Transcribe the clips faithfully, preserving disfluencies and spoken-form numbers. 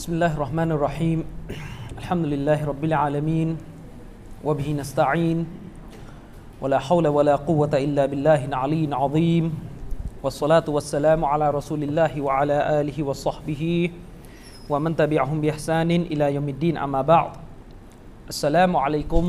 بسم الله الرحمن الرحيم الحمد لله رب العالمين وبه نستعين ولا حول ولا قوة إلا بالله العلي العظيم والصلاة والسلام على رسول الله وعلى آله وصحبه ومن تبعهم بإحسان إلى يوم الدين أما بعد السلام عليكم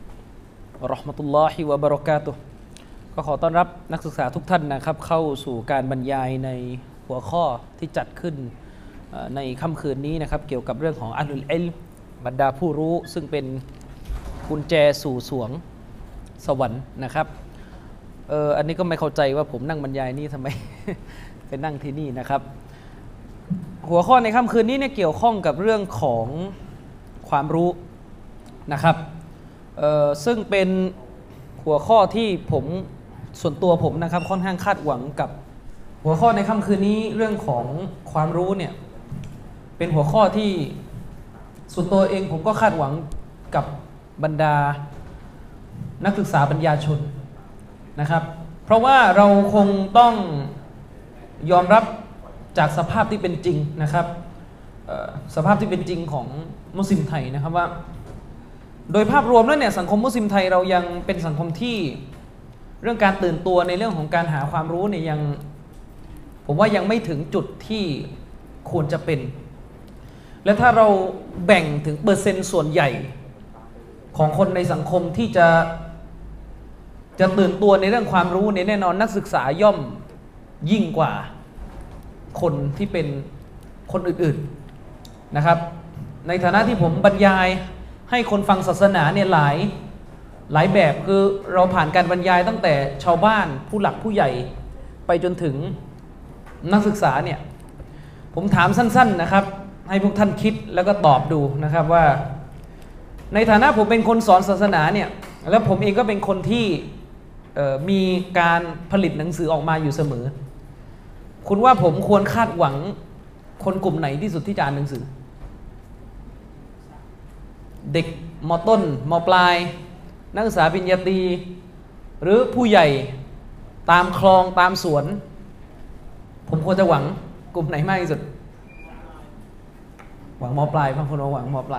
ورحمة الله وبركاته ก็ขอต้อนรับนักศึกษาทุกท่านนะครับเข้าสู่การบรรยายในหัวข้อที่จัดขึ้นในค่ำคืนนี้นะครับเกี่ยวกับเรื่องของอัลลุลอิลม์บรรดาผู้รู้ซึ่งเป็นกุญแจสู่สวงสวรรค์นะครับเอออันนี้ก็ไม่เข้าใจว่าผมนั่งบรรยายนี่ทำไม ไปนั่งที่นี่นะครับหัวข้อในค่ำคืนนี้เนี่ยเกี่ยวข้องกับเรื่องของความรู้นะครับเออซึ่งเป็นหัวข้อที่ผมส่วนตัวผมนะครับค่อนข้างคาดหวังกับหัวข้อในค่ำคืนนี้เรื่องของความรู้เนี่ยเป็นหัวข้อที่ส่วนตัวเองผมก็คาดหวังกับบรรดานักศึกษาปัญญาชนนะครับเพราะว่าเราคงต้องยอมรับจากสภาพที่เป็นจริงนะครับสภาพที่เป็นจริงของมุสลิมไทยนะครับว่าโดยภาพรวมแล้วเนี่ยสังคมมุสลิมไทยเรายังเป็นสังคมที่เรื่องการตื่นตัวในเรื่องของการหาความรู้เนี่ยยังผมว่ายังไม่ถึงจุดที่ควรจะเป็นและถ้าเราแบ่งถึงเปอร์เซ็นต์ส่วนใหญ่ของคนในสังคมที่จะจะตื่นตัวในเรื่องความรู้เนี่ยแน่นอนนักศึกษาย่อมยิ่งกว่าคนที่เป็นคนอื่นๆนะครับในฐานะที่ผมบรรยายให้คนฟังศาสนาเนี่ยหลายหลายแบบคือเราผ่านการบรรยายตั้งแต่ชาวบ้านผู้หลักผู้ใหญ่ไปจนถึงนักศึกษาเนี่ยผมถามสั้นๆนะครับให้พวกท่านคิดแล้วก็ตอบดูนะครับว่าในฐานะผมเป็นคนสอนศาสนาเนี่ยแล้วผมเองก็เป็นคนที่มีการผลิตหนังสือออกมาอยู่เสมอคุณว่าผมควรคาดหวังคนกลุ่มไหนที่สุดที่จะอ่านหนังสือเด็กม.ต้นม.ปลายนักศึกษาปริญญาตรีหรือผู้ใหญ่ตามคลองตามสวนผมควรจะหวังกลุ่มไหนมากที่สุดหวังม.ปลายบางคนหวังม.ปลาย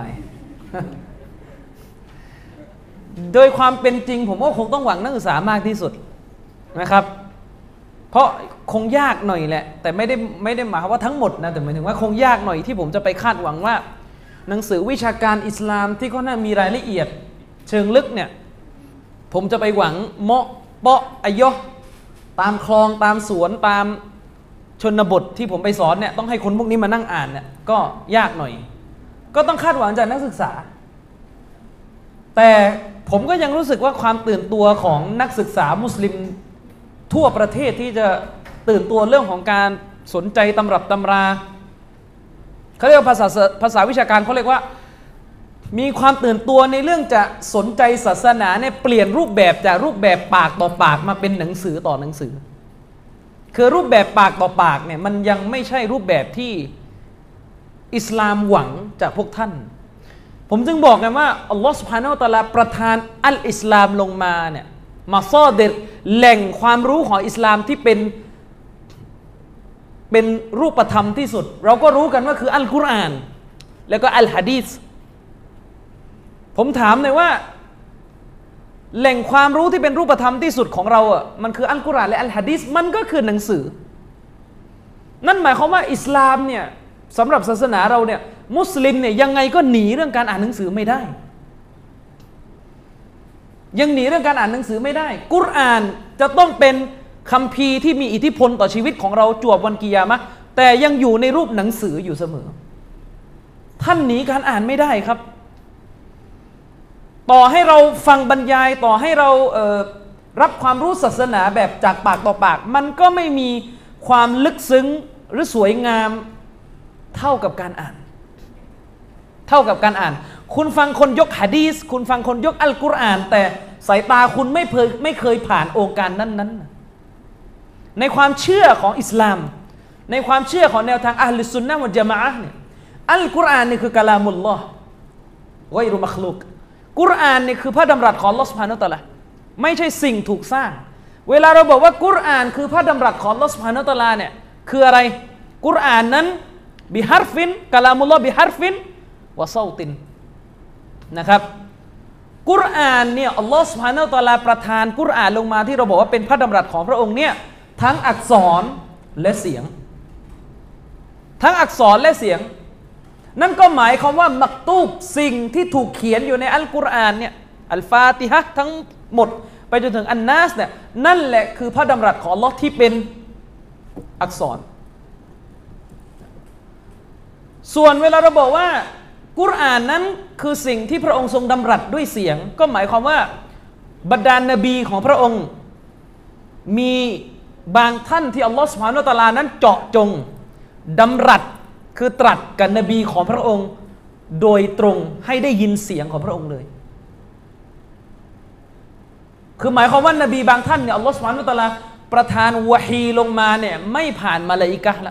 โดยความเป็นจริงผมว่าคงต้องหวังนักศึกษามากที่สุดนะครับเพราะคงยากหน่อยแหละแต่ไม่ได้ไม่ได้หมายความว่าทั้งหมดนะแต่หมายถึงว่าคงยากหน่อยที่ผมจะไปคาดหวังว่าหนังสือวิชาการอิสลามที่เขาน่ามีรายละเอียดเชิงลึกเนี่ยผมจะไปหวังเมาะเปาะอายะตามคลองตามสวนตามชนบทที่ผมไปสอนเนี่ยต้องให้คนพวกนี้มานั่งอ่านเนี่ยก็ยากหน่อยก็ต้องคาดหวังจากนักศึกษาแต่ผมก็ยังรู้สึกว่าความตื่นตัวของนักศึกษามุสลิมทั่วประเทศที่จะตื่นตัวเรื่องของการสนใจตำรับตำราเขาเรียกว่าภาษาภาษาวิชาการเขาเรียกว่ามีความตื่นตัวในเรื่องจะสนใจศาสนาเนี่ยเปลี่ยนรูปแบบจากรูปแบบปากต่อปากมาเป็นหนังสือต่อหนังสือคือรูปแบบปากต่อปากเนี่ยมันยังไม่ใช่รูปแบบที่อิสลามหวังจากพวกท่านผมจึงบอกกันว่าอัลลอฮฺซุบฮานะฮูวะตะอาลาประทานอัลอิสลามลงมาเนี่ยมาซอเดรแหล่งความรู้ของอิสลามที่เป็นเป็นรูปธรรมที่สุดเราก็รู้กันว่าคืออัลกุรอานแล้วก็อัลหะดีษผมถามเลยว่าแหล่งความรู้ที่เป็นรูปธรรมที่สุดของเราอ่ะมันคืออัลกุรอานและอัลหะดีษมันก็คือหนังสือนั่นหมายความว่าอิสลามเนี่ยสำหรับศาสนาเราเนี่ยมุสลิมเนี่ยยังไงก็หนีเรื่องการอ่านหนังสือไม่ได้ยังหนีเรื่องการอ่านหนังสือไม่ได้กุรอานจะต้องเป็นคัมภีร์ที่มีอิทธิพลต่อชีวิตของเราจวบวันกิยามะห์แต่ยังอยู่ในรูปหนังสืออยู่เสมอท่านหนีการอ่านไม่ได้ครับต่อให้เราฟังบรรยายต่อให้เราเอ่อรับความรู้ศาสนาแบบจากปากต่อปากมันก็ไม่มีความลึกซึ้งหรือสวยงามเท่ากับการอ่านเท่ากับการอ่านคุณฟังคนยกหะดีษคุณฟังคนยกอัลกุรอานแต่สายตาคุณไม่เคยไม่เคยผ่านองค์การนั้นๆในความเชื่อของอิสลามในความเชื่อของแนวทางอะห์ลุสซุนนะฮ์วัลญะมาอะห์เนี่ยอัลกุรอานนี่คือกะลามุลลอฮ์กอยรุมักลุกกุรอานนี่คือพระดำรัสของอัลเลาะห์ซุบฮานะฮูวะตะอาลาไม่ใช่สิ่งถูกสร้างเวลาเราบอกว่ากุรอานคือพระดำรัสของอัลเลาะห์ซุบฮานะฮูวะตะอาลาเนี่ยคืออะไรกุรอานนั้นบิฮาร์ฟินกะลามุลลอฮ์บิฮาร์ฟินวะซอตินนะครับกุรอานเนี่ยอัลลอฮ์ซุบฮานะฮูวะตะอาลาประทานกุรอานลงมาที่เราบอกว่าเป็นพระดำรัสของพระองค์เนี่ยทั้งอักษรและเสียงทั้งอักษรและเสียงนั่นก็หมายความว่ามักตูบสิ่งที่ถูกเขียนอยู่ในอัลกุรอานเนี่ยอัลฟาติฮะห์ทั้งหมดไปจนถึงอันนัสเนี่ยนั่นแหละคือพระดำรัสของอัลลอฮ์ที่เป็นอักษรส่วนเวลาเราบอกว่ากุรอานนั้นคือสิ่งที่พระองค์ทรงดำรัสด้วยเสียงก็หมายความว่าบรรดานบีของพระองค์มีบางท่านที่อัลลอฮฺซุบฮานะฮูวะตะอาลานั้นเจาะจงดำรัสคือตรัสกับนบีของพระองค์โดยตรงให้ได้ยินเสียงของพระองค์เลยคือหมายความว่านบีบางท่านเนี่ยอัลลอฮฺซุบฮานะฮูวะตะอาลาประทานวะฮีลงมาเนี่ยไม่ผ่านมลาอิกะฮ์ละ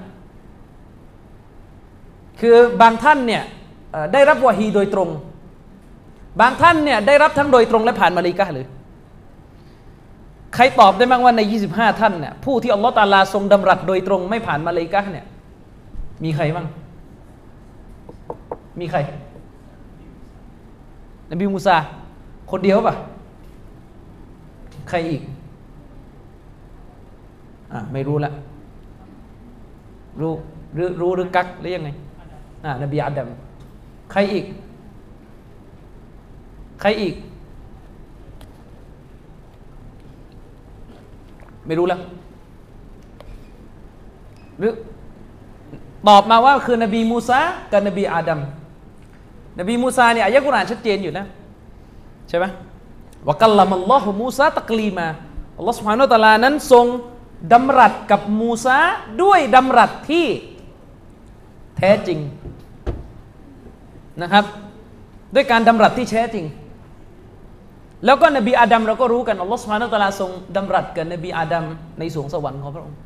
คือบางท่านเนี่ยได้รับวะฮีโดยตรงบางท่านเนี่ยได้รับทั้งโดยตรงและผ่านมลาอิกะฮ์เลยใครตอบได้บ้างว่าในยี่สิบห้าท่านเนี่ยผู้ที่อัลลอฮฺตะอาลาทรงดำรัสโดยตรงไม่ผ่านมลาอิกะฮ์เนี่ยมีใครบ้างมีใครนบีมูซาคนเดียวป่ะใครอีกอ่ะไม่รู้ละรู้หรือรู้หรือกักหรือยังไงอ่านบีอาดัมใครอีกใครอีกไม่รู้แล้วหรือตอบมาว่าคือนบีมูซากับนบีอาดัมนบีมูซาเนี่ยอายะกุรอานชัดเจนอยู่นะใช่ไหมวะกัลลัมัลลอฮุมูซาตักลีมาอัลลอฮฺซุบฮานะฮูวะตะอาลานั้นทรงดำรัสกับมูซาด้วยดำรัสที่แท้จริงนะครับด้วยการดำรัสที่แท้จริงแล้วก็นบีอาดัมเราก็รู้กันอัลลอฮฺซุบฮานะฮูวะตะอาลาทรงดำรัสกับนบีอาดัมในสวงสวรรค์ของพระองค์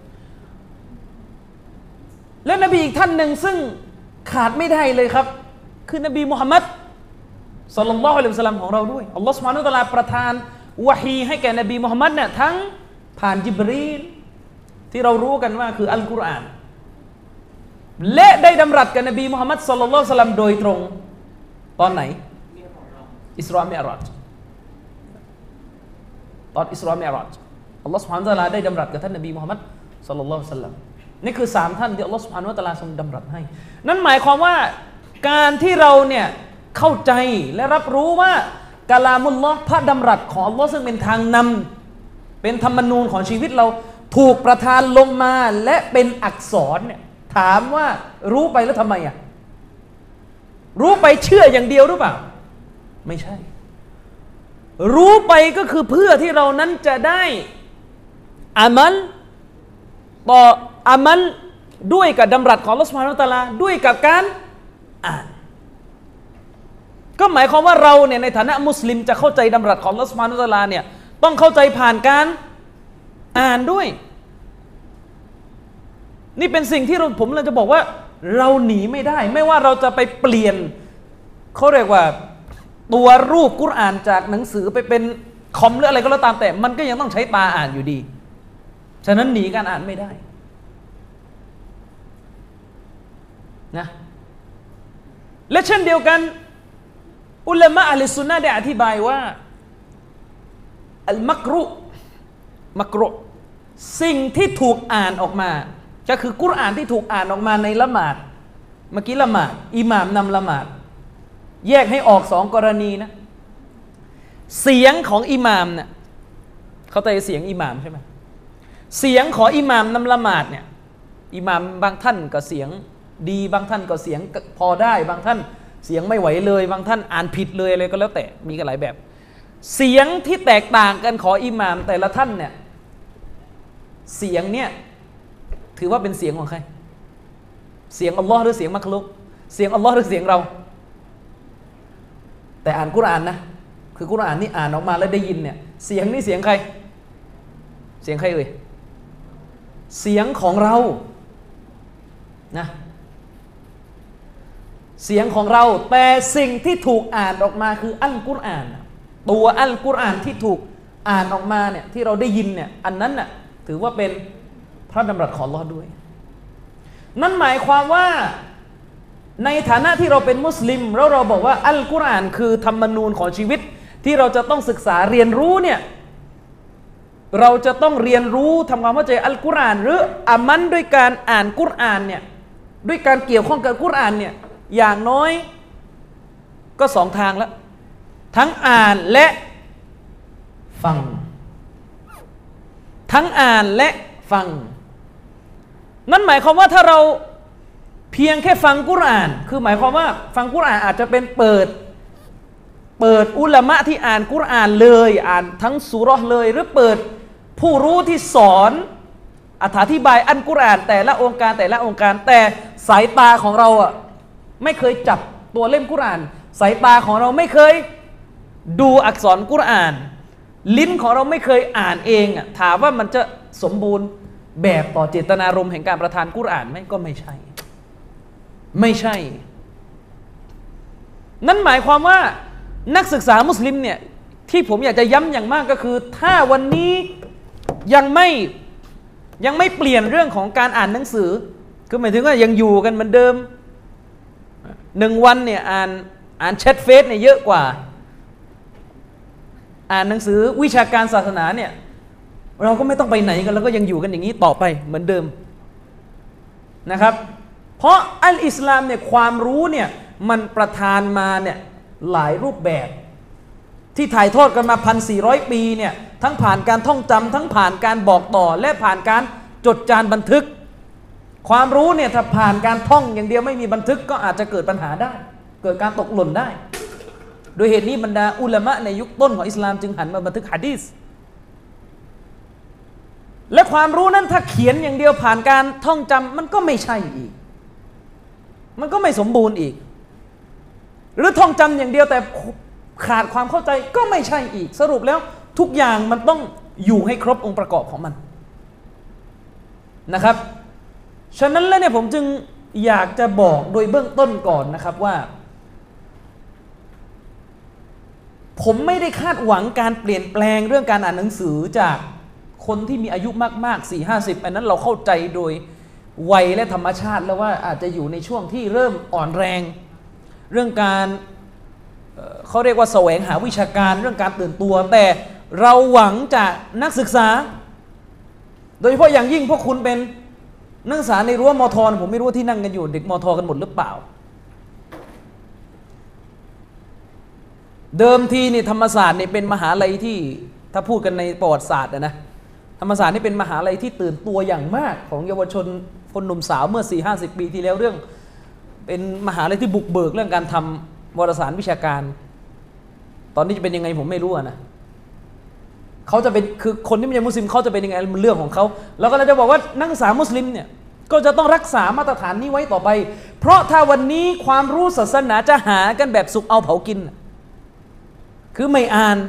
และนบีอีกท่านหนึ่งซึ่งขาดไม่ได้เลยครับคือนบีมุฮัมมัดศ็อลลัลลอฮุอะลัยฮิวะซัลลัมของเราด้วยอัลลอฮฺซุบฮานะฮูวะตะอาลาประทานวะฮีให้แก่นบีมุฮัมมัดเนี่ยทั้งผ่านญิบรีลที่เรารู้กันว่าคืออัลกุรอานและได้ดำรัสกับนบีมุฮัมมัดศ็อลลัลลอฮุอะลัยฮิวะซัลลัมโดยตรงตอนไหนอิสรอมิอ์เราะจ์ตอนอิสรอมิอ์เราะจ์อัลลอฮฺซุบฮานะฮูวะตะอาลาได้ดำรัสกับท่านนบีมุฮัมมัดศ็อลลัลลอฮุอะลัยฮิวะซัลลัมนี่คือสามท่านที่อัลลอฮฺซุบฮานะฮูวะตะอาลาทรงดำรัสให้นั่นหมายความว่าการที่เราเนี่ยเข้าใจและรับรู้ว่ากะลามุลลอฮ์พระดำรัสของอัลลอฮ์ซึ่งเป็นทางนำเป็นธรรมนูญของชีวิตเราถูกประทานลงมาและเป็นอักษรเนี่ยถามว่ารู้ไปแล้วทำไมอ่ะรู้ไปเชื่ออย่างเดียวหรือเปล่าไม่ใช่รู้ไปก็คือเพื่อที่เรานั้นจะได้อามัลต่ออามัลด้วยกับดำรัสของอัลลอฮฺซุบฮานะฮูวะตะอาลาด้วยกับการอ่านก็หมายความว่าเราเนี่ยในฐานะมุสลิมจะเข้าใจดำรัสของอัลลอฮฺซุบฮานะฮูวะตะอาลาเนี่ยต้องเข้าใจผ่านการอ่านด้วยนี่เป็นสิ่งที่เราผมเลยจะบอกว่าเราหนีไม่ได้ไม่ว่าเราจะไปเปลี่ยนเขาเรียกว่าตัวรูปกุรอานจากหนังสือไปเป็นคอมหรืออะไรก็แล้วตามแต่มันก็ยังต้องใช้ตาอ่านอยู่ดีฉะนั้นหนีการอ่านไม่ได้นะและเช่นเดียวกันอุลามะอะห์ลิซุนนะห์ได้อธิบายว่าอัลมักรุมักรุสิ่งที่ถูกอ่านออกมาก็คือกุรอานที่ถูกอ่านออกมาในละหมาดเมื่อกี้ละหมาดอิหม่ามนำละหมาดแยกให้ออกสองกรณีนะเสียงของอิหม่ามเนี่ยเขาแต่เสียงอิหม่ามใช่ไหมเสียงของอิหม่ามนำละหมาดเนี่ยอิหม่ามบางท่านก็เสียงดีบางท่านก็เสียงพอได้บางท่านเสียงไม่ไหวเลยบางท่านอ่านผิดเลยอะไรก็แล้วแต่มีกันหลายแบบเสียงที่แตกต่างกันของอิหม่ามแต่ละท่านเนี่ยเสียงเนี่ยถือว่าเป็นเสียงของใครเสียงอัลลอฮ์หรือเสียงมักลุกเสียงอัลลอฮ์หรือเสียงเราแต่อ่านกุรอานนะคือกุรอานนี่อ่านออกมาแล้วได้ยินเนี่ยเสียงนี่เสียงใครเสียงใครเอ่ยเสียงของเรานะเสียงของเราแต่สิ่งที่ถูกอ่านออกมาคืออัลกุรอานตัวอัลกุรอานที่ถูกอ่านออกมาเนี่ยที่เราได้ยินเนี่ยอันนั้นน่ะถือว่าเป็นพระดำรัสของอัลเลาะห์ด้วยนั่นหมายความว่าในฐานะที่เราเป็นมุสลิมแล้วเราบอกว่าอัลกุรอานคือธรรมนูญของชีวิตที่เราจะต้องศึกษาเรียนรู้เนี่ยเราจะต้องเรียนรู้ทำความเข้าใจอัลกุรอานหรืออามันด้วยการอ่านกุรอานเนี่ยด้วยการเกี่ยวข้องกับกุรอานเนี่ยอย่างน้อยก็สองทางแล้วทั้งอ่านและฟังทั้งอ่านและฟังนั่นหมายความว่าถ้าเราเพียงแค่ฟังกุรอานคือหมายความว่าฟังกุรอานอาจจะเป็นเปิดเปิดอุลามะที่อ่านกุรอานเลยอ่านทั้งซูเราะห์เลยหรือเปิดผู้รู้ที่สอนอธิบายอัลกุรอานแต่ละองค์การแต่ละองค์การแต่สายตาของเราอ่ะไม่เคยจับตัวเล่มกุรอานสายตาของเราไม่เคยดูอักษรกุรอานลิ้นของเราไม่เคยอ่านเองอ่ะถามว่ามันจะสมบูรณ์แบบต่อเจตนารมณ์แห่งการประทานกุรอานไหมก็ไม่ใช่ไม่ใช่นั่นหมายความว่านักศึกษามุสลิมเนี่ยที่ผมอยากจะย้ำอย่างมากก็คือถ้าวันนี้ยังไม่ยังไม่เปลี่ยนเรื่องของการอ่านหนังสือคือหมายถึงว่ายังอยู่กันเหมือนเดิมหนึ่งวันเนี่ยอ่านอ่านแชทเฟซเนี่ยเยอะกว่าอ่านหนังสือวิชาการศาสนาเนี่ยเราก็ไม่ต้องไปไหนกันแล้วก็ยังอยู่กันอย่างนี้ต่อไปเหมือนเดิมนะครับเพราะอัลอิสลามเนี่ยความรู้เนี่ยมันประทานมาเนี่ยหลายรูปแบบที่ถ่ายทอดกันมาพันสี่ร้อยปีเนี่ยทั้งผ่านการท่องจำทั้งผ่านการบอกต่อและผ่านการจดจานบันทึกความรู้เนี่ยถ้าผ่านการท่องอย่างเดียวไม่มีบันทึกก็อาจจะเกิดปัญหาได้เกิดการตกหล่นได้โดยเหตุนี้บรรดาอุลามะในยุคต้นของอิสลามจึงหันมาบันทึกหะดีษและความรู้นั้นถ้าเขียนอย่างเดียวผ่านการท่องจำมันก็ไม่ใช่อีกมันก็ไม่สมบูรณ์อีกหรือท่องจำอย่างเดียวแต่ขาดความเข้าใจก็ไม่ใช่อีกสรุปแล้วทุกอย่างมันต้องอยู่ให้ครบองค์ประกอบของมันนะครับฉะนั้นแล้วเนี่ยผมจึงอยากจะบอกโดยเบื้องต้นก่อนนะครับว่าผมไม่ได้คาดหวังการเปลี่ยนแปลงเรื่องการอ่านหนังสือจากคนที่มีอายุมากๆ สี่ห้าสิบอันนั้นเราเข้าใจโดยวัยและธรรมชาติแล้วว่าอาจจะอยู่ในช่วงที่เริ่มอ่อนแรงเรื่องการเขาเรียกว่าแสวงหาวิชาการเรื่องการตื่นตัวแต่เราหวังจากนักศึกษาโดยเฉพาะอย่างยิ่งพวกคุณเป็นนักศึกษาในรั้วมท.ผมไม่รู้ที่นั่งกันอยู่เด็กมท.กันหมดหรือเปล่าเดิมทีนี่ธรรมศาสตร์เนี่ยเป็นมหาลัยที่ถ้าพูดกันในประวัติศาสตร์นะธรรมศาสตร์นี่เป็นมหาลัยที่ตื่นตัวอย่างมากของเยาวชนคนหนุ่มสาวเมื่อ สี่ห้าสิบ ปีที่แล้วเรื่องเป็นมหาลัยที่บุกเบิกเรื่องการทำวารสารวิชาการตอนนี้จะเป็นยังไงผมไม่รู้นะเขาจะเป็นคือคนที่ไม่ใช่มุสลิมเขาจะเป็นยังไงมันเรื่องของเขาแล้วก็เราจะบอกว่านักศึกษามุสลิมเนี่ยก็จะต้องรักษามาตรฐานนี้ไว้ต่อไปเพราะถ้าวันนี้ความรู้ศาสนาจะหากันแบบสุกเอาเผากินคือไม่อ่าน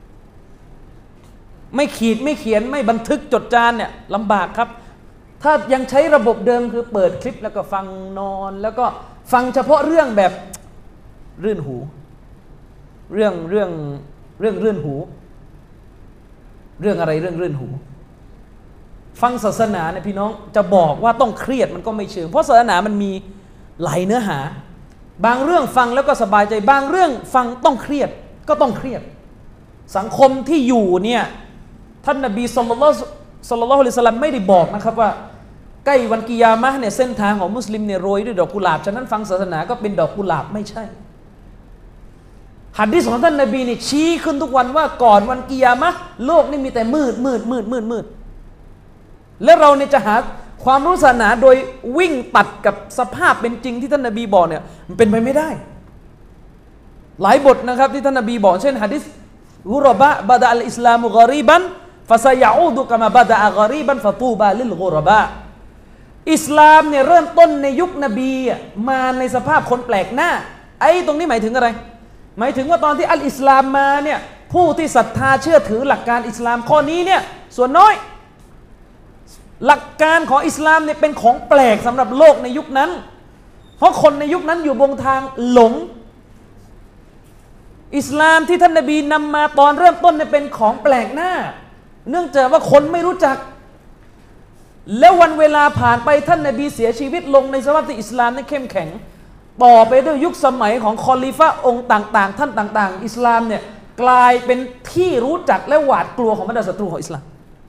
ไม่ขีดไม่เขียนไม่บันทึกจดจานเนี่ยลำบากครับถ้ายังใช้ระบบเดิมคือเปิดคลิปแล้วก็ฟังนอนแล้วก็ฟังเฉพาะเรื่องแบบรื่นหูเรื่องเรื่องเรื่องรื่นหูเรื่องอะไรเรื่องรื่นหูฟังศาสนาเนี่ยพี่น้องจะบอกว่าต้องเครียดมันก็ไม่เชิงเพราะศาสนามันมีหลายเนื้อหาบางเรื่องฟังแล้วก็สบายใจบางเรื่องฟังต้องเครียดก็ต้องเครียดสังคมที่อยู่เนี่ยท่านนบีศ็อลลัลลอฮุศ็อลลัลลอฮุอะลัยฮิวะซัลลัมไม่ได้บอกนะครับว่าใกล้วันกิยามะห์เนี่ยเส้นทางของมุสลิมเนี่ยโรยด้วยดอกกุหลาบฉะนั้นฟังศาสนาก็เป็นดอกกุหลาบไม่ใช่หะดีษของท่านนบีนี่ชี้ขึ้นทุกวันว่าก่อนวันกิยามะห์โลกนี่มีแต่มืดมืดมืดมืดมืดและเราเนี่ยจะหาความรู้ศาสนาโดยวิ่งตัดกับสภาพเป็นจริงที่ท่านนบีบอกเนี่ยมันเป็นไปไม่ได้หลายบทนะครับที่ท่านนบีบอกเช่นหะดีษกุรบะบะดะอัลอิสลามุกอรีบันฟะซะยะอูดุกะมาบะดะอะกอรีบันฟะตูบาลิลกุรบะอิสลามเนี่ยเริ่มต้นในยุคนบีมาในสภาพคนแปลกหน้าไอ้ตรงนี้หมายถึงอะไรหมายถึงว่าตอนที่อัลอิสลามมาเนี่ยผู้ที่ศรัทธาเชื่อถือหลักการอิสลามข้อนี้เนี่ยส่วนน้อยหลักการของอิสลามเนี่ยเป็นของแปลกสำหรับโลกในยุคนั้นเพราะคนในยุคนั้นอยู่บนทางหลงอิสลามที่ท่านนบีนำมาตอนเริ่มต้นเนี่ยเป็นของแปลกหน้าเนื่องจากว่าคนไม่รู้จักแล้ววันเวลาผ่านไปท่านนบีเสียชีวิตลงในสภาพที่อิสลามนั้นเข้มแข็งต่อไปด้วยยุคสมัยของคอลิฟะห์องค์ต่างๆท่านต่างๆอิสลามเนี่ยกลายเป็นที่รู้จักและหวาดกลัวของบรรดาศัตรูของอิสลาม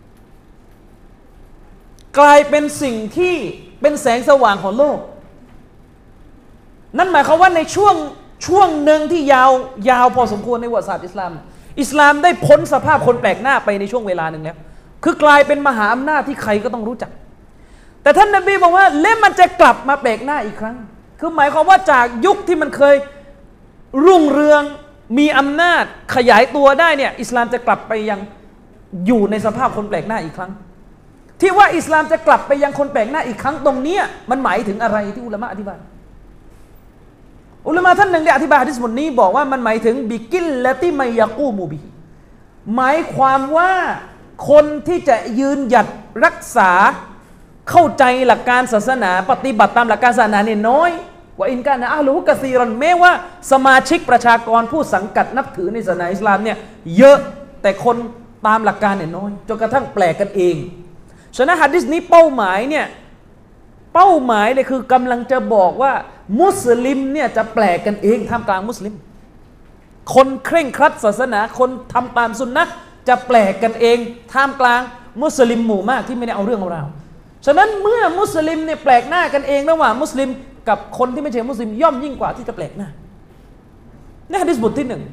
กลายเป็นสิ่งที่เป็นแสงสว่างของโลกนั่นหมายความว่าในช่วงช่วงหนึ่งที่ยาวยาวพอสมควรในประวัติศาสตร์อิสลามอิสลามได้พ้นสภาพคนแปลกหน้าไปในช่วงเวลาหนึ่งแล้วคือกลายเป็นมหาอำนาจที่ใครก็ต้องรู้จักแต่ท่านนบีบอกว่าเล่มมันจะกลับมาแปลกหน้าอีกครั้งคือหมายความว่าจากยุคที่มันเคยรุ่งเรืองมีอำนาจขยายตัวได้เนี่ยอิสลามจะกลับไปยังอยู่ในสภาพคนแปลกหน้าอีกครั้งที่ว่าอิสลามจะกลับไปยังคนแปลกหน้าอีกครั้งตรงนี้มันหมายถึงอะไรที่อุลามะอธิบายอุลามะท่านหนึ่งได้อธิบายหะดีษบทนี้บอกว่ามันหมายถึงบิกิลละติมัยยะกูมูบิหมายความว่าคนที่จะยืนหยัดรักษาเข้าใจหลักการศาสนาปฏิบัติตามหลักการศาสนาเนี่ยน้อยว่าอินกานะอะห์ลุฮุกะซีรอนแม้ว่าสมาชิกประชากรผู้สังกัดนับถือในศาสนาอิสลามเนี่ยเยอะแต่คนตามหลักการเนี่ยน้อยจนกระทั่งแปลกกันเองฉะนั้นหะดีษนี้เป้าหมายเนี่ยเป้าหมายเลยคือกำลังจะบอกว่ามุสลิมเนี่ยจะแปลกกันเองท่ามกลางมุสลิมคนเคร่งครัดศาสนาคนทำตามสุนนะจะแปลกกันเองท่ามกลางมุสลิมหมู่มากที่ไม่ได้เอาเรื่องเอาราวฉะนั้นเมื่อมุสลิมเนี่ยแปลกหน้ากันเองระหว่างมุสลิมกับคนที่ไม่ใช่มุสลิมย่อมยิ่งกว่าที่จะแปลกหน้าในหะดีษบทที่หนึ่ง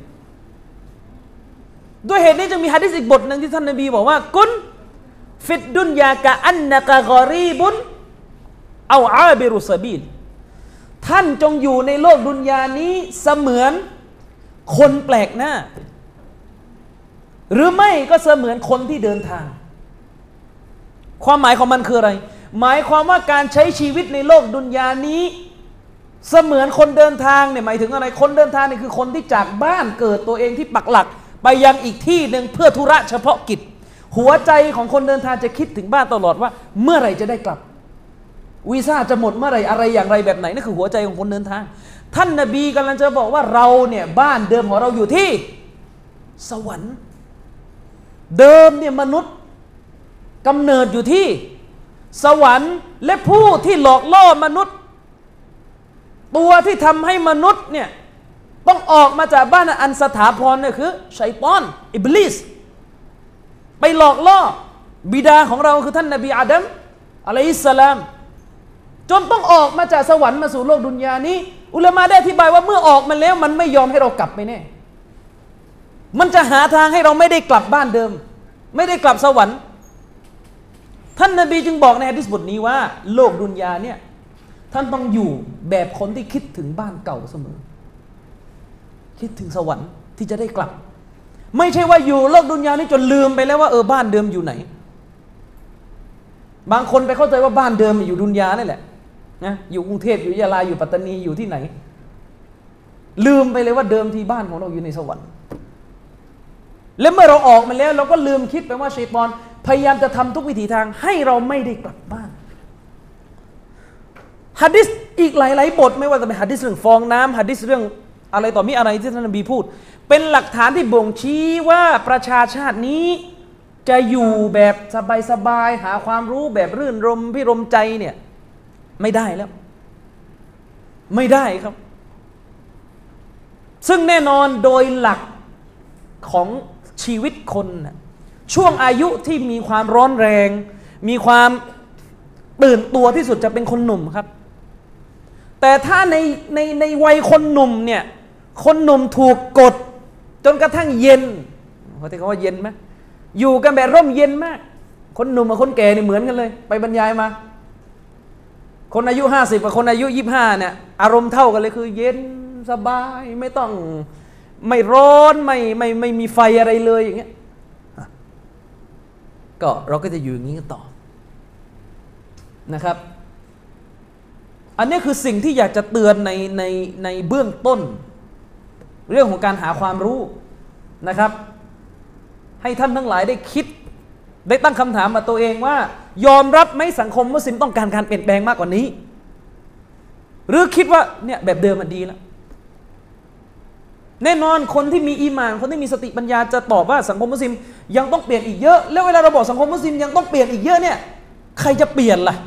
ด้วยเหตุนี้จึงมีหะดีษอีกบทหนึ่งที่ท่านนบีบอกว่ากุนฟิดดุนยากะอันนะกะกอรีบุนเอาอาบิรุสบีลท่านจงอยู่ในโลกดุนยานี้เสมือนคนแปลกหน้าหรือไม่ก็เสมือนคนที่เดินทางความหมายของมันคืออะไรหมายความว่าการใช้ชีวิตในโลกดุนยานี้เสมือนคนเดินทางเนี่ยหมายถึงอะไรคนเดินทางเนี่ยคือคนที่จากบ้านเกิดตัวเองที่ปักหลักไปยังอีกที่หนึ่งเพื่อธุระเฉพาะกิจหัวใจของคนเดินทางจะคิดถึงบ้านตลอดว่าเมื่อไหร่จะได้กลับวีซ่าจะหมดเมื่อไหร่อะไรอย่างไรแบบไหนนั่นคือหัวใจของคนเดินทางท่านนบีกำลังจะบอกว่าเราเนี่ยบ้านเดิมของเราอยู่ที่สวรรค์เดิมเนี่ยมนุษย์กำเนิดอยู่ที่สวรรค์และผู้ที่หลอกล่อมนุษย์ตัวที่ทำให้มนุษย์เนี่ยต้องออกมาจากบ้านอันสถาพรเนี่ยคือชัยฏอนอิบลิสไปหลอกล่อบิดาของเราคือท่านนบีอาดัมอะลัยฮิสสลามจนต้องออกมาจากสวรรค์มาสู่โลกดุนยานี้อุลามะได้อธิบายว่าเมื่อออกมาแล้วมันไม่ยอมให้เรากลับไปแน่มันจะหาทางให้เราไม่ได้กลับบ้านเดิมไม่ได้กลับสวรรค์ท่านนบีจึงบอกในหะดีษบทนี้ว่าโลกดุนยาเนี่ยท่านต้องอยู่แบบคนที่คิดถึงบ้านเก่าเสมอคิดถึงสวรรค์ที่จะได้กลับไม่ใช่ว่าอยู่โลกดุนยานี้จนลืมไปแล้วว่าเออบ้านเดิมอยู่ไหนบางคนไปเข้าใจว่าบ้านเดิมอยู่ดุนยานี่แหละนะอยู่กรุงเทพอยู่ยะลาอยู่ปัตตานีอยู่ที่ไหนลืมไปเลยว่าเดิมทีบ้านของเราอยู่ในสวรรค์แล้วเมื่อเราออกมาแล้วเราก็ลืมคิดไปว่าชัยฏอนพยายามจะทำทุกวิถีทางให้เราไม่ได้กลับบ้านหะดีษอีกหลายๆบทไม่ว่าจะเป็นหะดีษเรื่องฟองน้ำหะดีษเรื่องอะไรต่อมีอะไรที่ท่านนบีพูดเป็นหลักฐานที่บ่งชี้ว่าประชาชาตินี้จะอยู่แบบสบายๆหาความรู้แบบรื่นรมพิรมใจเนี่ยไม่ได้แล้วไม่ได้ครับซึ่งแน่นอนโดยหลักของชีวิตคนนะช่วงอายุที่มีความร้อนแรงมีความตื่นตัวที่สุดจะเป็นคนหนุ่มครับแต่ถ้าในในในวัยคนหนุ่มเนี่ยคนหนุ่มถูกกดจนกระทั่งเย็นเขาที่เขาว่าเย็นไหมอยู่กันแบบร่มเย็นมากคนหนุ่มกับคนแก่นี่เหมือนกันเลยไปบรรยายมาคนอายุห้าสิบกับคนอายุยี่สิบห้าเนี่ยอารมณ์เท่ากันเลยคือเย็นสบายไม่ต้องไม่ร้อนไม่ไม่ไม่มีไฟอะไรเลยอย่างเงี้ยก็เราก็จะอยู่อย่างนี้กันต่อนะครับอันนี้คือสิ่งที่อยากจะเตือนในในในเบื้องต้นเรื่องของการหาความรู้นะครับให้ท่านทั้งหลายได้คิดได้ตั้งคำถามมาตัวเองว่ายอมรับไหมสังคมมุสลิมต้องการการเปลี่ยนแปลงมากกว่านี้หรือคิดว่าเนี่ยแบบเดิมมันดีแล้วแน่นอนคนที่มีอีหม่านคนที่มีสติปัญญาจะตอบว่าสังคมมุสลิมยังต้องเปลี่ยนอีกเยอะแล้วเวลาเราบอกสังคมมุสลิมยังต้องเปลี่ยนอีกเยอะเนี่ยใครจะเปลี่ยนล่ะ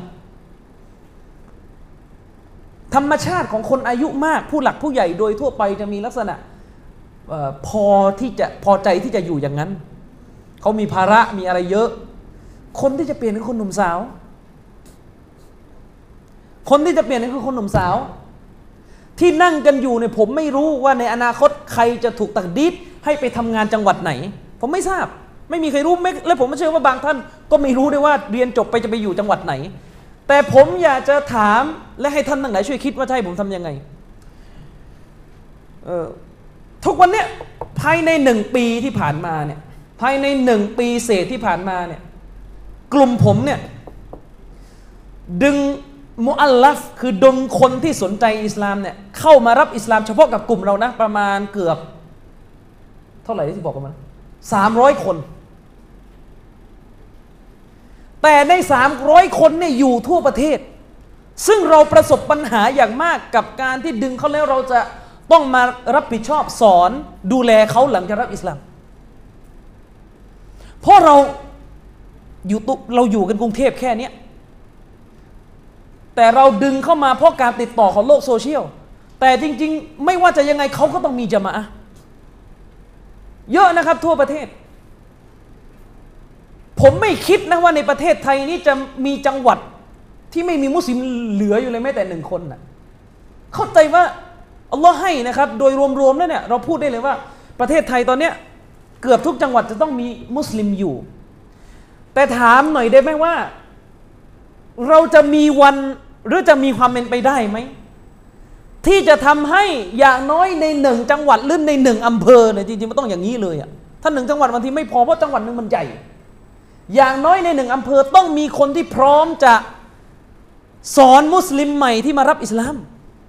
ธรรมชาติของคนอายุมากผู้หลักผู้ใหญ่โดยทั่วไปจะมีลักษณะออพอที่จะพอใจที่จะอยู่อย่างนั้นเขามีภาระมีอะไรเยอะคนที่จะเปลี่ยนคือคนหนุ่มสาวคนที่จะเปลี่ยนคือคนหนุ่มสาวที่นั่งกันอยู่เนี่ยผมไม่รู้ว่าในอนาคตใครจะถูกตักดีดให้ไปทำงานจังหวัดไหนผมไม่ทราบไม่มีใครรู้ไม่และผมไม่เชื่อว่าบางท่านก็ไม่รู้ด้วยว่าเรียนจบไปจะไปอยู่จังหวัดไหนแต่ผมอยากจะถามและให้ท่านทั้งหลายช่วยคิดว่าจะให้ผมทำยังไงเออทุกวันเนี้ยภายในหนึ่งปีที่ผ่านมาเนี่ยภายในหนึ่งปีเศษที่ผ่านมาเนี่ยกลุ่มผมเนี่ยดึงมุอัลลัฟคือดึงคนที่สนใจอิสลามเนี่ยเข้ามารับอิสลามเฉพาะกับกลุ่มเรานะประมาณเกือบเท่าไหร่ที่บอกกันมาสามร้อยคนแต่ในสามร้อยคนเนี่ยอยู่ทั่วประเทศซึ่งเราประสบปัญหาอย่างมากกับการที่ดึงเขาแล้วเราจะต้องมารับผิดชอบสอนดูแลเขาหลังจากรับอิสลามเพราะเราอยู่ตุเราอยู่กันกรุงเทพแค่นี้แต่เราดึงเข้ามาเพราะการติดต่อของโลกโซเชียลแต่จริงๆไม่ว่าจะยังไงเขาก็ต้องมีญะมาอะห์เยอะนะครับทั่วประเทศผมไม่คิดนะว่าในประเทศไทยนี้จะมีจังหวัดที่ไม่มีมุสลิมเหลืออยู่เลยแม้แต่หนึ่งคนนะเข้าใจว่าอัลลอฮ์ให้นะครับโดยรวมๆแล้วเนี่ยเราพูดได้เลยว่าประเทศไทยตอนเนี้ยเกือบทุกจังหวัดจะต้องมีมุสลิมอยู่แต่ถามหน่อยได้ไหมว่าเราจะมีวันหรือจะมีความเป็นไปได้ไหมที่จะทำให้อย่างน้อยในหนึ่งจังหวัดหรือในหนึ่งอำเภอเนี่ยจริงๆมันต้องอย่างนี้เลยอ่ะถ้าหนึ่งจังหวัดบางทีไม่พอเพราะจังหวัดหนึ่งมันใหญ่อย่างน้อยในหนึ่งอำเภอต้องมีคนที่พร้อมจะสอนมุสลิมใหม่ที่มารับอิสลาม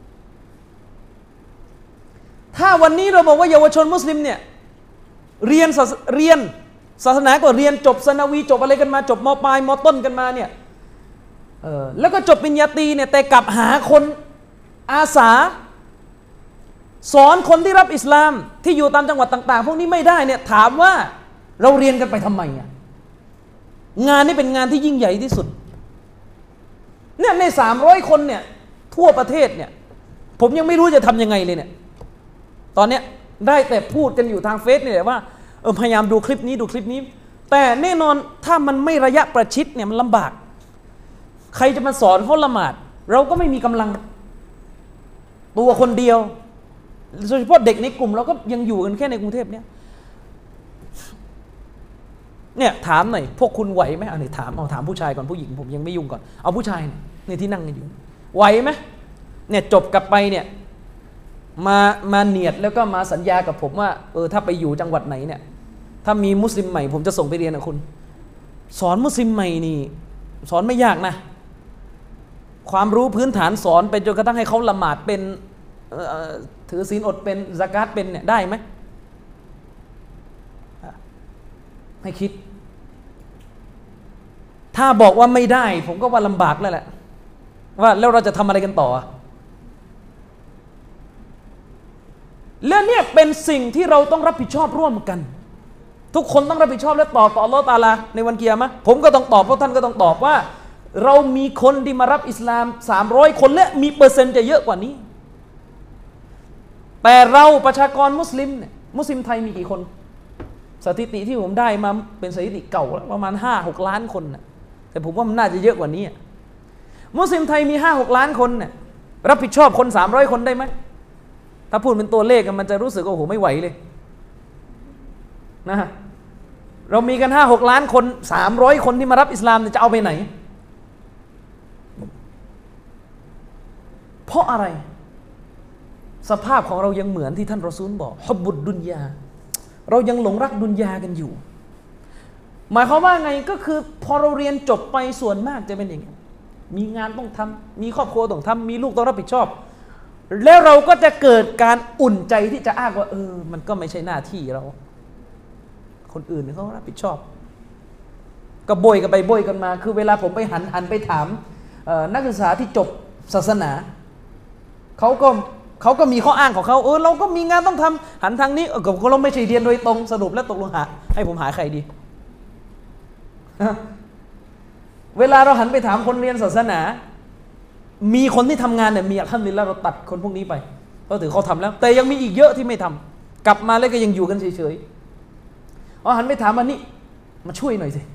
ถ้าวันนี้เราบอกว่าเยาวชนมุสลิมเนี่ยเรียนเรียนศาสนาก็เรียนจบสนาวีจบอะไรกันมาจบมปลายมต้นกันมาเนี่ยเออแล้วก็จบปริญญาตรีเนี่ยแต่กลับหาคนอาสาสอนคนที่รับอิสลามที่อยู่ตามจังหวัดต่างๆพวกนี้ไม่ได้เนี่ยถามว่าเราเรียนกันไปทำไมอ่ะงานนี้เป็นงานที่ยิ่งใหญ่ที่สุดเนี่ยในสามร้อยคนเนี่ยทั่วประเทศเนี่ยผมยังไม่รู้จะทำยังไงเลยเนี่ยตอนเนี้ยได้แต่พูดกันอยู่ทางเฟซนี่แหละว่าเออพยายามดูคลิปนี้ดูคลิปนี้แต่แน่นอนถ้ามันไม่ระยะประชิดเนี่ยมันลำบากใครจะมาสอนเขาละหมาดเราก็ไม่มีกำลังตัวคนเดียวโดยเฉพาะเด็กในกลุ่มเราก็ยังอยู่กันแค่ในกรุงเทพเนี่ยเนี่ยถามหน่อยพวกคุณไหวไหมเอาหน่อยถามเอาถามผู้ชายก่อนผู้หญิงผมยังไม่ยุ่งก่อนเอาผู้ชายเนี่ยที่นั่งกันอยู่ไหวไหมเนี่ยจบกลับไปเนี่ยมามาเนียดแล้วก็มาสัญญากับผมว่าเออถ้าไปอยู่จังหวัดไหนเนี่ยถ้ามีมุสลิมใหม่ผมจะส่งไปเรียนนะคุณสอนมุสลิมใหม่นี่สอนไม่ยากนะความรู้พื้นฐานสอนไปจนกระทั่งให้เขาละหมาดเป็นถือศีลอดเป็นซะกาตเป็นเนี่ยได้ไหมให้คิดถ้าบอกว่าไม่ได้ผมก็ว่าลำบากแล้วแหละว่าแล้วเราจะทำอะไรกันต่อและเนี่ยเป็นสิ่งที่เราต้องรับผิดชอบร่วมกันทุกคนต้องรับผิดชอบและตอบต่ออัลเลาะห์ตะอาลาในวันกิยามะห์ผมก็ต้องตอบพวกท่านก็ต้องตอบว่าเรามีคนที่มารับอิสลามสามร้อยคนและมีเปอร์เซ็นต์จะเยอะกว่านี้แต่เราประชากรมุสลิมเนี่ยมุสลิมไทยมีกี่คนสถิติที่ผมได้มาเป็นสถิติเก่าแล้วประมาณ ห้าหก ล้านคนนะแต่ผมว่ามันน่าจะเยอะกว่านี้มุสลิมไทยมี ห้าหก ล้านคนเนี่ยรับผิดชอบคนสามร้อยคนได้ไหมถ้าพูดเป็นตัวเลขมันจะรู้สึกว่าโอ้โหไม่ไหวเลยนะฮะเรามีกัน ห้าหก ล้านคนสามร้อยคนที่มารับอิสลามจะเอาไปไหนเพราะอะไรสภาพของเรายังเหมือนที่ท่านรอซูลบอกฮุบบุดดุนยาเรายังหลงรักดุนยากันอยู่หมายความว่าไงก็คือพอเราเรียนจบไปส่วนมากจะเป็นอย่างนี้มีงานต้องทำมีครอบครัวต้องทำมีลูกต้องรับผิดชอบแล้วเราก็จะเกิดการอุ่นใจที่จะอ้างว่าเออมันก็ไม่ใช่หน้าที่เราคนอื่นเขารับผิดชอบก็โบยกันไปโบยกันมาคือเวลาผมไปหันหันไปถามนักศึกษาที่จบศาสนาเขาก็เขาก็มีข้ออ้างของเขาเออเราก็มีงานต้องทำหันทางนี้เออก็เราไม่ใช่เรียนโดยตรงสรุปแล้วตกลงหาให้ผมหาใครดีเวลาเราหันไปถามคนเรียนศาสนามีคนที่ทำงานเนี่ยมีอัลฮัมดุลิลละห์เราตัดคนพวกนี้ไปเพราะถือเขาทำแล้วแต่ยังมีอีกเยอะที่ไม่ทำกลับมาแล้วก็ยังอยู่กันเฉยๆเอาหันไปถามมันนี่มาช่วยหน่อยสิ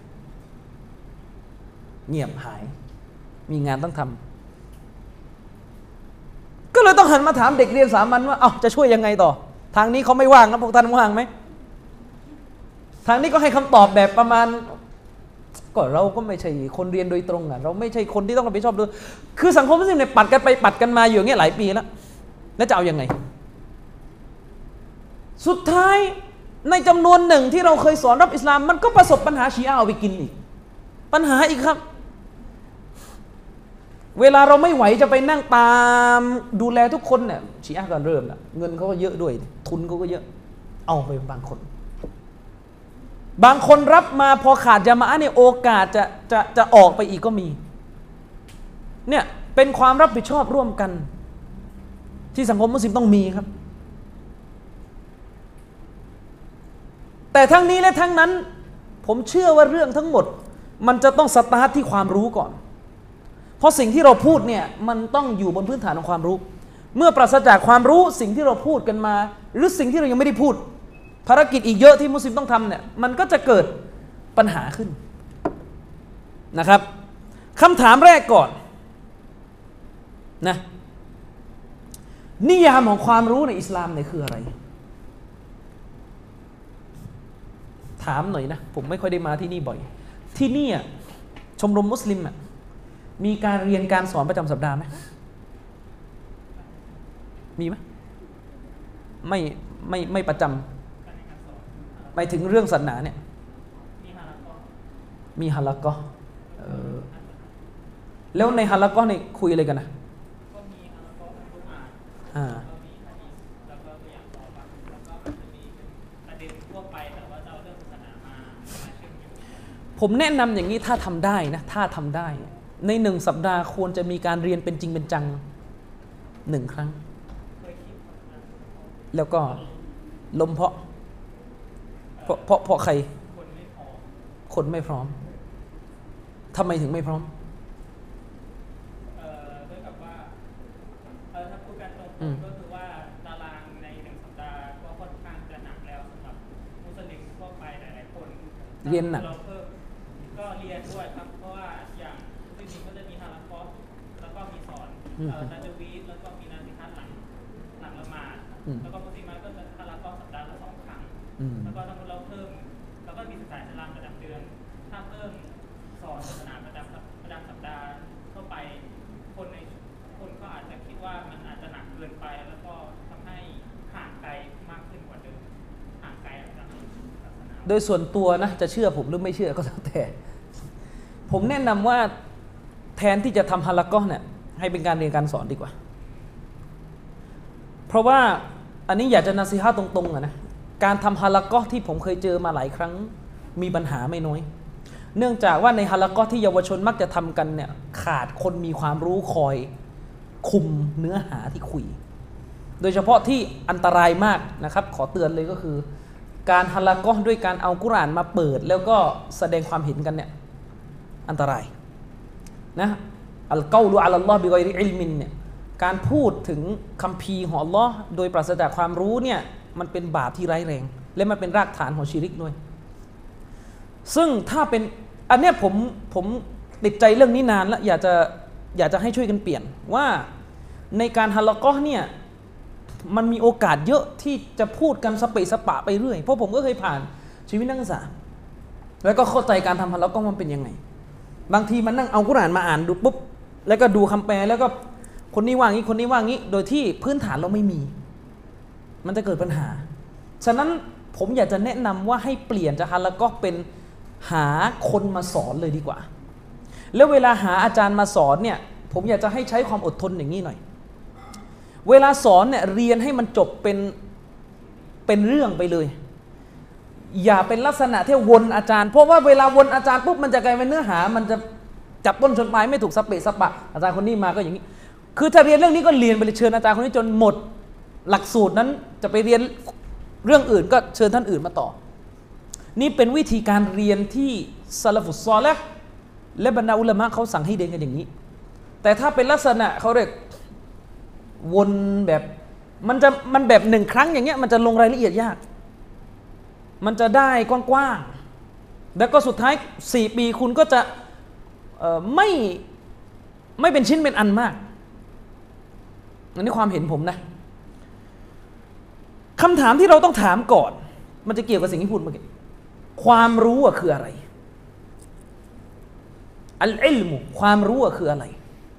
เงียบหายมีงานต้องทำก็เลยต้องหันมาถามเด็กเรียนสามัญว่าเอ้าจะช่วยยังไงต่อทางนี้เขาไม่ว่างนะพวกท่านว่างไหมทางนี้ก็ให้คำตอบแบบประมาณก็เราก็ไม่ใช่คนเรียนโดยตรงอ่ะเราไม่ใช่คนที่ต้องรับผิดชอบด้วยคือสังคมมุสลิมเนี่ยปัดกันไปปัดกันมาอยู่อย่างเงี้ยหลายปีแล้วแล้วจะเอายังไงสุดท้ายในจำนวนหนึ่งที่เราเคยสอนรับอิสลามมันก็ประสบปัญหาชีอะห์เอาไปกินอีกปัญหาอีกครับเวลาเราไม่ไหวจะไปนั่งตามดูแลทุกคนเนี่ยชีอะห์ก็เริ่มละเงินเขาก็เยอะด้วยทุนเขาก็เยอะเอาไปบางคนบางคนรับมาพอขาดญะมาอะห์เนี่ยโอกาสจะจะจะออกไปอีกก็มีเนี่ยเป็นความรับผิดชอบร่วมกันที่สังคมมุสลิมต้องมีครับแต่ทั้งนี้และทั้งนั้นผมเชื่อว่าเรื่องทั้งหมดมันจะต้องสตาร์ทที่ความรู้ก่อนเพราะสิ่งที่เราพูดเนี่ยมันต้องอยู่บนพื้นฐานของความรู้เมื่อปราศจากความรู้สิ่งที่เราพูดกันมาหรือสิ่งที่เรายังไม่ได้พูดภารกิจอีกเยอะที่มุสลิมต้องทำเนี่ยมันก็จะเกิดปัญหาขึ้นนะครับคำถามแรกก่อนนะนิยามของความรู้ในอิสลามเนี่ยคืออะไรถามหน่อยนะผมไม่ค่อยได้มาที่นี่บ่อยที่นี่ชมรมมุสลิมมีการเรียนการสอนประจำสัปดาห์ไหมมีไหมไม่ไม่ไม่ประจำไปถึงเรื่องศาสนาเนี่ยมีฮาละกอฮ์แล้วในฮาละกอฮ์เนี่ยคุยอะไรกันนะอ่าผมแนะนำอย่างนี้ถ้าทำได้นะถ้าทำได้ในหนึ่งสัปดาห์ควรจะมีการเรียนเป็นจริงเป็นจังหนึ่งครั้งแล้วก็ลมเพาะเพราะเพราะเพราะใครคนไม่พร้อมทำไมถึงไม่พร้อมด้วยกับว่าถ้าพูดกันตรงๆก็คือว่าตารางในหนึ่งสัปดาห์ก็ค่อนข้างจะหนักแล้วสำหรับมุสลิมทั่วไปหลายๆคนเรียนหนักก็เรียนด้วยครับเพราะว่าอย่างมุสลิมก็จะมีฮาละกอฮ์แล้วก็มีสอนตัจวีดแล้วก็มีนาซิฮัตหลังหลังละหมาดแล้วก็มุสลิมก็จะฮาละกอฮ์สัปดาห์ละสองครั้งแล้วก็ถ้าเราเพิ่มแล้วก็มีศึกษาอิสลามประจำเดือนถ้าเพิ่มสอนศาสนาประจำประจำสัปดาห์เข้าไปคนในคนก็อาจจะคิดว่ามันอาจจะหนักเกินไปแล้วก็ทำให้ห่างไกลมากขึ้นกว่าเดิมห่างไกลจากศาสนาโดยส่วนตัวนะจะเชื่อผมหรือไม่เชื่อก็แล้วแต่ผมแนะนำว่าแทนที่จะทำฮาละกอฮ์เนี่ยให้เป็นการเรียนการสอนดีกว่าเพราะว่าอันนี้อยากจะนาซีฮะห์ตรงๆอะนะการทำฮาละกอฮ์ที่ผมเคยเจอมาหลายครั้งมีปัญหาไม่น้อยเนื่องจากว่าในฮาละกอฮ์ที่เยาวชนมักจะทำกันเนี่ยขาดคนมีความรู้คอยคุมเนื้อหาที่คุยโดยเฉพาะที่อันตรายมากนะครับขอเตือนเลยก็คือการฮาละกอฮ์ด้วยการเอากุรอานมาเปิดแล้วก็แสดงความเห็นกันเนี่ยอันตรายนะอัลกอลุอะลัลลอฮ์บิกอยริอิลมินเนี่ยการพูดถึงคัมภีร์ของอัลลอฮ์โดยปราศจากความรู้เนี่ยมันเป็นบาปที่ร้ายแรงและมันเป็นรากฐานของชิริกด้วยซึ่งถ้าเป็นอันเนี้ยผมผมติดใจเรื่องนี้นานแล้วอยากจะอยากจะให้ช่วยกันเปลี่ยนว่าในการฮาละกอฮ์เนี่ยมันมีโอกาสเยอะที่จะพูดกันสเปะสปะไปเรื่อยเพราะผมก็เคยผ่านชีวิตนักศึกษาแล้วก็เข้าใจการทำฮาละกอฮ์มันเป็นยังไงบางทีมันนั่งเอากุรอานมาอ่านดูปุ๊บแล้วก็ดูคำแปลแล้วก็คนนี้ว่างี้คนนี้ว่างี้โดยที่พื้นฐานเราไม่มีมันจะเกิดปัญหาฉะนั้นผมอยากจะแนะนำว่าให้เปลี่ยนจากฮาละกอฮ์เป็นหาคนมาสอนเลยดีกว่าแล้วเวลาหาอาจารย์มาสอนเนี่ยผมอยากจะให้ใช้ความอดทนอย่างนี้หน่อยเวลาสอนเนี่ยเรียนให้มันจบเป็นเป็นเรื่องไปเลยอย่าเป็นลักษณะที่วนอาจารย์เพราะว่าเวลาวนอาจารย์ปุ๊บมันจะกลายเป็นเนื้อหามันจะจับต้นชนปลายไม่ถูกสเปะสปะอาจารย์คนนี้มาก็อย่างนี้คือถ้าเรียนเรื่องนี้ก็เรียนไปเลยเชิญอาจารย์คนนี้จนหมดหลักสูตรนั้นจะไปเรียนเรื่องอื่นก็เชิญท่านอื่นมาต่อนี่เป็นวิธีการเรียนที่ซะละฟุศศอลิห์และบรรดาอุลามะเขาสั่งให้เดินกันอย่างนี้แต่ถ้าเป็นลักษณะเขาเรียกวนแบบมันจะมันแบบหนึ่งครั้งอย่างเงี้ยมันจะลงรายละเอียดยากมันจะได้กว้างๆแล้วก็สุดท้ายสี่ปีคุณก็จะไม่ไม่เป็นชิ้นเป็นอันมากอันนี้ความเห็นผมนะคำถามที่เราต้องถามก่อนมันจะเกี่ยวกับสิ่งที่พูดเมื่อกี้ความรู้อะคืออะไรอัลอิลมุความรู้อะคืออะไร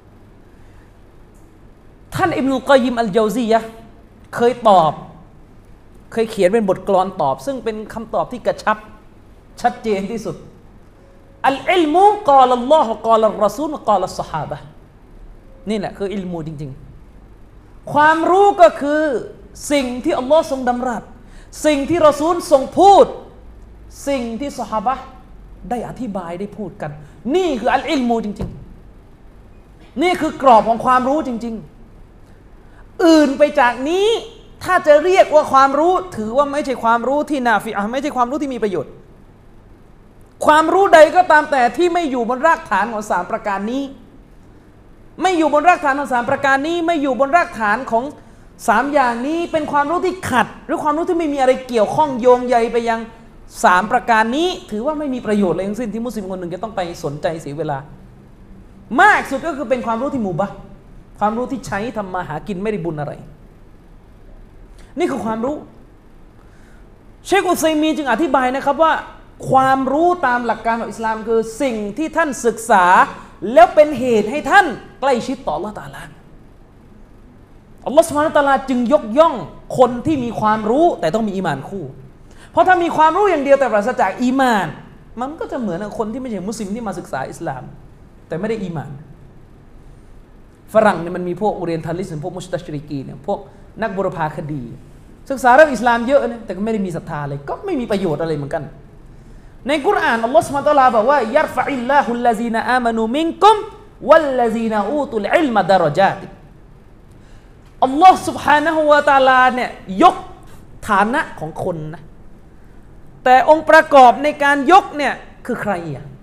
ท่านอิบนุลกอยยิมอัลเจาซียะห์เคยตอบเคยเขียนเป็นบทกลอนตอบซึ่งเป็นคำตอบที่กระชับชัดเจนที่สุดอัลอิลมุกอลัลลอฮุกอลัรรอซูลกอลัสซอฮาบะห์นี่แหละคืออิลมูจริงๆความรู้ก็คือสิ่งที่อัลลอฮ์ทรงดำรัสสิ่งที่รอซูลทรงพูดสิ่งที่ซอฮาบะห์ได้อธิบายได้พูดกันนี่คืออัลอิลมูจริงๆนี่คือกรอบของความรู้จริงๆอื่นไปจากนี้ถ้าจะเรียกว่าความรู้ถือว่าไม่ใช่ความรู้ที่นาฟิอะห์ไม่ใช่ความรู้ที่มีประโยชน์ความรู้ใดก็ตามแต่ที่ไม่อยู่บนรากฐานของสามประการนี้ไม่อยู่บนรากฐานของสามประการนี้ไม่อยู่บนรากฐานของสามอย่างนี้เป็นความรู้ที่ขัดหรือความรู้ที่ไม่มีอะไรเกี่ยวข้องโยงใยไปยังสามประการนี้ถือว่าไม่มีประโยชน์เลยทั้งสิ้นที่มุสลิมคนหนึ่งจะต้องไปสนใจเสียเวลามากสุดก็คือเป็นความรู้ที่มุบะห์ความรู้ที่ใช้ทำมาหากินไม่ได้บุญอะไรนี่คือความรู้เชคอุซัยมีนจึงอธิบายนะครับว่าความรู้ตามหลักการของอิสลามคือสิ่งที่ท่านศึกษาแล้วเป็นเหตุให้ท่านใกล้ชิดต่ออัลเลาะห์ตะอาลาอัลลอฮฺซุบฮานะฮูวะตะอาลาจึงยกย่องคนที่มีความรู้แต่ต้องมีอีหม่านคู่เพราะถ้ามีความรู้อย่างเดียวแต่ปราศจากอีหม่านมันก็จะเหมือนกับคนที่ไม่ใช่มุสลิมที่มาศึกษาอิสลามแต่ไม่ได้อีหม่านฝรั่งเนี่ยมันมีพวกโอเรียนทัลิสต์พวกมุชตัชริกีเนี่ยพวกนักบุรพาคดีศึกษาเรื่องอิสลามเยอะนะแต่ก็ไม่ได้มีศรัทธาเลยก็ไม่มีประโยชน์อะไรเหมือนกันในกุรอานอัลลอฮฺซุบฮานะฮูวะตะอาลาบอกว่ายัรฟะอิลลาฮุลลซีนาอามานูมินกุมวัลลซีนาอูตุลอิลมะดะเราะญาตอัลลอฮฺซุบฮานะฮูวะตะอาลาเนี่ยยกฐานะของคนนะแต่องค์ประกอบในการยกเนี่ยคือใครอ่ะ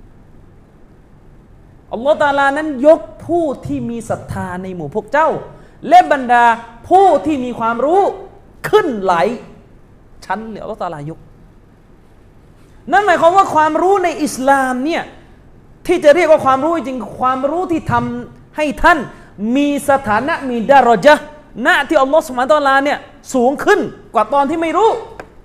อัลลอฮฺตะอาลานั้นยกผู้ที่มีศรัทธาในหมู่พวกเจ้าและบรรดาผู้ที่มีความรู้ขึ้นหลายชั้นเลยอัลลอฮฺตะอาลายกนั่นหมายความว่าความรู้ในอิสลามเนี่ยที่จะเรียกว่าความรู้จริงความรู้ที่ทำให้ท่านมีสถานะมีดารอญะห์ณที่อัลลอฮฺซุบฮานะฮูวะตะอาลาเนี่ยสูงขึ้นกว่าตอนที่ไม่รู้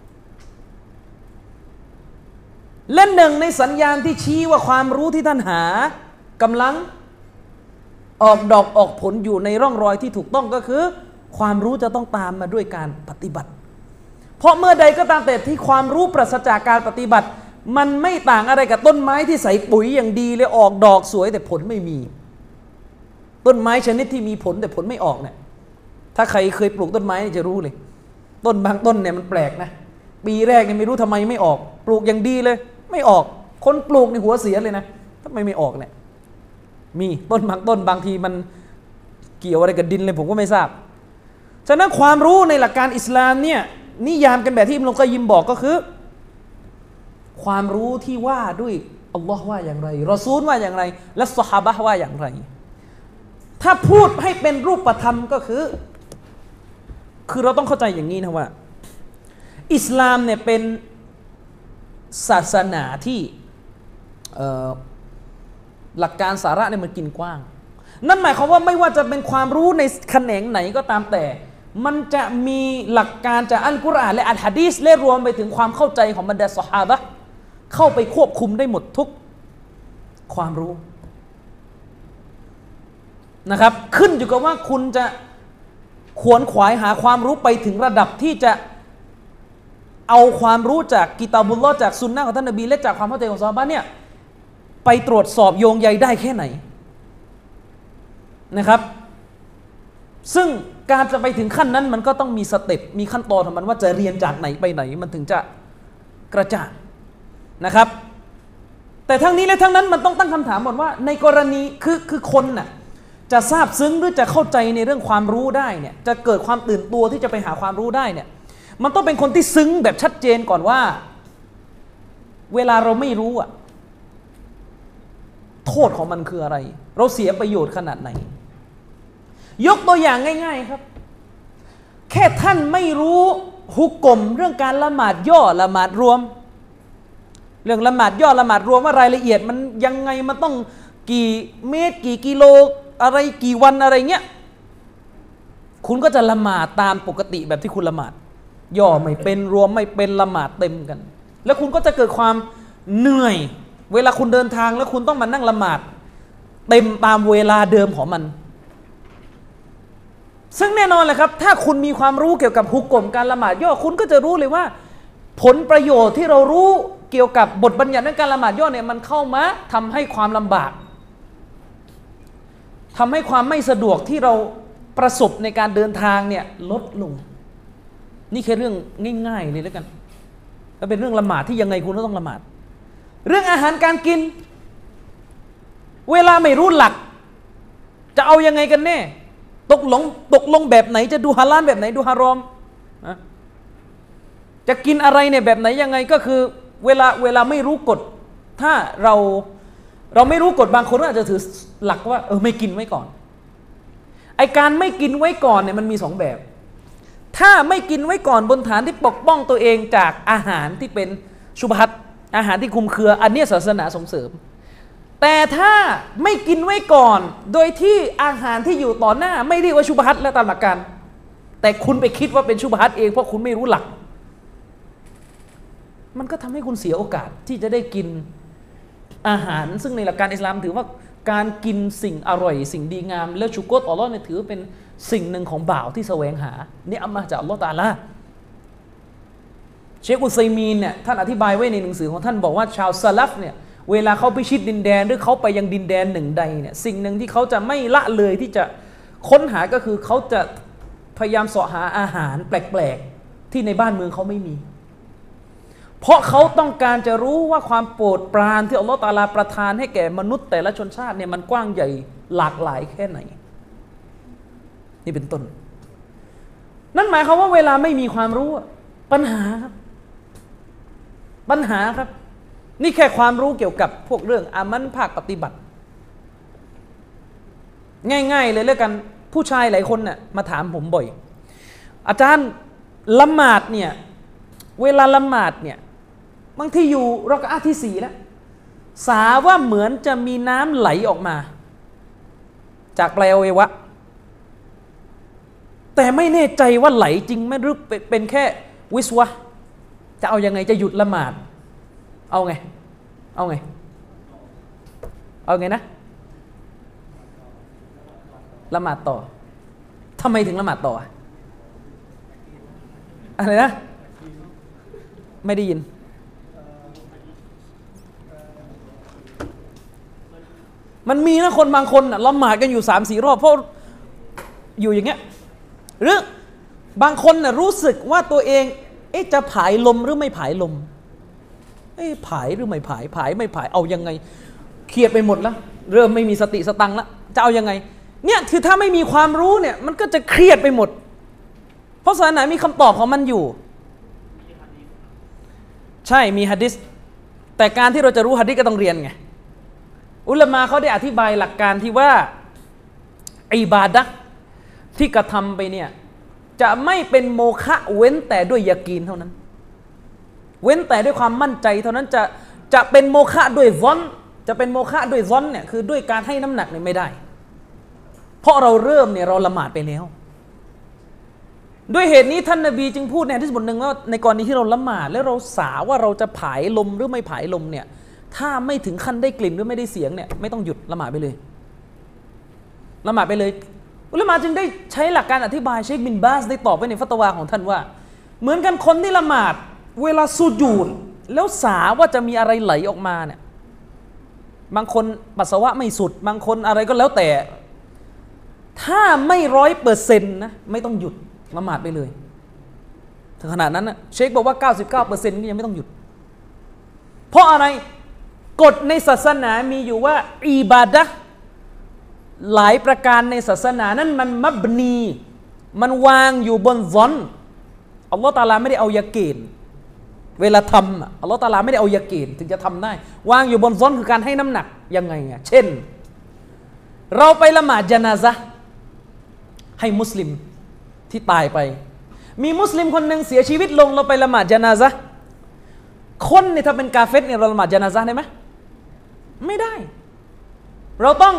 และหนึ่งในสัญญาณที่ชี้ว่าความรู้ที่ท่านหากำลังออกดอกออกผลอยู่ในร่องรอยที่ถูกต้องก็คือความรู้จะต้องตามมาด้วยการปฏิบัติเพราะเมื่อใดก็ตามแต่ที่ความรู้ปราศจากการปฏิบัติมันไม่ต่างอะไรกับต้นไม้ที่ใส่ปุ๋ยอย่างดีเลยออกดอกสวยแต่ผลไม่มีต้นไม้ชนิดที่มีผลแต่ผลไม่ออกเนี่ยถ้าใครเคยปลูกต้นไม้จะรู้เลยต้นบางต้นเนี่ยมันแปลกนะปีแรกเนี่ยไม่รู้ทำไมไม่ออกปลูกอย่างดีเลยไม่ออกคนปลูกในหัวเสียเลยนะทำไมไม่ออกเนี่ยมีต้นบางต้นบางทีมันเกี่ยวอะไรกับดินเลยผมก็ไม่ทราบฉะนั้นความรู้ในหลักการอิสลามเนี่ยนิยามกันแบบที่อิบนุลกอยยิมบอกก็คือความรู้ที่ว่าด้วยอัลลอฮ์ว่าอย่างไรรอซูลว่าอย่างไรและซอฮาบะห์ว่าอย่างไรถ้าพูดให้เป็นรูปธรรมก็คือคือเราต้องเข้าใจอย่างนี้นะว่าอิสลามเนี่ยเป็นศาสนาที่หลักการสาระเนี่ยมันกินกว้างนั่นหมายความว่าไม่ว่าจะเป็นความรู้ในแขนงไหนก็ตามแต่มันจะมีหลักการจากอัลกุรอานและอัลหะดีษและรวมไปถึงความเข้าใจของบรรดาซอฮาบะห์เข้าไปควบคุมได้หมดทุกความรู้นะครับขึ้นอยู่กับว่าคุณจะขวนขวายหาความรู้ไปถึงระดับที่จะเอาความรู้จากกิตาบุลลอฮ์จากซุนนะห์ของท่านนบีและจากความเข้าใจของซอฮาบะห์เนี่ยไปตรวจสอบโยงใยได้แค่ไหนนะครับซึ่งการจะไปถึงขั้นนั้นมันก็ต้องมีสเต็ปมีขั้นตอนของมันว่าจะเรียนจากไหนไปไหนมันถึงจะกระจ่างนะครับแต่ทั้งนี้และทั้งนั้นมันต้องตั้งคำถามก่อนว่าในกรณีคือคือคนน่ะจะทราบซึ้งหรือจะเข้าใจในเรื่องความรู้ได้เนี่ยจะเกิดความตื่นตัวที่จะไปหาความรู้ได้เนี่ยมันต้องเป็นคนที่ซึ้งแบบชัดเจนก่อนว่าเวลาเราไม่รู้อ่ะโทษของมันคืออะไรเราเสียประโยชน์ขนาดไหนยกตัวอย่างง่ายๆครับแค่ท่านไม่รู้ฮุกกลมเรื่องการละหมาดย่อละหมาดรวมเรื่องละหมาดย่อละหมาดรวมว่ารายละเอียดมันยังไงมันต้องกี่เมตรกี่กิโลอะไรกี่วันอะไรเงี้ยคุณก็จะละหมาดตามปกติแบบที่คุณละหมาดย่อไม่เป็นรวมไม่เป็นละหมาดเต็มกันแล้วคุณก็จะเกิดความเหนื่อยเวลาคุณเดินทางแล้วคุณต้องมานั่งละหมาดเต็มตามเวลาเดิมของมันซึ่งแน่นอนเลยครับถ้าคุณมีความรู้เกี่ยวกับฮุกกลมการละหมาดย่อคุณก็จะรู้เลยว่าผลประโยชน์ที่เรารู้เกี่ยวกับบทบัญญัติในการละหมาดย่อเนี่ยมันเข้ามาทำให้ความลำบากทำให้ความไม่สะดวกที่เราประสบในการเดินทางเนี่ยลดลงนี่แค่เรื่องง่ายๆเลยแล้วกันแล้วเป็นเรื่องละหมาดที่ยังไงคุณก็ต้องละหมาดเรื่องอาหารการกินเวลาไม่รู้หลักจะเอายังไงกันแน่ตกลงตกลงแบบไหนจะดูฮาลาลแบบไหนดูฮารอมนะจะกินอะไรเนี่ยแบบไหนยังไงก็คือเวลาเวลาไม่รู้กฎถ้าเราเราไม่รู้กฎบางคนก็อาจจะถือหลักว่าเออไม่กินไว้ก่อนไอการไม่กินไว้ก่อนเนี่ยมันมีสองแบบถ้าไม่กินไว้ก่อนบนฐานที่ปกป้องตัวเองจากอาหารที่เป็นชุบฮัตอาหารที่คุมเครืออันนี้ศาสนาส่งเสริมแต่ถ้าไม่กินไว้ก่อนโดยที่อาหารที่อยู่ต่อหน้าไม่เรียกว่าชุบฮัตและตามหลักการแต่คุณไปคิดว่าเป็นชุบฮัตเองเพราะคุณไม่รู้หลักมันก็ทำให้คุณเสียโอกาสที่จะได้กินอาหารซึ่งในหลักการอิสลามถือว่าการกินสิ่งอร่อยสิ่งดีงามแล้วชุกรอัลลอฮ์เนี่ยถือเป็นสิ่งหนึ่งของบ่าวที่แสวงหาเนี่ยอัลลอฮ์จากอัลลอฮ์ตะอาลาเชคอุซัยมีนเนี่ยท่านอธิบายไว้ในหนังสือของท่านบอกว่าชาวซะลัฟเนี่ยเวลาเขาพิชิตดินแดนหรือเขาไปยังดินแดนหนึ่งใดเนี่ยสิ่งหนึ่งที่เขาจะไม่ละเลยที่จะค้นหาก็คือเขาจะพยายามเสาะหาอาหารแปลกๆที่ในบ้านเมืองเขาไม่มีเพราะเขาต้องการจะรู้ว่าความโปรดปรานที่อัลลอฮฺตะอาลาประทานให้แก่มนุษย์แต่ละชนชาติเนี่ยมันกว้างใหญ่หลากหลายแค่ไหนนี่เป็นต้นนั่นหมายความว่าเวลาไม่มีความรู้ปัญหาครับปัญหาครับนี่แค่ความรู้เกี่ยวกับพวกเรื่องอามันภาคปฏิบัติง่ายๆเลยแล้วกันผู้ชายหลายคนน่ะมาถามผมบ่อยอาจารย์ละหมาดเนี่ยเวลาละหมาดเนี่ยบางทีอยู่รอกะอะห์ที่สี่แล้วสาว่าเหมือนจะมีน้ำไหลออกมาจากปลายอวัยวะแต่ไม่แน่ใจว่าไหลจริงไหมหรือเป็นแค่วิสวะจะเอายังไงจะหยุดละหมาดเอาไงเอาไงเอาไงนะละหมาดต่อทำไมถึงละหมาดต่ออะไรนะไม่ได้ยินมันมีนะคนบางคนละหมาดกันอยู่สามสี่รอบเพราะอยู่อย่างเงี้ยหรือบางคนน่ะรู้สึกว่าตัวเองเอ๊ะจะผายลมหรือไม่ผายลมเอ๊ะผายหรือไม่ผายผายไม่ผายเอายังไงเครียดไปหมดแล้วเริ่มไม่มีสติสตังค์แล้วจะเอายังไงเนี่ยคือถ้าไม่มีความรู้เนี่ยมันก็จะเครียดไปหมดเพราะศาสนามีคำตอบของมันอยู่ใช่มีหะดีษแต่การที่เราจะรู้หะดีษก็ต้องเรียนไงอุลามะเขาได้อธิบายหลักการที่ว่าอิบาดะห์ที่กระทำไปเนี่ยจะไม่เป็นโมฆะเว้นแต่ด้วยยะกีนเท่านั้นเว้นแต่ด้วยความมั่นใจเท่านั้นจะจะเป็นโมฆะด้วยซอนจะเป็นโมฆะด้วยซอนเนี่ยคือด้วยการให้น้ำหนักเนี่ยไม่ได้เพราะเราเริ่มเนี่ยเราละหมาดไปแล้วด้วยเหตุนี้ท่านนบีจึงพูดในหะดีษบทหนึ่งว่าในกรณีที่เราละหมาดแล้วเราสาว่าเราจะผายลมหรือไม่ผายลมเนี่ยถ้าไม่ถึงขั้นได้กลิ่นหรือไม่ได้เสียงเนี่ยไม่ต้องหยุดละหมาดไปเลยละหมาดไปเลยอุลามะจึงได้ใช้หลักการอธิบายเชคบินบาสได้ตอบไว้ในฟัตวาของท่านว่าเหมือนกันคนที่ละหมาดเวลาสุญูดแล้วสาว่าจะมีอะไรไหลออกมาเนี่ยบางคนปัสสาวะไม่สุดบางคนอะไรก็แล้วแต่ถ้าไม่ร้อยเปอร์เซ็นต์นะไม่ต้องหยุดละหมาดไปเลยถึงขนาดนั้นนะเชคบอกว่า เก้าสิบเก้าเปอร์เซ็นต์ นี่ยังไม่ต้องหยุดเพราะอะไรกฎในศาสนามีอยู่ว่าอิบาดะห์หลายประการในศาสนานั้นมันมับนีมันวางอยู่บนซอนอัลลอฮฺตะอาลาไม่ได้เอายาเกณฑ์เวลาทำอัลลอฮฺตะอาลาไม่ได้เอายากีนถึงจะทำได้วางอยู่บนซอนคือการให้น้ำหนักยังไงอ่ะเช่นเราไปละหมาดญะนาซะห์ให้มุสลิมที่ตายไปมีมุสลิมคนหนึ่งเสียชีวิตลงเราไปละหมาดญะนาซะห์คนเนี่ยถ้าเป็นกาเฟรเนี่ยเราละหมาดญะนาซะห์ได้ไหมไม่ได้เราต้อง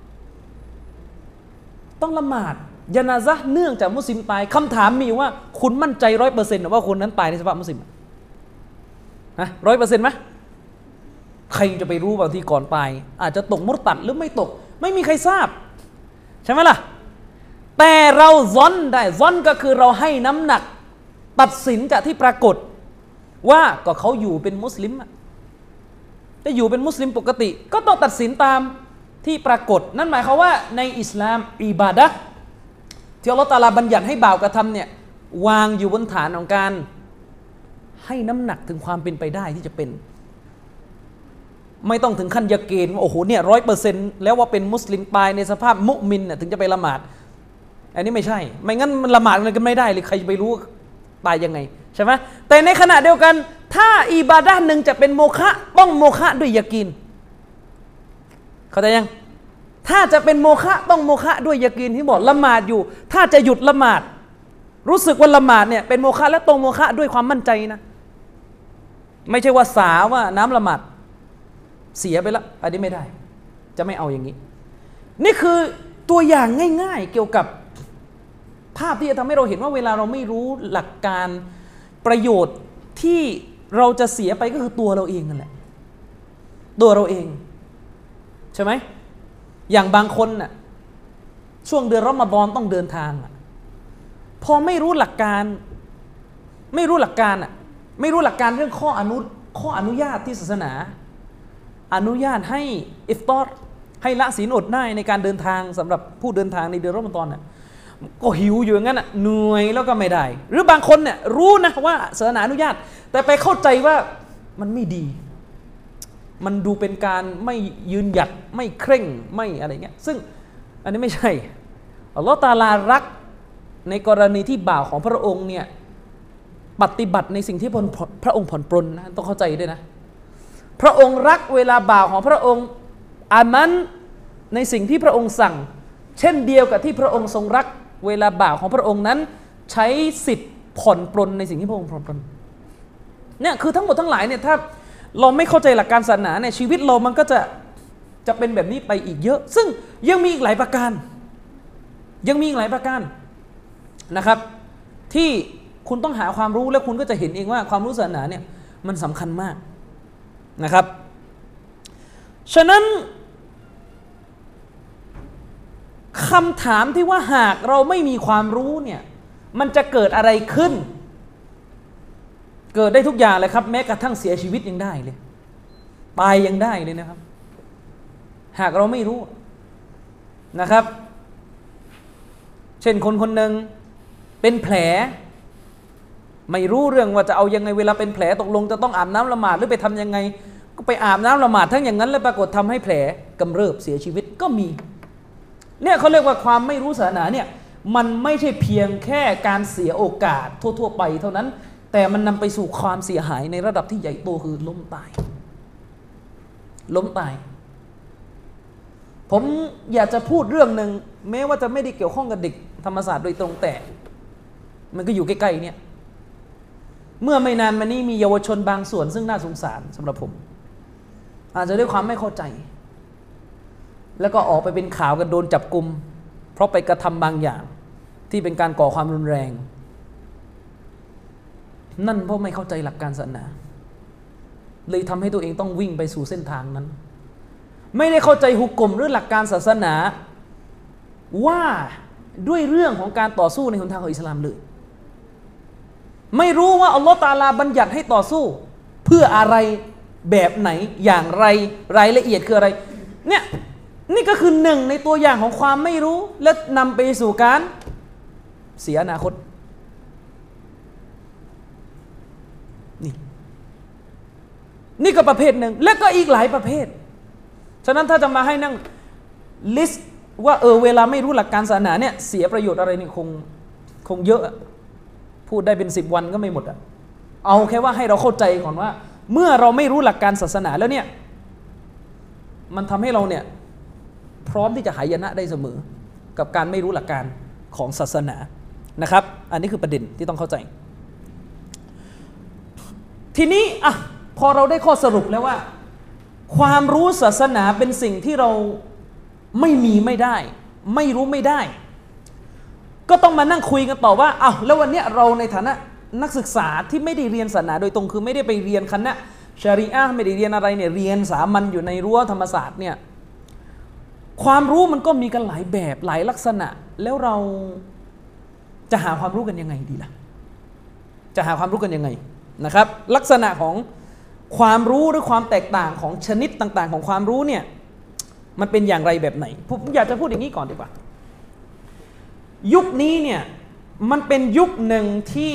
ต้องละหมาดญะนาซะห์เนื่องจากมุสลิมตายคำถามมีว่าคุณมั่นใจร้อยเปอร์เซ็นต์ว่าคนนั้นตายในสภาพมุสลิมฮะร้อยเปอร์เซ็นต์ไหมใครจะไปรู้บางทีก่อนตายอาจจะตกมุรตัดหรือไม่ตกไม่มีใครทราบใช่ไหมล่ะแต่เราซอนได้ซอนก็คือเราให้น้ำหนักตัดสินจากที่ปรากฏว่าก็เขาอยู่เป็นมุสลิมจะอยู่เป็นมุสลิมปกติก็ต้องตัดสินตามที่ปรากฏนั่นหมายความว่าในอิสลามอิบาดะห์ที่อัลเลาะห์ตะอาลาบัญญัติให้บ่าวกระทำเนี่ยวางอยู่บนฐานของการให้น้ำหนักถึงความเป็นไปได้ที่จะเป็นไม่ต้องถึงขั้นยาเกณฑ์ว่าโอ้โหเนี่ยร้อยเปอร์เซ็นต์แล้วว่าเป็นมุสลิมตายในสภาพมุมินน่ะถึงจะไปละหมาดอันนี้ไม่ใช่ไม่งั้นมันละหมาดมันก็ไม่ได้เลยใครจะไปรู้ตายยังไงใช่ไหมแต่ในขณะเดียวกันถ้าอิบาดะห์หนึ่งจะเป็นโมฆะต้องโมฆะด้วยยากีนเข้าใจยังถ้าจะเป็นโมฆะต้องโมฆะด้วยยากีนที่บอกละหมาดอยู่ถ้าจะหยุดละหมาดรู้สึกว่าละหมาดเนี่ยเป็นโมฆะและตรงโมฆะด้วยความมั่นใจนะไม่ใช่ว่าสาว่าน้ำละหมาดเสียไปแล้วอันนี้ไม่ได้จะไม่เอาอย่างนี้นี่คือตัวอย่างง่ายๆเกี่ยวกับภาพที่จะทำให้เราเห็นว่าเวลาเราไม่รู้หลักการประโยชน์ที่เราจะเสียไปก็คือตัวเราเองนั่นแหละตัวเราเองใช่ไหมอย่างบางคนน่ะช่วงเดือนรอมฎอนต้องเดินทางอ่ะพอไม่รู้หลักการไม่รู้หลักการอ่ะไม่รู้หลักการเรื่องข้ออนุข้ออนุญาตที่ศาสนาอนุญาตให้อิฟตอรให้ละศีลอดได้ในการเดินทางสำหรับผู้เดินทางในเดือนรอมฎอนน่ะก็หิวอยู่อย่างนั้นอ่ะเหนื่อยแล้วก็ไม่ได้หรือบางคนเนี่ยรู้นะว่าศาสนาอนุญาตแต่ไปเข้าใจว่ามันไม่ดีมันดูเป็นการไม่ยืนหยัดไม่เคร่งไม่อะไรเงี้ยซึ่งอันนี้ไม่ใช่อัลลอฮฺตะอาลารักในกรณีที่บ่าวของพระองค์เนี่ยปฏิบัติในสิ่งที่พระองค์ผ่อนปรนนะต้องเข้าใจด้วยนะพระองค์รักเวลาบ่าวของพระองค์อามันในสิ่งที่พระองค์สั่งเช่นเดียวกับที่พระองค์ทรงรักเวลาบ่าวของพระองค์นั้นใช้สิทธิ์ผ่อนปรนในสิ่งที่พระองค์ผ่อนปรนเนี่ยคือทั้งหมดทั้งหลายเนี่ยถ้าเราไม่เข้าใจหลักการศาสนาเนี่ยชีวิตเรามันก็จะจะเป็นแบบนี้ไปอีกเยอะซึ่งยังมีอีกหลายประการยังมีอีกหลายประการนะครับที่คุณต้องหาความรู้แล้วคุณก็จะเห็นเองว่าความรู้ศาสนาเนี่ยมันสำคัญมากนะครับฉะนั้นคำถามที่ว่าหากเราไม่มีความรู้เนี่ยมันจะเกิดอะไรขึ้นเกิดได้ทุกอย่างเลยครับแม้กระทั่งเสียชีวิตยังได้เลยตายยังได้เลยนะครับหากเราไม่รู้นะครับเช่นคนคนหนึ่งเป็นแผลไม่รู้เรื่องว่าจะเอายังไงเวลาเป็นแผลตกลงจะต้องอาบน้ำละหมาดหรือไปทำยังไงก็ไปอาบน้ำละหมาดทั้งอย่างนั้นแล้วปรากฏทำให้แผลกำเริบเสียชีวิตก็มีเนี่ยเขาเรียกว่าความไม่รู้ศาสนาเนี่ยมันไม่ใช่เพียงแค่การเสียโอกาสทั่วๆไปเท่านั้นแต่มันนำไปสู่ความเสียหายในระดับที่ใหญ่โตคือล้มตายล้มตายผมอยากจะพูดเรื่องหนึ่งแม้ว่าจะไม่ได้เกี่ยวข้องกับเด็กธรรมศาสตร์โดยตรงแต่มันก็อยู่ใกล้ๆเนี่ยเมื่อไม่นานมานี้มีเยาวชนบางส่วนซึ่งน่าสงสารสำหรับผมอาจจะด้วยความไม่เข้าใจแล้วก็ออกไปเป็นข่าวกันโดนจับกุมเพราะไปกระทำบางอย่างที่เป็นการก่อความรุนแรงนั่นเพราะไม่เข้าใจหลักการศาสนาเลยทำให้ตัวเองต้องวิ่งไปสู่เส้นทางนั้นไม่ได้เข้าใจหุกกลมหรือหลักการศาสนาว่าด้วยเรื่องของการต่อสู้ในหนทางของอิสลามเลยไม่รู้ว่าอัลลอฮฺตะอาลาบัญญัติให้ต่อสู้เพื่ออะไรแบบไหนอย่างไรรายละเอียดคืออะไรเนี่ยนี่ก็คือหนึ่งในตัวอย่างของความไม่รู้และนำไปสู่การเสียอนาคตนี่นี่ก็ประเภทหนึ่งและก็อีกหลายประเภทฉะนั้นถ้าจะมาให้นั่งลิสต์ว่าเออเวลาไม่รู้หลักการศาสนาเนี่ยเสียประโยชน์อะไรนี่คงคงเยอะพูดได้เป็นสิบวันก็ไม่หมดอ่ะเอาแค่ว่าให้เราเข้าใจก่อนว่าเมื่อเราไม่รู้หลักการศาสนาแล้วเนี่ยมันทำให้เราเนี่ยพร้อมที่จะหายนะได้เสมอกับการไม่รู้หลักการของศาสนานะครับอันนี้คือประเด็นที่ต้องเข้าใจทีนี้อ่ะพอเราได้ข้อสรุปแล้วว่าความรู้ศาสนาเป็นสิ่งที่เราไม่มีไม่ได้ไม่รู้ไม่ได้ก็ต้องมานั่งคุยกันต่อว่าอ้าวแล้ววันนี้เราในฐานะนักศึกษาที่ไม่ได้เรียนศาสนาโดยตรงคือไม่ได้ไปเรียนคณะชะรีอะห์ไม่ได้เรียนอะไรเนี่ยเรียนสามัญอยู่ในรั้วธรรมศาสตร์เนี่ยความรู้มันก็มีกันหลายแบบหลายลักษณะแล้วเราจะหาความรู้กันยังไงดีล่ะจะหาความรู้กันยังไงนะครับลักษณะของความรู้หรือความแตกต่างของชนิดต่างๆของความรู้เนี่ยมันเป็นอย่างไรแบบไหนผมอยากจะพูดอย่างนี้ก่อนดีกว่ายุคนี้เนี่ยมันเป็นยุคหนึ่งที่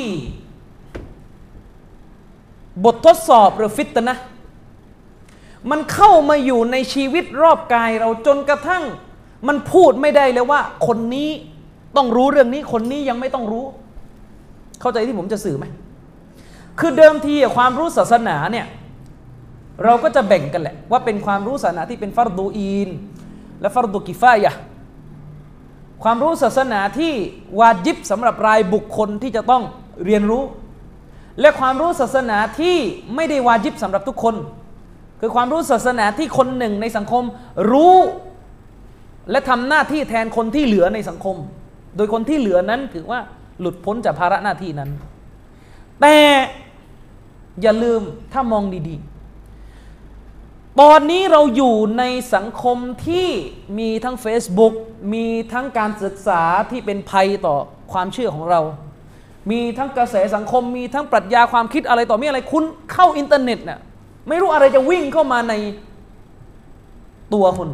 บททดสอบหรือฟิตนะห์มันเข้ามาอยู่ในชีวิตรอบกายเราจนกระทั่งมันพูดไม่ได้เลยว่าคนนี้ต้องรู้เรื่องนี้คนนี้ยังไม่ต้องรู้เข้าใจที่ผมจะสื่อไหมคือเดิมทีความรู้ศาสนาเนี่ยเราก็จะแบ่งกันแหละว่าเป็นความรู้ศาสนาที่เป็นฟัรดูอีนและฟัรดูกิฟายะห์ความรู้ศาสนาที่วาญิบสำหรับรายบุคคลที่จะต้องเรียนรู้และความรู้ศาสนาที่ไม่ได้วาญิบสำหรับทุกคนคือความรู้ศาสนาที่คนหนึ่งในสังคมรู้และทำหน้าที่แทนคนที่เหลือในสังคมโดยคนที่เหลือนั้นถือว่าหลุดพ้นจากภาระหน้าที่นั้นแต่อย่าลืมถ้ามองดีๆตอนนี้เราอยู่ในสังคมที่มีทั้ง Facebook มีทั้งการศึกษาที่เป็นภัยต่อความเชื่อของเรามีทั้งกระแสสังคมมีทั้งปรัชญาความคิดอะไรต่อมีอะไรคุณเข้าอินเทอร์เน็ตเนี่ยไม่รู้อะไรจะวิ่งเข้ามาในตัวคุณ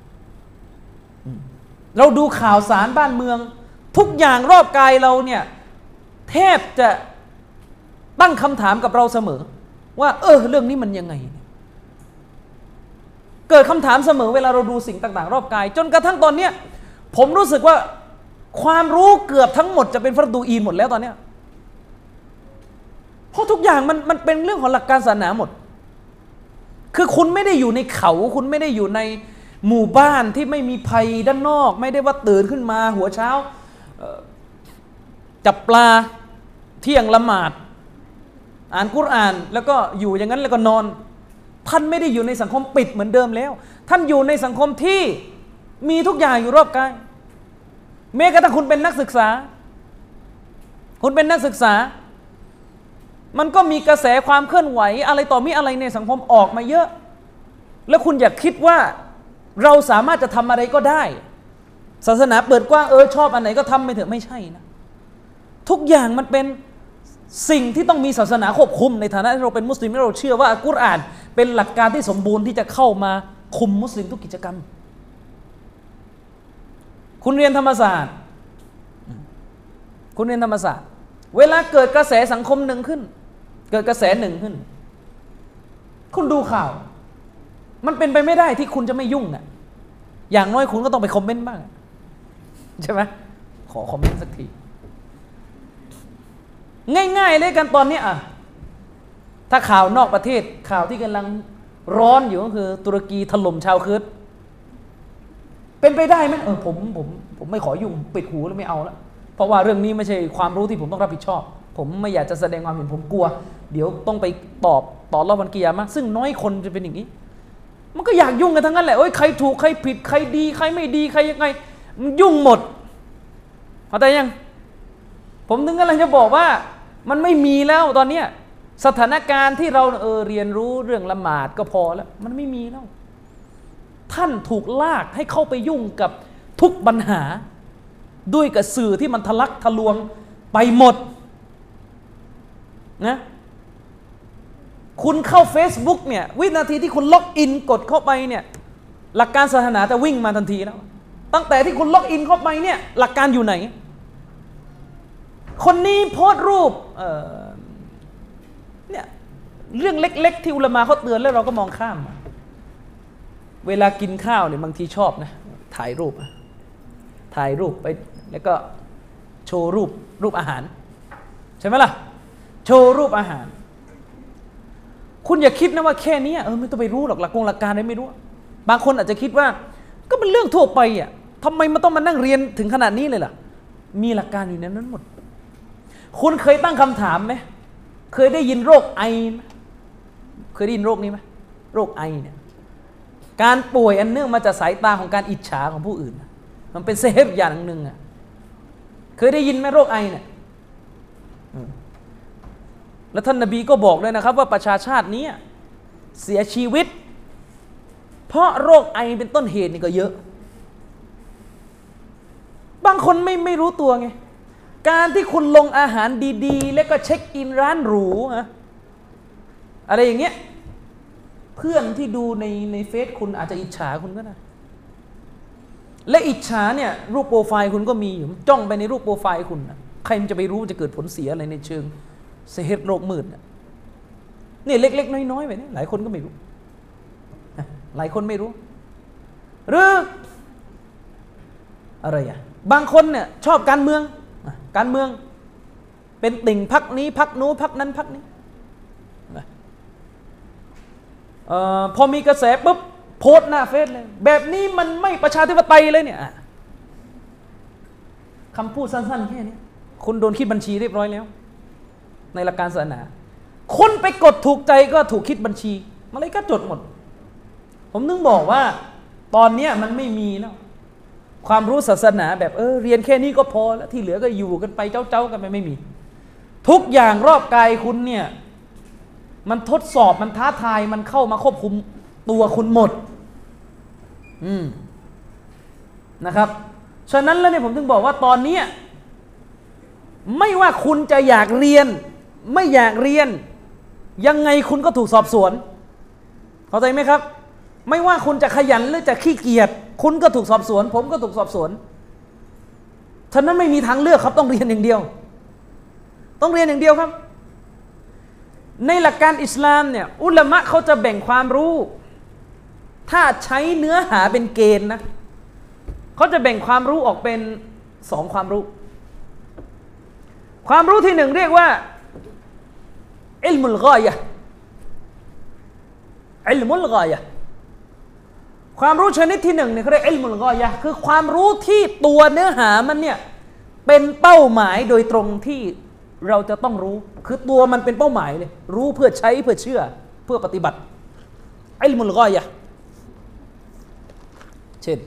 เราดูข่าวสารบ้านเมืองทุกอย่างรอบกายเราเนี่ยแทบจะตั้งคำถามกับเราเสมอว่าเออเรื่องนี้มันยังไงเกิดคำถามเสมอเวลาเราดูสิ่งต่างๆรอบกายจนกระทั่งตอนเนี้ยผมรู้สึกว่าความรู้เกือบทั้งหมดจะเป็นฟัรดูอีนหมดแล้วตอนเนี้ยเพราะทุกอย่างมันมันเป็นเรื่องของหลักการศาสนาหมดคือคุณไม่ได้อยู่ในเขาคุณไม่ได้อยู่ในหมู่บ้านที่ไม่มีภัยด้านนอกไม่ได้ว่าตื่นขึ้นมาหัวเช้าจับปลาเที่ยงละหมาดอ่านกุรอานแล้วก็อยู่อย่างนั้นแล้วก็นอนท่านไม่ได้อยู่ในสังคมปิดเหมือนเดิมแล้วท่านอยู่ในสังคมที่มีทุกอย่างอยู่รอบกายแม้กระทั่งคุณเป็นนักศึกษาคุณเป็นนักศึกษามันก็มีกระแสความเคลื่อนไหวอะไรต่อมีอะไรในสังคมออกมาเยอะแล้วคุณอย่าคิดว่าเราสามารถจะทำอะไรก็ได้ศาสนาเปิดกว้างเออชอบอันไหนก็ทำไปเถอะไม่ใช่นะทุกอย่างมันเป็นสิ่งที่ต้องมีศาสนาควบคุมในฐานะที่เราเป็นมุสลิมเราเชื่อว่าอัลกุรอานเป็นหลักการที่สมบูรณ์ที่จะเข้ามาคุมมุสลิมทุกกิจกรรมคุณเรียนธรรมศาสตร์คุณเรียนธรรมศาสตร์เวลาเกิดกระแสสังคมหนึ่งขึ้นเกิดกระแสหนึ่งขึ้นคุณดูข่าวมันเป็นไปไม่ได้ที่คุณจะไม่ยุ่งนะอย่างน้อยคุณก็ต้องไปคอมเมนต์บ้างใช่ไหมขอคอมเมนต์สักทีง่ายๆเลยกันตอนนี้อ่ะถ้าข่าวนอกประเทศข่าวที่กำลังร้อนอยู่ก็คือตุรกีถล่มชาวคิร์ดเป็นไปได้ไหมเออผมผมผมไม่ขอยุ่งปิดหูแล้วไม่เอาแล้วเพราะว่าเรื่องนี้ไม่ใช่ความรู้ที่ผมต้องรับผิดชอบผมไม่อยากจะแสดงความเห็นผมกลัวเดี๋ยวต้องไปตอบต่อรอบวันกิยามะห์ซึ่งน้อยคนจะเป็นอย่างนี้มันก็อยากยุ่งกันทั้งนั้นแหละโอ้ยใครถูกใครผิดใครดีใครไม่ดีใครยังไงมันยุ่งหมดเข้าใจยังผมถึงกำลังจะบอกว่ามันไม่มีแล้วตอนเนี้ยสถานการณ์ที่เราเออเรียนรู้เรื่องละหมาดก็พอแล้วมันไม่มีแล้วท่านถูกลากให้เข้าไปยุ่งกับทุกปัญหาด้วยกับสื่อที่มันทะลักทะลวงไปหมดนะคุณเข้า Facebook เนี่ยวินาทีที่คุณล็อกอินกดเข้าไปเนี่ยหลักการศาสนาจะวิ่งมาทันทีแล้วตั้งแต่ที่คุณล็อกอินเข้าไปเนี่ยหลักการอยู่ไหนคนนี้โพสต์รูปเอ่อเนี่ยเรื่องเล็กๆที่อุลามะเขาเตือนแล้วเราก็มองข้ามเวลากินข้าวเนี่ยบางทีชอบนะถ่ายรูปถ่ายรูปไปแล้วก็โชว์รูปรูปอาหารใช่ไหมล่ะโชว์รูปอาหารคุณอย่าคิดนะว่าแค่นี้เออไม่ต้องไปรู้หรอกหลักกงหลักการอะไรไม่รู้บางคนอาจจะคิดว่าก็เป็นเรื่องทั่วไปอ่ะทำไมมันต้องมานั่งเรียนถึงขนาดนี้เลยล่ะมีหลักการอยู่ในนั้นหมดคุณเคยตั้งคำถามไหมเคยได้ยินโรคไอไหมเคยได้ยินโรคนี้ไหมโรคไอเนี่ยการป่วยอันเนื่องมาจากสายตาของการอิจฉาของผู้อื่นมันเป็นเซฟอย่างหนึ่งอ่ะเคยได้ยินไหมโรคไอเนี่ยแล้วท่านนบีก็บอกเลยนะครับว่าประชาชาตินี้เสียชีวิตเพราะโรคไอเป็นต้นเหตุนี่ก็เยอะบางคนไม่ไม่รู้ตัวไงการที่คุณลงอาหารดีๆแล้วก็เช็คอินร้านหรูอะอะไรอย่างเงี้ยเพื่อนที่ดูในในเฟซคุณอาจจะอิจฉาคุณก็ได้และอิจฉาเนี่ยรูปโปรไฟล์คุณก็มีอยู่จ้องไปในรูปโปรไฟล์คุณนะใครมันจะไปรู้จะเกิดผลเสียอะไรในเชิงเสียโรคมืดเนี่ยเล็กๆน้อยๆแบบนี้หลายคนก็ไม่รู้หลายคนไม่รู้หรืออะไรอ่ะบางคนเนี่ยชอบการเมืองการเมืองเป็นติ่งพรรคนี้พรรคนู้นพรรคนั้นพรรคนี้เอ่อพอมีกระแสปุ๊บโพสต์หน้าเฟซเลยแบบนี้มันไม่ประชาธิปไตยเลยเนี่ยคำพูดสั้นๆแค่นี้คุณโดนคิดบัญชีเรียบร้อยแล้วในหลักการศาสนาคนไปกดถูกใจก็ถูกคิดบัญชีมาเลยก็จดหมดผมนึกบอกว่าตอนนี้มันไม่มีแล้วความรู้ศาสนาแบบเออเรียนแค่นี้ก็พอแล้วที่เหลือก็อยู่กันไปเจ้าๆกันไปไม่มีทุกอย่างรอบกายคุณเนี่ยมันทดสอบมันท้าทายมันเข้ามาควบคุมตัวคุณหมดอืมนะครับฉะนั้นแล้วเนี่ยผมถึงบอกว่าตอนนี้ไม่ว่าคุณจะอยากเรียนไม่อยากเรียนยังไงคุณก็ถูกสอบสวนเข้าใจไหมครับไม่ว่าคุณจะขยันหรือจะขี้เกียจคุณก็ถูกสอบสวนผมก็ถูกสอบสวนฉะนั้นไม่มีทางเลือกครับต้องเรียนอย่างเดียวต้องเรียนอย่างเดียวครับในหลักการอิสลามเนี่ยอุลามะเขาจะแบ่งความรู้ถ้าใช้เนื้อหาเป็นเกณฑ์นะเขาจะแบ่งความรู้ออกเป็นสองความรู้ความรู้ที่หนึ่งเรียกว่าอิลมุลฆอยะห์อิลมุลฆอยะห์ความรู้ชนิดที่หนึ่งเนี่ยเขาเรียกอิลมุลฆอยะห์คือความรู้ที่ตัวเนื้อหามันเนี่ยเป็นเป้าหมายโดยตรงที่เราจะต้องรู้คือตัวมันเป็นเป้าหมายเลยรู้เพื่อใช้เพื่อเชื่อเพื่อปฏิบัติอิลมุลฆอยะห์เช่น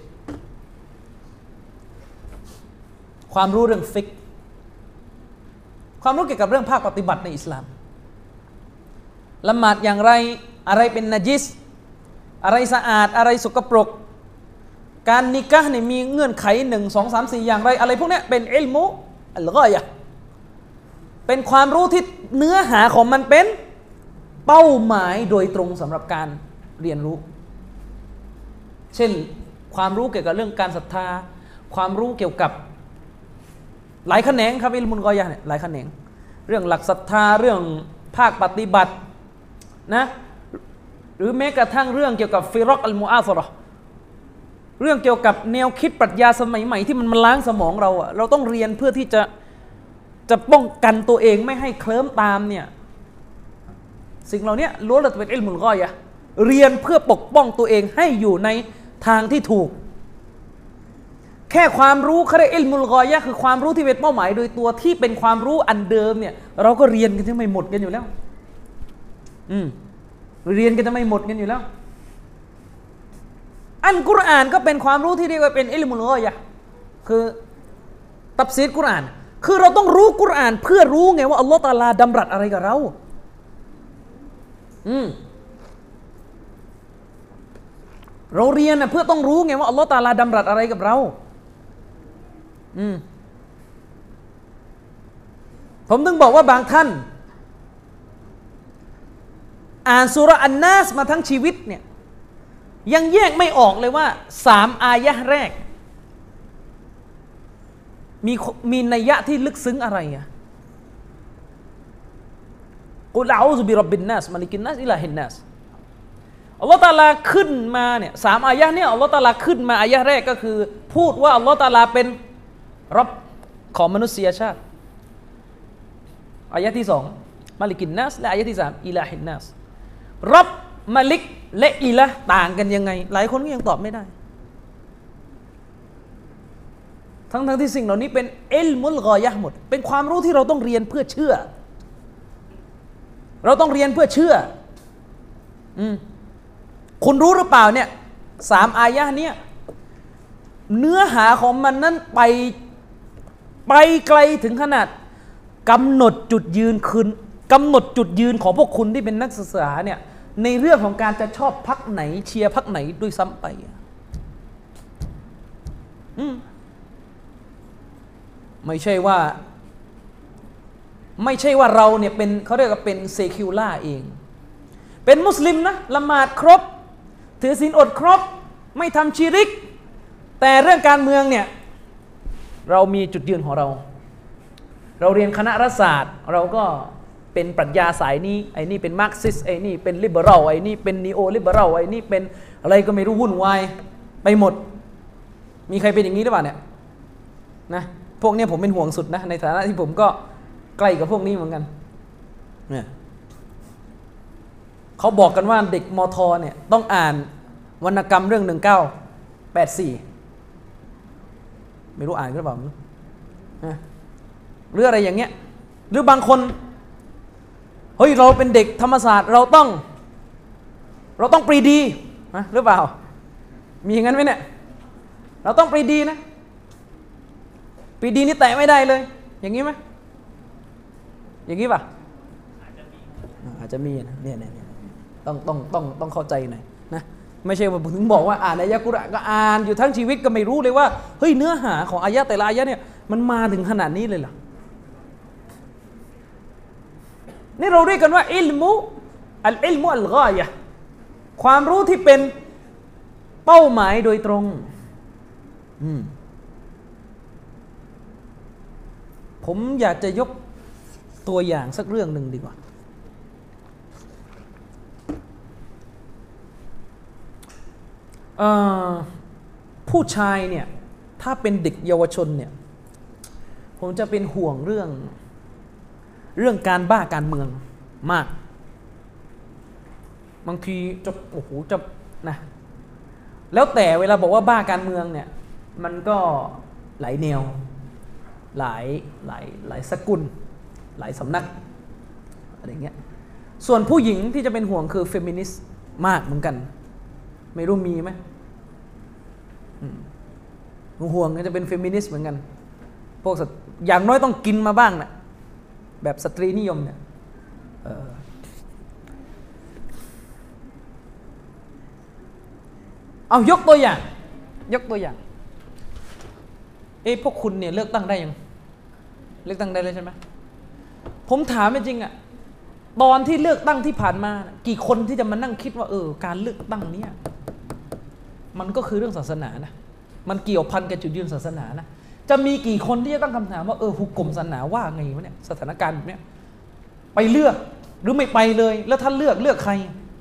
ความรู้เรื่องฟิกห์ความรู้เกี่ยวกับเรื่องภาคปฏิบัติในอิสลามละหมาดอย่างไรอะไรเป็นนะญิสอะไรสะอาดอะไรสกปรกการนิกะห์เนี่ยมีเงื่อนไขหนึ่งสองสามสี่อย่างไรอะไรพวกนี้เป็นอิลมุอัลฆอยะห์เป็นความรู้ที่เนื้อหาของมันเป็นเป้าหมายโดยตรงสำหรับการเรียนรู้เช่นความรู้เกี่ยวกับเรื่องการศรัทธาความรู้เกี่ยวกับหลายแขนงครับอิลมุลฆอยะห์เนี่ยหลายแขนงเรื่องหลักศรัทธาเรื่องภาคปฏิบัตินะหรือแม้กระทั่งเรื่องเกี่ยวกับฟิรอกอัลมุอาซะเราะห์เรื่องเกี่ยวกับแนวคิดปรัชญาสมัยใหม่ที่มันมาล้างสมองเราอะเราต้องเรียนเพื่อที่จะจะป้องกันตัวเองไม่ให้เคลิ้มตามเนี่ยสิ่งเหล่านี้ล้วนแต่เป็นอิลมุลฆอยะห์เรียนเพื่อปกป้องตัวเองให้อยู่ในทางที่ถูกแค่ความรู้เขาเรียกอิลมุลฆอยะห์คือความรู้ที่เป็นเป้าหมายโดยตัวที่เป็นความรู้อันเดิมเนี่ยเราก็เรียนกันจะไม่หมดกันอยู่แล้วอืมเรียนกันจะไม่หมดกันอยู่แล้วอัลกุรอานก็เป็นความรู้ที่เรียกว่าเป็นอิลมุลฆอยะห์คือตัฟซีรกุรอานคือเราต้องรู้กุรอานเพื่อรู้ไงว่าอัลลอฮฺตะอาลาดำรัสอะไรกับเราอืมเราเรียนนะเพื่อต้องรู้ไงว่าอัลลอฮฺตะอาลาดำรัสอะไรกับเราอืมผมถึงบอกว่าบางท่านอ่านซูเราะห์อันนาสมาทั้งชีวิตเนี่ยยังแยกไม่ออกเลยว่าสามอายะห์แรกมีมีนัยยะที่ลึกซึ้งอะไรอ่ะกุลอะอูซุบิร็อบบินนัสมาลิกินนัสอิลาฮินนัสอัลลอฮฺตะอาลาขึ้นมาเนี่ยสามอายะห์เนี่ยอัลลอฮฺตะอาลาขึ้นมาอายะห์แรกก็คือพูดว่าอัลลอฮฺตะอาลาเป็นร็อบของมนุษยชาติอายะห์ที่สองมาลิกินนัสและอายะห์ที่สามอิลาฮินนัสรับมาลิกและอิละห์ต่างกันยังไงหลายคนก็ยังตอบไม่ได้ทั้งทั้งที่สิ่งเหล่านี้เป็นอิลมุลกอยะห์หมดเป็นความรู้ที่เราต้องเรียนเพื่อเชื่อเราต้องเรียนเพื่อเชื่ออืมคุณรู้หรือเปล่าเนี่ยสามอายะห์เนี่ยเนื้อหาของมันนั้นไปไปไกลถึงขนาดกำหนดจุดยืนคืนกำหนดจุดยืนของพวกคุณที่เป็นนักศึกษาเนี่ยในเรื่องของการจะชอบพรรคไหนเชียร์พรรคไหนด้วยซ้ำไปอืมไม่ใช่ว่าไม่ใช่ว่าเราเนี่ยเป็นเขาเรียกว่าเป็นเซคิวล่าเองเป็นมุสลิมนะละหมาดครบถือศีลอดครบไม่ทำชิริกแต่เรื่องการเมืองเนี่ยเรามีจุดยืนของเราเราเรียนคณะรัฐศาสตร์เราก็เป็นปรัชญาสายนี้ไอ้นี่เป็นมาร์กซิสไอ้นี่เป็นลิเบอรัลไอ้นี่เป็นนีโอลิเบอรัลไอ้นี่เป็นอะไรก็ไม่รู้วุ่นวายไปหมดมีใครเป็นอย่างนี้หรือเปล่าเนี่ยนะพวกนี้ผมเป็นห่วงสุดนะในฐานะที่ผมก็ใกล้กับพวกนี้เหมือนกันเนี่ยเขาบอกกันว่าเด็กมทเนี่ยต้องอ่านวรรณกรรมเรื่องหนึ่งเก้าแปดสี่ไม่รู้อ่านหรือเปล่าหรืออะไรอย่างเงี้ยหรือบางคนเฮ้ยเราเป็นเด็กธรรมศาสตร์เราต้องเราต้องปรีดีนะหรือเปล่ามีอย่างนั้นไหมเนี่ยเราต้องปรีดีนะปรีดีนี่แตะไม่ได้เลยอย่างนี้ไหมอย่างนี้ป่ะอาจจะมีนะเนี่ยเนี่ยต้องต้องต้องต้องเข้าใจหน่อยนะไม่ใช่ว่าถึงบอกว่าอ่านอายะกุรอานก็อ่านอยู่ทั้งชีวิตก็ไม่รู้เลยว่าเฮ้ยเนื้อหาของอายะแต่ละอายะเนี่ยมันมาถึงขนาดนี้เลยเหรอนี่เราเรียกกันว่าอิลมุอัลอิลมุอัลกอยะห์ความรู้ที่เป็นเป้าหมายโดยตรงอืมผมอยากจะยกตัวอย่างสักเรื่องหนึ่งดีกว่าผู้ชายเนี่ยถ้าเป็นเด็กเยาวชนเนี่ยผมจะเป็นห่วงเรื่องเรื่องการบ้าการเมืองมากบางทีจะโอ้โหจะนะแล้วแต่เวลาบอกว่าบ้าการเมืองเนี่ยมันก็หลายแนวหลายหลายหลายสกุลหลายสำนักอะไรเงี้ยส่วนผู้หญิงที่จะเป็นห่วงคือเฟมินิสต์มากเหมือนกันไม่รู้มีไหมห่วงจะเป็นเฟมินิสต์เหมือนกันพวกอย่างน้อยต้องกินมาบ้างนะแบบสตรีนิยมเนี่ยเออเอายกตัวอย่างยกตัวอย่างเอ้พวกคุณเนี่ยเลือกตั้งได้ยังเลือกตั้งได้เลยใช่ไหมผมถามจริงอ่ะตอนที่เลือกตั้งที่ผ่านมากี่คนที่จะมานั่งคิดว่าเออการเลือกตั้งเนี้ยมันก็คือเรื่องศาสนานะมันเกี่ยวพันกับจุดยืนศาสนานะจะมีกี่คนที่จะตั้งคำถามว่าเออหุกกลมศาสนาว่าไงวะเนี่ยสถานการณ์แบบเนี้ยไปเลือกหรือไม่ไปเลยแล้วถ้าเลือกเลือกใคร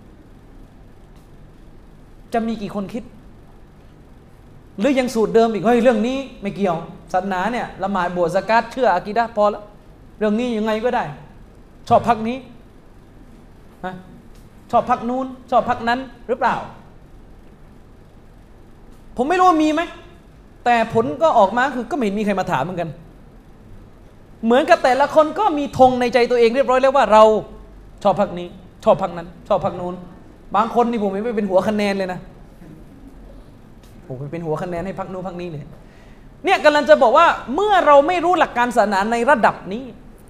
จะมีกี่คนคิดหรือยังสูตรเดิมอีกเฮ้ยเรื่องนี้ไม่เกี่ยวศาสนาเนี่ยละหมาดบวชซะกาตเชื่ออากีดะห์พอแล้วเรื่องนี้ยังไงก็ได้ชอบพรรคนี้ฮะชอบพรรคนู้นชอบพรรคนั้นหรือเปล่าผมไม่รู้ว่ามีไหมแต่ผลก็ออกมาคือก็ไม่มีใครมาถามเหมือนกันเหมือนกับแต่ละคนก็มีธงในใจตัวเองเรียบร้อยแล้วว่าเราชอบพรรคนี้ชอบพรรคนั้นชอบพรรคนู้นบางคนนี่ผมไม่เป็นหัวคะแนนเลยนะผมเป็นหัวคะแนนให้พรรคนู้นพรรคนี้เลยเนี่ยกำลังจะบอกว่าเมื่อเราไม่รู้หลักการศาสนาในระดับนี้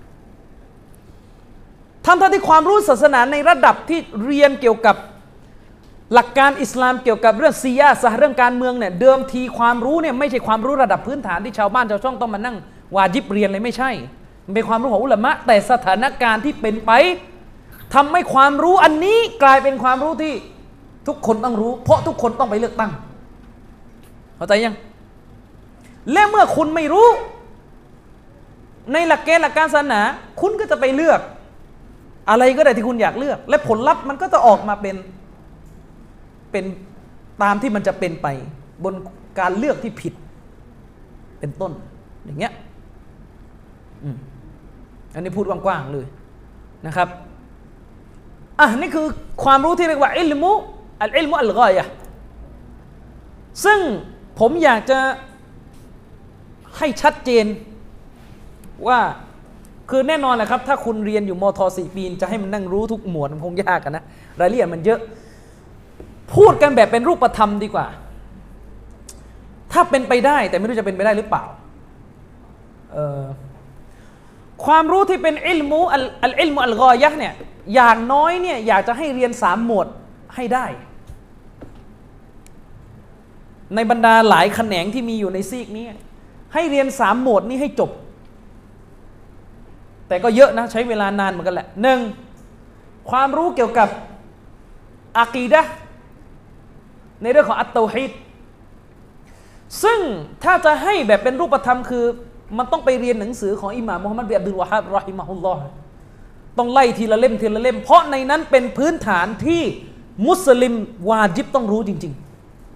ทั้งที่ความรู้ศาสนาในระดับที่เรียนเกี่ยวกับหลักการอิสลามเกี่ยวกับเรื่องซียาสะเรื่องการเมืองเนี่ยเดิมทีความรู้เนี่ยไม่ใช่ความรู้ระดับพื้นฐานที่ชาวบ้านชาวช่องต้องมานั่งวาญิบเรียนเลยไม่ใช่มันเป็นความรู้ของอุลามะแต่สถานการณ์ที่เป็นไปทำให้ความรู้อันนี้กลายเป็นความรู้ที่ทุกคนต้องรู้เพราะทุกคนต้องไปเลือกตั้งเข้าใจยังและเมื่อคุณไม่รู้ในหลักเกณฑ์หลักการศาสนาคุณก็จะไปเลือกอะไรก็ได้ที่คุณอยากเลือกและผลลัพธ์มันก็จะออกมาเป็นเป็นตามที่มันจะเป็นไปบนการเลือกที่ผิดเป็นต้นอย่างเงี้ยอืมอันนี้พูดกว้างๆเลยนะครับอ่ะนี่คือความรู้ที่เรียกว่าอิลมุอัลอิลมุอัลกอยะห์ซึ่งผมอยากจะให้ชัดเจนว่าคือแน่นอนแหละครับถ้าคุณเรียนอยู่มทสี่ปีจะให้มันนั่งรู้ทุกหมวดมันคงยากกันนะรายละเอียดมันเยอะพูดกันแบบเป็นรูปธรรมดีกว่าถ้าเป็นไปได้แต่ไม่รู้จะเป็นไปได้หรือเปล่าเอ่อความรู้ที่เป็นอิลมุอัลอัลอิลมุอัลกอยะห์เนี่ยอย่างน้อยเนี่ยอยากจะให้เรียนสามหมวดให้ได้ในบรรดาหลายแขนงที่มีอยู่ในซีกนี้ให้เรียนสามหมวดนี้ให้จบแต่ก็เยอะนะใช้เวลานานเหมือนกันแหละหนึ่งความรู้เกี่ยวกับอะกีดะห์ในเรื่องของอัตเตาฮีดซึ่งถ้าจะให้แบบเป็นรูปธรรมคือมันต้องไปเรียนหนังสือของอิหม่ามมุฮัมมัดบินอับดุลวะฮาบรอฮิมะฮุลลอฮ์ต้องไล่ทีละเล่มทีละเล่มเพราะในนั้นเป็นพื้นฐานที่มุสลิมวาญิบต้องรู้จริง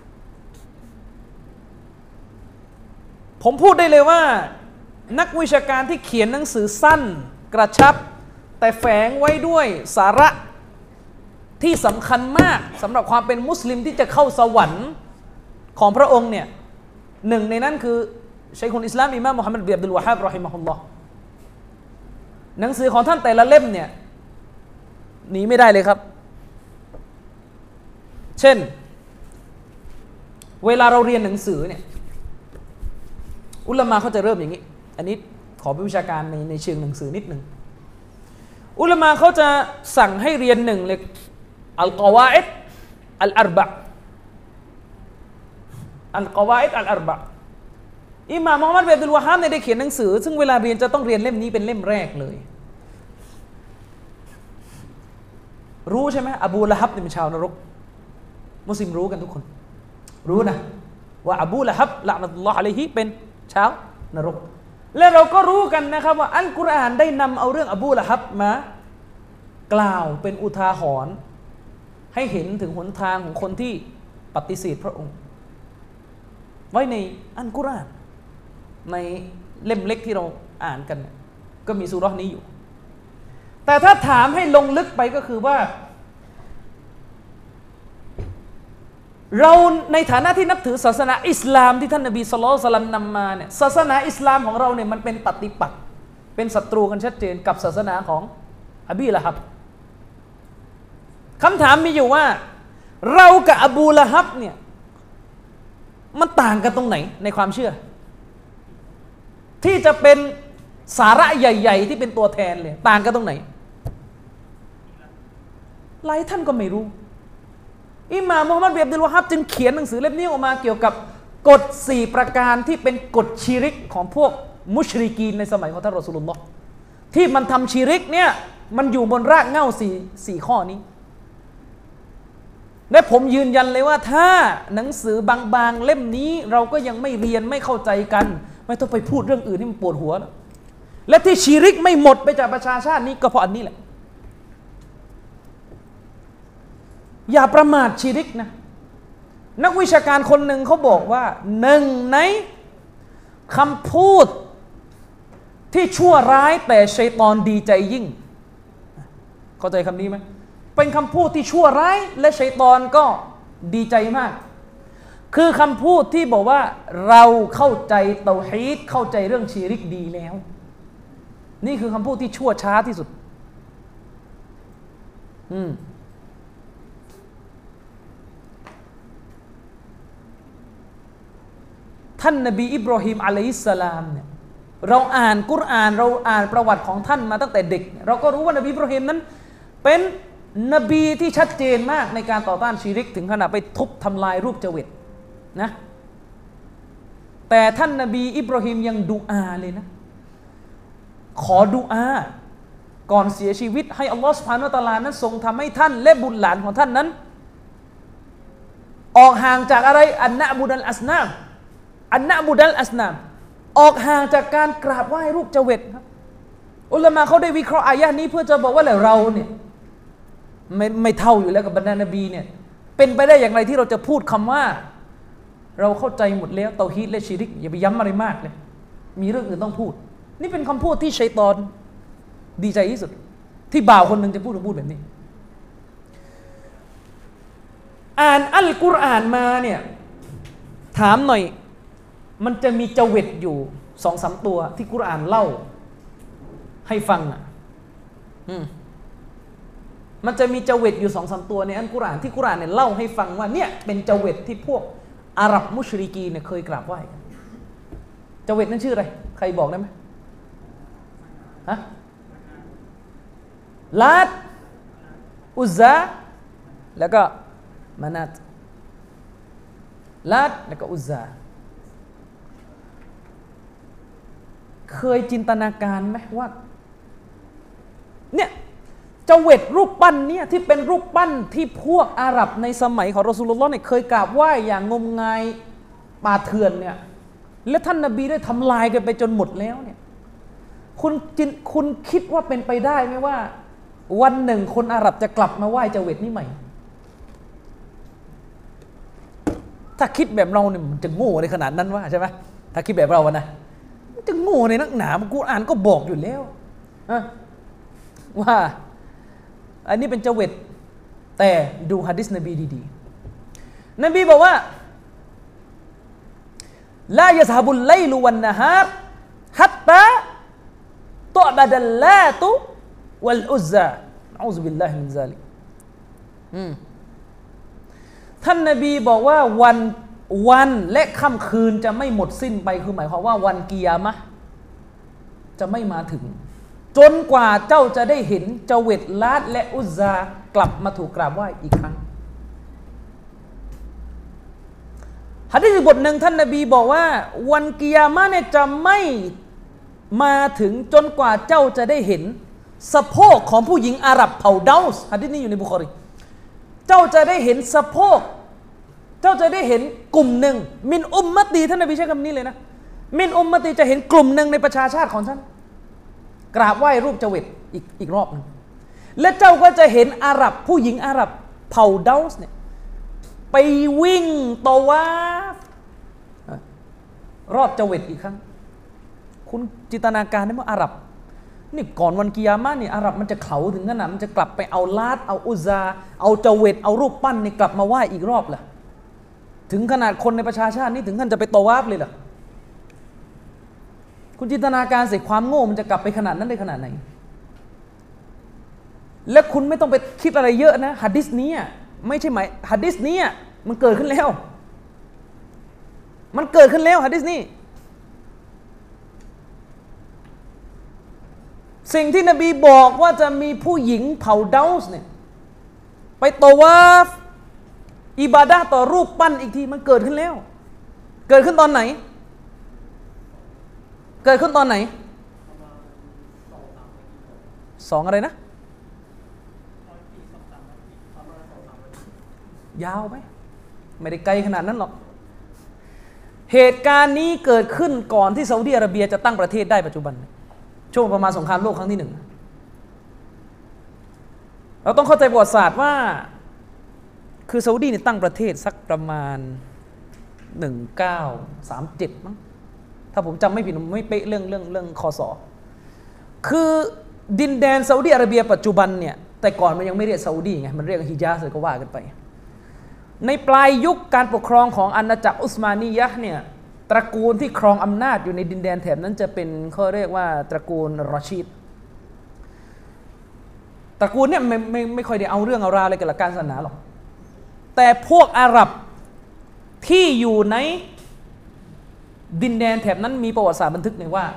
ๆผมพูดได้เลยว่านักวิชาการที่เขียนหนังสือสั้นกระชับแต่แฝงไว้ด้วยสาระที่สำคัญมากสำหรับความเป็นมุสลิมที่จะเข้าสวรรค์ของพระองค์เนี่ยหนึ่งในนั้นคือชัยคุลอิสลามอิมามมุฮัมมัดบินอับดุลวะฮาบรอฮิมะฮุลลอฮ์หนังสือของท่านแต่ละเล่มเนี่ยหนีไม่ได้เลยครับเช่นเวลาเราเรียนหนังสือเนี่ยอุลามะเขาจะเริ่มอย่างนี้อันนี้ขอเป็นวิชาการในในเชิงหนังสือนิดหนึ่งอุลามะเขาจะสั่งให้เรียนหนึ่งเลยอัลกอวาอิดอัลอาร์บะอัลกอวาอิดอัลอาร์บะอิหม่ามมุฮัมมัดบินอับดุลวะฮาบเนี่ยได้เขียนหนังสือซึ่งเวลาเรียนจะต้องเรียนเล่มนี้เป็นเล่มแรกเลยรู้ใช่ไหมอบูละฮับเป็นชาวนรกมุสลิมรู้กันทุกคนรู้นะว่าอบูละฮับละนะตุลลอฮ์อะลัยฮิเป็นชาวนรกและเราก็รู้กันนะครับว่าอัลกุรอานได้นำเอาเรื่องอบูละฮับมากล่าวเป็นอุทาหรณ์ให้เห็นถึงหนทางของคนที่ปฏิเสธพระองค์ไว้ในอัลกุรอานในเล่มเล็กที่เราอ่านกันก็มีซูเราะห์นี้อยู่แต่ถ้าถามให้ลงลึกไปก็คือว่าเราในฐานะที่นับถือศาสนาอิสลามที่ท่านนบีศ็อลลัลลอฮุอะลัยฮิวะซัลลัมนำมาเนี่ยศาสนาอิสลามของเราเนี่ยมันเป็นปฏิปักษ์เป็นศัตรูกันชัดเจนกับศาสนาของอบีละฮับคำถามมีอยู่ว่าเรากับอบูละฮับเนี่ยมันต่างกันตรงไหนในความเชื่อที่จะเป็นสาระใหญ่ๆที่เป็นตัวแทนเลยต่างกันตรงไหนหลายท่านก็ไม่รู้อิหม่ามมุฮัมมัดบินอับดุลวะฮาบจึงเขียนหนังสือเล่มนี้ออกมาเกี่ยวกับกฎสี่ประการที่เป็นกฎชิริกของพวกมุชริกีนในสมัยของท่านรอซูลุลลอฮ์ที่มันทำชิริกเนี่ยมันอยู่บนรากเหง้าสี่สี่ข้อนี้และผมยืนยันเลยว่าถ้าหนังสือบางๆเล่มนี้เราก็ยังไม่เรียนไม่เข้าใจกันไม่ต้องไปพูดเรื่องอื่นที่มันปวดหัวนะและที่ชิริกไม่หมดไปจากประชาชาตินี้ก็เพราะอันนี้แหละอย่าประมาทชิริกนะนักวิชาการคนหนึ่งเขาบอกว่าหนึ่งในคำพูดที่ชั่วร้ายแต่ชัยฏอนดีใจยิ่งเข้าใจคำนี้ไหมเป็นคำพูดที่ชั่วร้ายและชัยฏอนก็ดีใจมากคือคำพูดที่บอกว่าเราเข้าใจเตาฮีดเข้าใจเรื่องชิริกดีแล้วนี่คือคำพูดที่ชั่วช้าที่สุดอืมท่านนบีอิบรอฮีมอะลัยฮิสสลามเนี่ยเราอ่านกุรอานเราอ่านประวัติของท่านมาตั้งแต่เด็กเราก็รู้ว่านบีอิบรอฮีมนั้นเป็นนบีที่ชัดเจนมากในการต่อต้านชิริกถึงขนาดไปทุบทำลายรูปเจวิตนะแต่ท่านนบีอิบรอฮีมยังดุอาเลยนะขอดุอาก่อนเสียชีวิตให้อัลลอฮฺซุบฮานะฮูวะตะอาลานั้นทรงทำให้ท่านและบุตรหลานของท่านนั้นออกห่างจากอะไรอันนะบุดัลอัสนามอันนะบุดัลอัสนามออกห่างจากการกราบไหว้รูปเจวิตครับอุลามะเขาได้วิเคราะห์อายะห์นี้เพื่อจะบอกว่าแหละเราเนี่ยไม่ไม่เท่าอยู่แล้วกับบรรดานบีเนี่ยเป็นไปได้อย่างไรที่เราจะพูดคำว่าเราเข้าใจหมดแล้วเตาฮีดและชิริกอย่าไปย้ำอะไรมากเลยมีเรื่องอื่นต้องพูดนี่เป็นคำพูดที่ชัยฏอนดีใจที่สุดที่บ่าวคนหนึ่งจะพูดคำพูดแบบนี้อ่านอัลกุรอานมาเนี่ยถามหน่อยมันจะมีจวิตอยู่สองสามตัวที่กุรอานเล่าให้ฟังอ่ะอืมมันจะมีจวิตอยู่สองสามตัวในอัลกุรอานที่กุรอานเนี่ยเล่าให้ฟังว่าเนี่ยเป็นจวิตที่พวกอาหรับมุชริกีเนี่ยเคยกราบไหว้กันจวิตนั้นชื่ออะไรใครบอกได้ไหมฮะลาตอุซซาแล้วก็มานาตลาตแล้วก็อุซซาเคยจินตนาการไหมว่าเนี่ยเจวิตรูปปั้นเนี่ยที่เป็นรูปปั้นที่พวกอาหรับในสมัยของรอซูลุลลอฮ์เนี่ยเคยกราบไหว้อย่างงมงายป่าเถื่อนเนี่ยและท่านนบีได้ทำลายกันไปจนหมดแล้วเนี่ยคุณจินคุณคิดว่าเป็นไปได้ไหมว่าวันหนึ่งคนอาหรับจะกลับมาไหว้เจวิตนี่ใหม่ถ้าคิดแบบเราเนี่ยมันจะโง่ในขนาดนั้นว่าใช่ไหมถ้าคิดแบบเราอะนะมันจะโง่ในนักหนากุรอานก็บอกอยู่แล้วว่าอันนี้เป็นเจวิตแต่ดูหะดีษนบีดีๆนบีบอกว่าลายะซฮบุลไลลุวันนะฮารฮัตตาตุอ์บะดัลลาตุวัลอุซซาอะอูซุบิลลาฮิมินซาลิกท่านนบีบอกว่าวันวันและค่ำคืนจะไม่หมดสิ้นไปคือหมายความว่าวันกิยามะห์จะไม่มาถึงจนกว่าเจ้าจะได้เห็นเจวิตลาตและอุซซากลับมาถูกกราบไหว้อีกครั้งหะดีษบทหนึ่งท่านนบีบอกว่าวันกิยามะห์เนี่ยจะไม่มาถึงจนกว่าเจ้าจะได้เห็นสะโพกของผู้หญิงอาหรับเผ่าดาวส์หะดีษนี้อยู่ในบุคอรีเจ้าจะได้เห็นสะโพกเจ้าจะได้เห็นกลุ่มหนึ่งมินอุมมะตีท่านนบีใช้คำนี้เลยนะมินอุมมะตีจะเห็นกลุ่มหนึ่งในประชาชาติของท่านกราบไหว้รูปเจวิตอีกอีกรอบนึงและเจ้าก็จะเห็นอาหรับผู้หญิงอาหรับเผ่าดาวส์เนี่ยไปวิ่งตวาฟรอบเจวิตอีกครั้งคุณจินตนาการได้ไหมอาหรับนี่ก่อนวันกิยามะห์นี่อาหรับมันจะเขาถึงขนาดมันจะกลับไปเอาลาตเอาอุซซาเอาเจวิตเอารูปปั้นนี่กลับมาไหว้อีกรอบล่ะถึงขนาดคนในประชาชาตินี่ถึงขั้นจะไปตวาฟเลยล่ะคุณจินตนาการสิความโง่มันจะกลับไปขนาดนั้นได้ขนาดไหนและคุณไม่ต้องไปคิดอะไรเยอะนะหะดีษนี้ไม่ใช่หมายหะดีษนี้มันเกิดขึ้นแล้วมันเกิดขึ้นแล้วหะดีษนี้สิ่งที่นบีบอกว่าจะมีผู้หญิงเผ่าดาวส์เนี่ยไปตวาฟอิบาดะห์ต่อรูปปั้นอีกทีมันเกิดขึ้นแล้วเกิดขึ้นตอนไหนเกิดขึ้นตอนไหนสองอะไรนะยาวไหมไม่ได้ไกลขนาดนั้นหรอกเหตุการณ์นี้เกิดขึ้นก่อนที่ซาอุดิอาระเบียจะตั้งประเทศได้ปัจจุบันช่วงประมาณสงครามโลกครั้งที่หนึ่งเราต้องเข้าใจประวัติศาสตร์ว่าคือซาอุดีเนี่ยตั้งประเทศสักประมาณหนึ่งเก้าสามเจ็ดมั้งถ้าผมจำไม่ผิดไม่เป๊ะเรื่องเรื่องเรื่องคศคือดินแดนซาอุดิอาระเบียปัจจุบันเนี่ยแต่ก่อนมันยังไม่เรียกซาอุดีไงมันเรียกฮิญาซเลยก็ว่ากันไปในปลายยุคการปกครองของอาณาจักรอุสมานียะห์เนี่ยตระกูลที่ครองอำนาจอยู่ในดินแดนแถบนั้นจะเป็นเขาเรียกว่าตระกูลรอชีดตระกูลเนี่ยไม่ไม่ไม่ค่อยได้เอาเรื่องเอาราวอะไรกับหลักการศาสนาหรอกแต่พวกอาหรับที่อยู่ในดินแดนแถบนั้นมีประวัติศาสตร์บันทึกไว้ว่า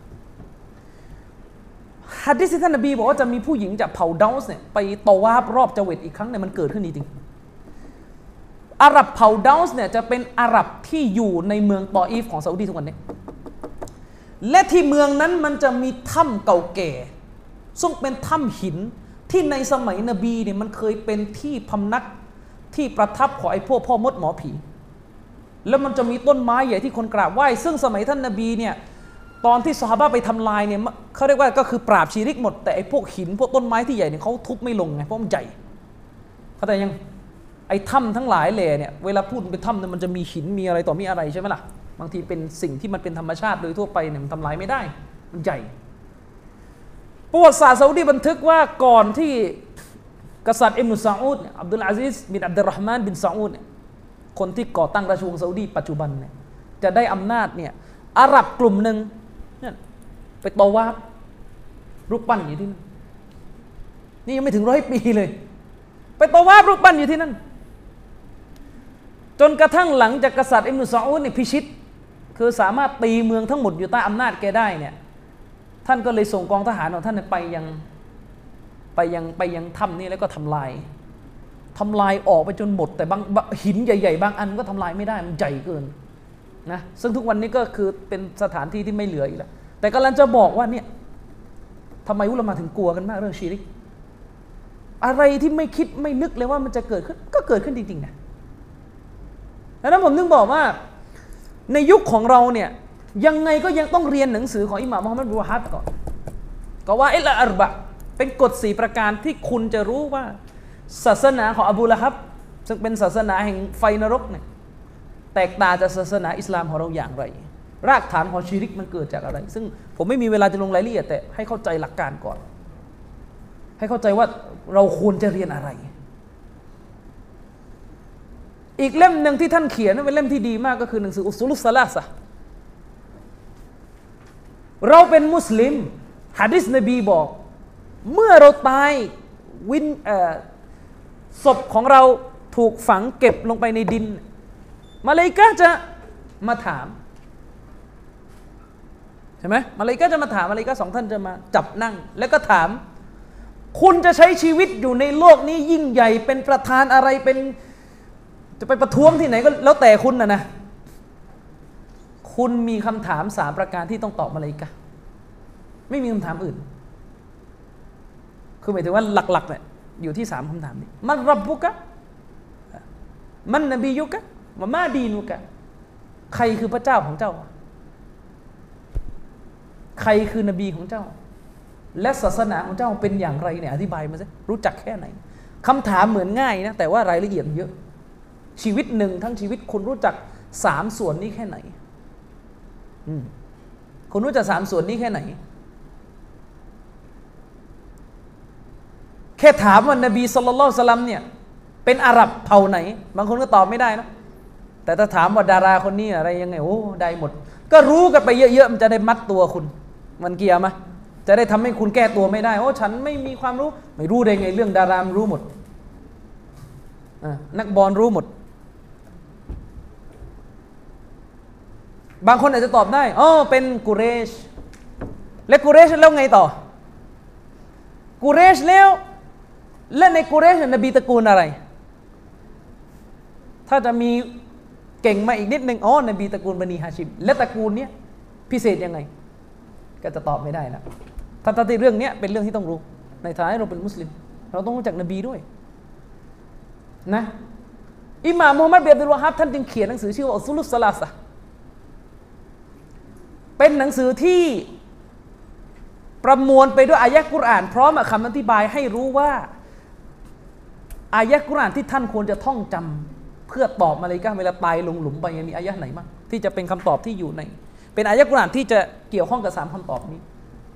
หะดีษที่ท่านนบีบอกว่าจะมีผู้หญิงจากเผ่าดาวส์เนี่ยไปตวาฟรอบเจวิตอีกครั้งเนี่ยมันเกิดขึ้นจริงอาหรับเผ่าดาวส์เนี่ยจะเป็นอาหรับที่อยู่ในเมืองตออีฟของซาอุดีทุกวันนี้และที่เมืองนั้นมันจะมีถ้ำเก่าแก่ซึ่งเป็นถ้ำหินที่ในสมัยนบีเนี่ยมันเคยเป็นที่พำนักที่ประทับของไอ้พวกพ่อมดหมอผีแล้วมันจะมีต้นไม้ใหญ่ที่คนกราบไหว้ซึ่งสมัยท่านนบีเนี่ยตอนที่ซอฮาบะห์ไปทำลายเนี่ยเขาเรียกว่าก็คือปราบชิริกหมดแต่ไอ้พวกหินพวกต้นไม้ที่ใหญ่เนี่ยเขาทุบไม่ลงไงเพราะมันใหญ่เข้าใจยังไอ้ถ้ำทั้งหลายแหล่เนี่ยเวลาพูดเป็นถ้ำเนี่ยมันจะมีหินมีอะไรต่อมีอะไรใช่ไหมล่ะบางทีเป็นสิ่งที่มันเป็นธรรมชาติโดยทั่วไปเนี่ยมันทำลายไม่ได้มันใหญ่ประวัติศาสตร์ซาอุดีบันทึกว่าก่อนที่กษัตริย์อิบนุซาอูดอับดุลอาซิซบินอับดุลเราะห์มานบินซาอูดคนที่ก่อตั้งราชวงศ์ซาอุดีปัจจุบันเนี่ยจะได้อำนาจเนี่ยอาหรับกลุ่มหนึ่งเนี่ยไปตอวาฟรูปปั้นอยู่ที่นั่นนี่ยังไม่ถึงร้อยปีเลยไปตอวาฟรูปปั้นอยู่ที่นั่นจนกระทั่งหลังจากกษัตริย์อิบนุซาอูดนี่พิชิตคือสามารถตีเมืองทั้งหมดอยู่ใต้อำนาจแกได้เนี่ยท่านก็เลยส่งกองทหารของท่านไปยังไปยังไปยังถ้ำนี่แล้วก็ทำลายทำลายออกไปจนหมดแต่บางหินใหญ่ๆบางอันก็ทำลายไม่ได้มันใหญ่เกินนะซึ่งทุกวันนี้ก็คือเป็นสถานที่ที่ไม่เหลืออีกแล้วแต่กำลังจะบอกว่าเนี่ยทำไมอุลามะถึงกลัวกันมากเรื่องชิริกอะไรที่ไม่คิดไม่นึกเลยว่ามันจะเกิดขึ้นก็เกิดขึ้นจริงๆนะดังนั้นผมถึงบอกว่าในยุคของเราเนี่ยยังไงก็ยังต้องเรียนหนังสือของอิหม่ามมุฮัมมัด บิน วะฮับก่อนก็ว่าอิลอัรบะเป็นกฎสี่ประการที่คุณจะรู้ว่าศาสนาของอบูละฮับซึ่งเป็นศาสนาแห่งไฟนรกเนี่ยแตกต่างจากศาสนาอิสลามของเราอย่างไรรากฐานของชิริกมันเกิดจากอะไรซึ่งผมไม่มีเวลาจะลงรายละเอียดแต่ให้เข้าใจหลักการก่อนให้เข้าใจว่าเราควรจะเรียนอะไรอีกเล่มหนึ่งที่ท่านเขียนนั้นเป็นเล่มที่ดีมากก็คือหนังสืออุซูลุสซะลาสะห์เราเป็นมุสลิมหะดีษนบีบอกเมื่อเราตายวินศพของเราถูกฝังเก็บลงไปในดินมาเลาอิกะฮ์จะมาถามใช่ไหมมาเลาอิกะฮ์จะมาถามมาเลาอิกะฮ์สองท่านจะมาจับนั่งแล้วก็ถามคุณจะใช้ชีวิตอยู่ในโลกนี้ยิ่งใหญ่เป็นประธานอะไรเป็นจะไปประท้วงที่ไหนก็แล้วแต่คุณนะนะคุณมีคำถามสามประการที่ต้องตอบมาเลาอิกะฮ์ไม่มีคำถามอื่นคือหมายถึงว่าหลักๆเนี่ยอยู่ที่สามคำถามนี้มันรับบุกะมันนบียุกะวะมาดีนุกะใครคือพระเจ้าของเจ้าใครคือนบีของเจ้าและศาสนาของเจ้าเป็นอย่างไรเนี่ยอธิบายมาสิรู้จักแค่ไหนคำถามเหมือนง่ายนะแต่ว่ารายละเอียดเยอะชีวิตหนึ่งทั้งชีวิตคุณรู้จักสามส่วนนี้แค่ไหนคุณรู้จักสามส่วนนี้แค่ไหนแค่ถามว่านบีศ็อลลัลลอฮุอะลัยฮิวะซัลลัมเนี่ยเป็นอาหรับเผ่าไหนบางคนก็ตอบไม่ได้นะแต่ถ้าถามว่าดาราคนนี้อะไรยังไงโอ้ได้หมดก็รู้กันไปเยอะๆมันจะได้มัดตัวคุณมันเกียร์มะจะได้ทำให้คุณแก้ตัวไม่ได้โอ้ฉันไม่มีความรู้ไม่รู้ได้ไงเรื่องดารามรู้หมดนักบอลรู้หมดบางคนอาจจะตอบได้อ๋อเป็นกุเรชและกุเรชแล้วไงต่อกุเรชแล้วและในกุเรชนบีตระกูลอะไรถ้าจะมีเก่งมาอีกนิดนึงอ๋อนบีตระกูลบะนีฮาชิมและตระกูลเนี้ยพิเศษยังไงก็จะตอบไม่ได้นะถ้าถ้าที่เรื่องนี้เป็นเรื่องที่ต้องรู้ในฐานะเราเป็นมุสลิมเราต้องรู้จักนบีด้วยนะอิหม่ามมุฮัมมัด บิน อับดุลวะฮับท่านจึงเขียนหนังสือชื่อว่าอุซูลุสซะลาสะห์เป็นหนังสือที่ประมวลไปด้วยอายะห์กุรอานพร้อมกับคำอธิบายให้รู้ว่าอายะห์กุรอานที่ท่านควรจะท่องจำเพื่อตอบมาเลาอิกะฮ์เวลาตายลงหลุมไปมีอายะห์ไหนบ้างที่จะเป็นคำตอบที่อยู่ในเป็นอายะห์กุรอานที่จะเกี่ยวข้องกับสามคำตอบนี้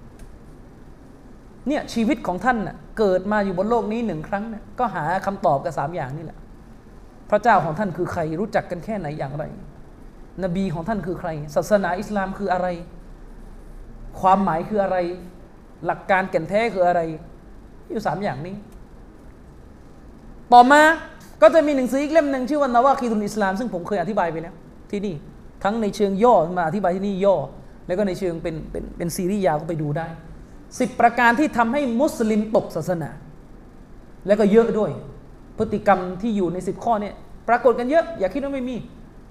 เนี่ยชีวิตของท่านน่ะเกิดมาอยู่บนโลกนี้หนึ่งครั้งเนี่ยก็หาคำตอบกับสามอย่างนี่แหละพระเจ้าของท่านคือใครรู้จักกันแค่ไหนอย่างไรนบีของท่านคือใครศาสนาอิสลามคืออะไรความหมายคืออะไรหลักการแก่นแท้คืออะไรอยู่สามอย่างนี้ต่อมาก็จะมีหนังสืออีกเล่มหนึ่งชื่อว่านาวาคีดุลอิสลามซึ่งผมเคยอธิบายไปแล้วที่นี่ทั้งในเชิงย่อมาอธิบายที่นี่ย่อแล้วก็ในเชิงเป็นเป็นเป็นซีรีส์ยาวก็ไปดูได้สิบประการที่ทำให้มุสลิมตกศาสนาแล้วก็เยอะด้วยพฤติกรรมที่อยู่ในสิบข้อเนี่ยปรากฏกันเยอะอย่าคิดว่าไม่มี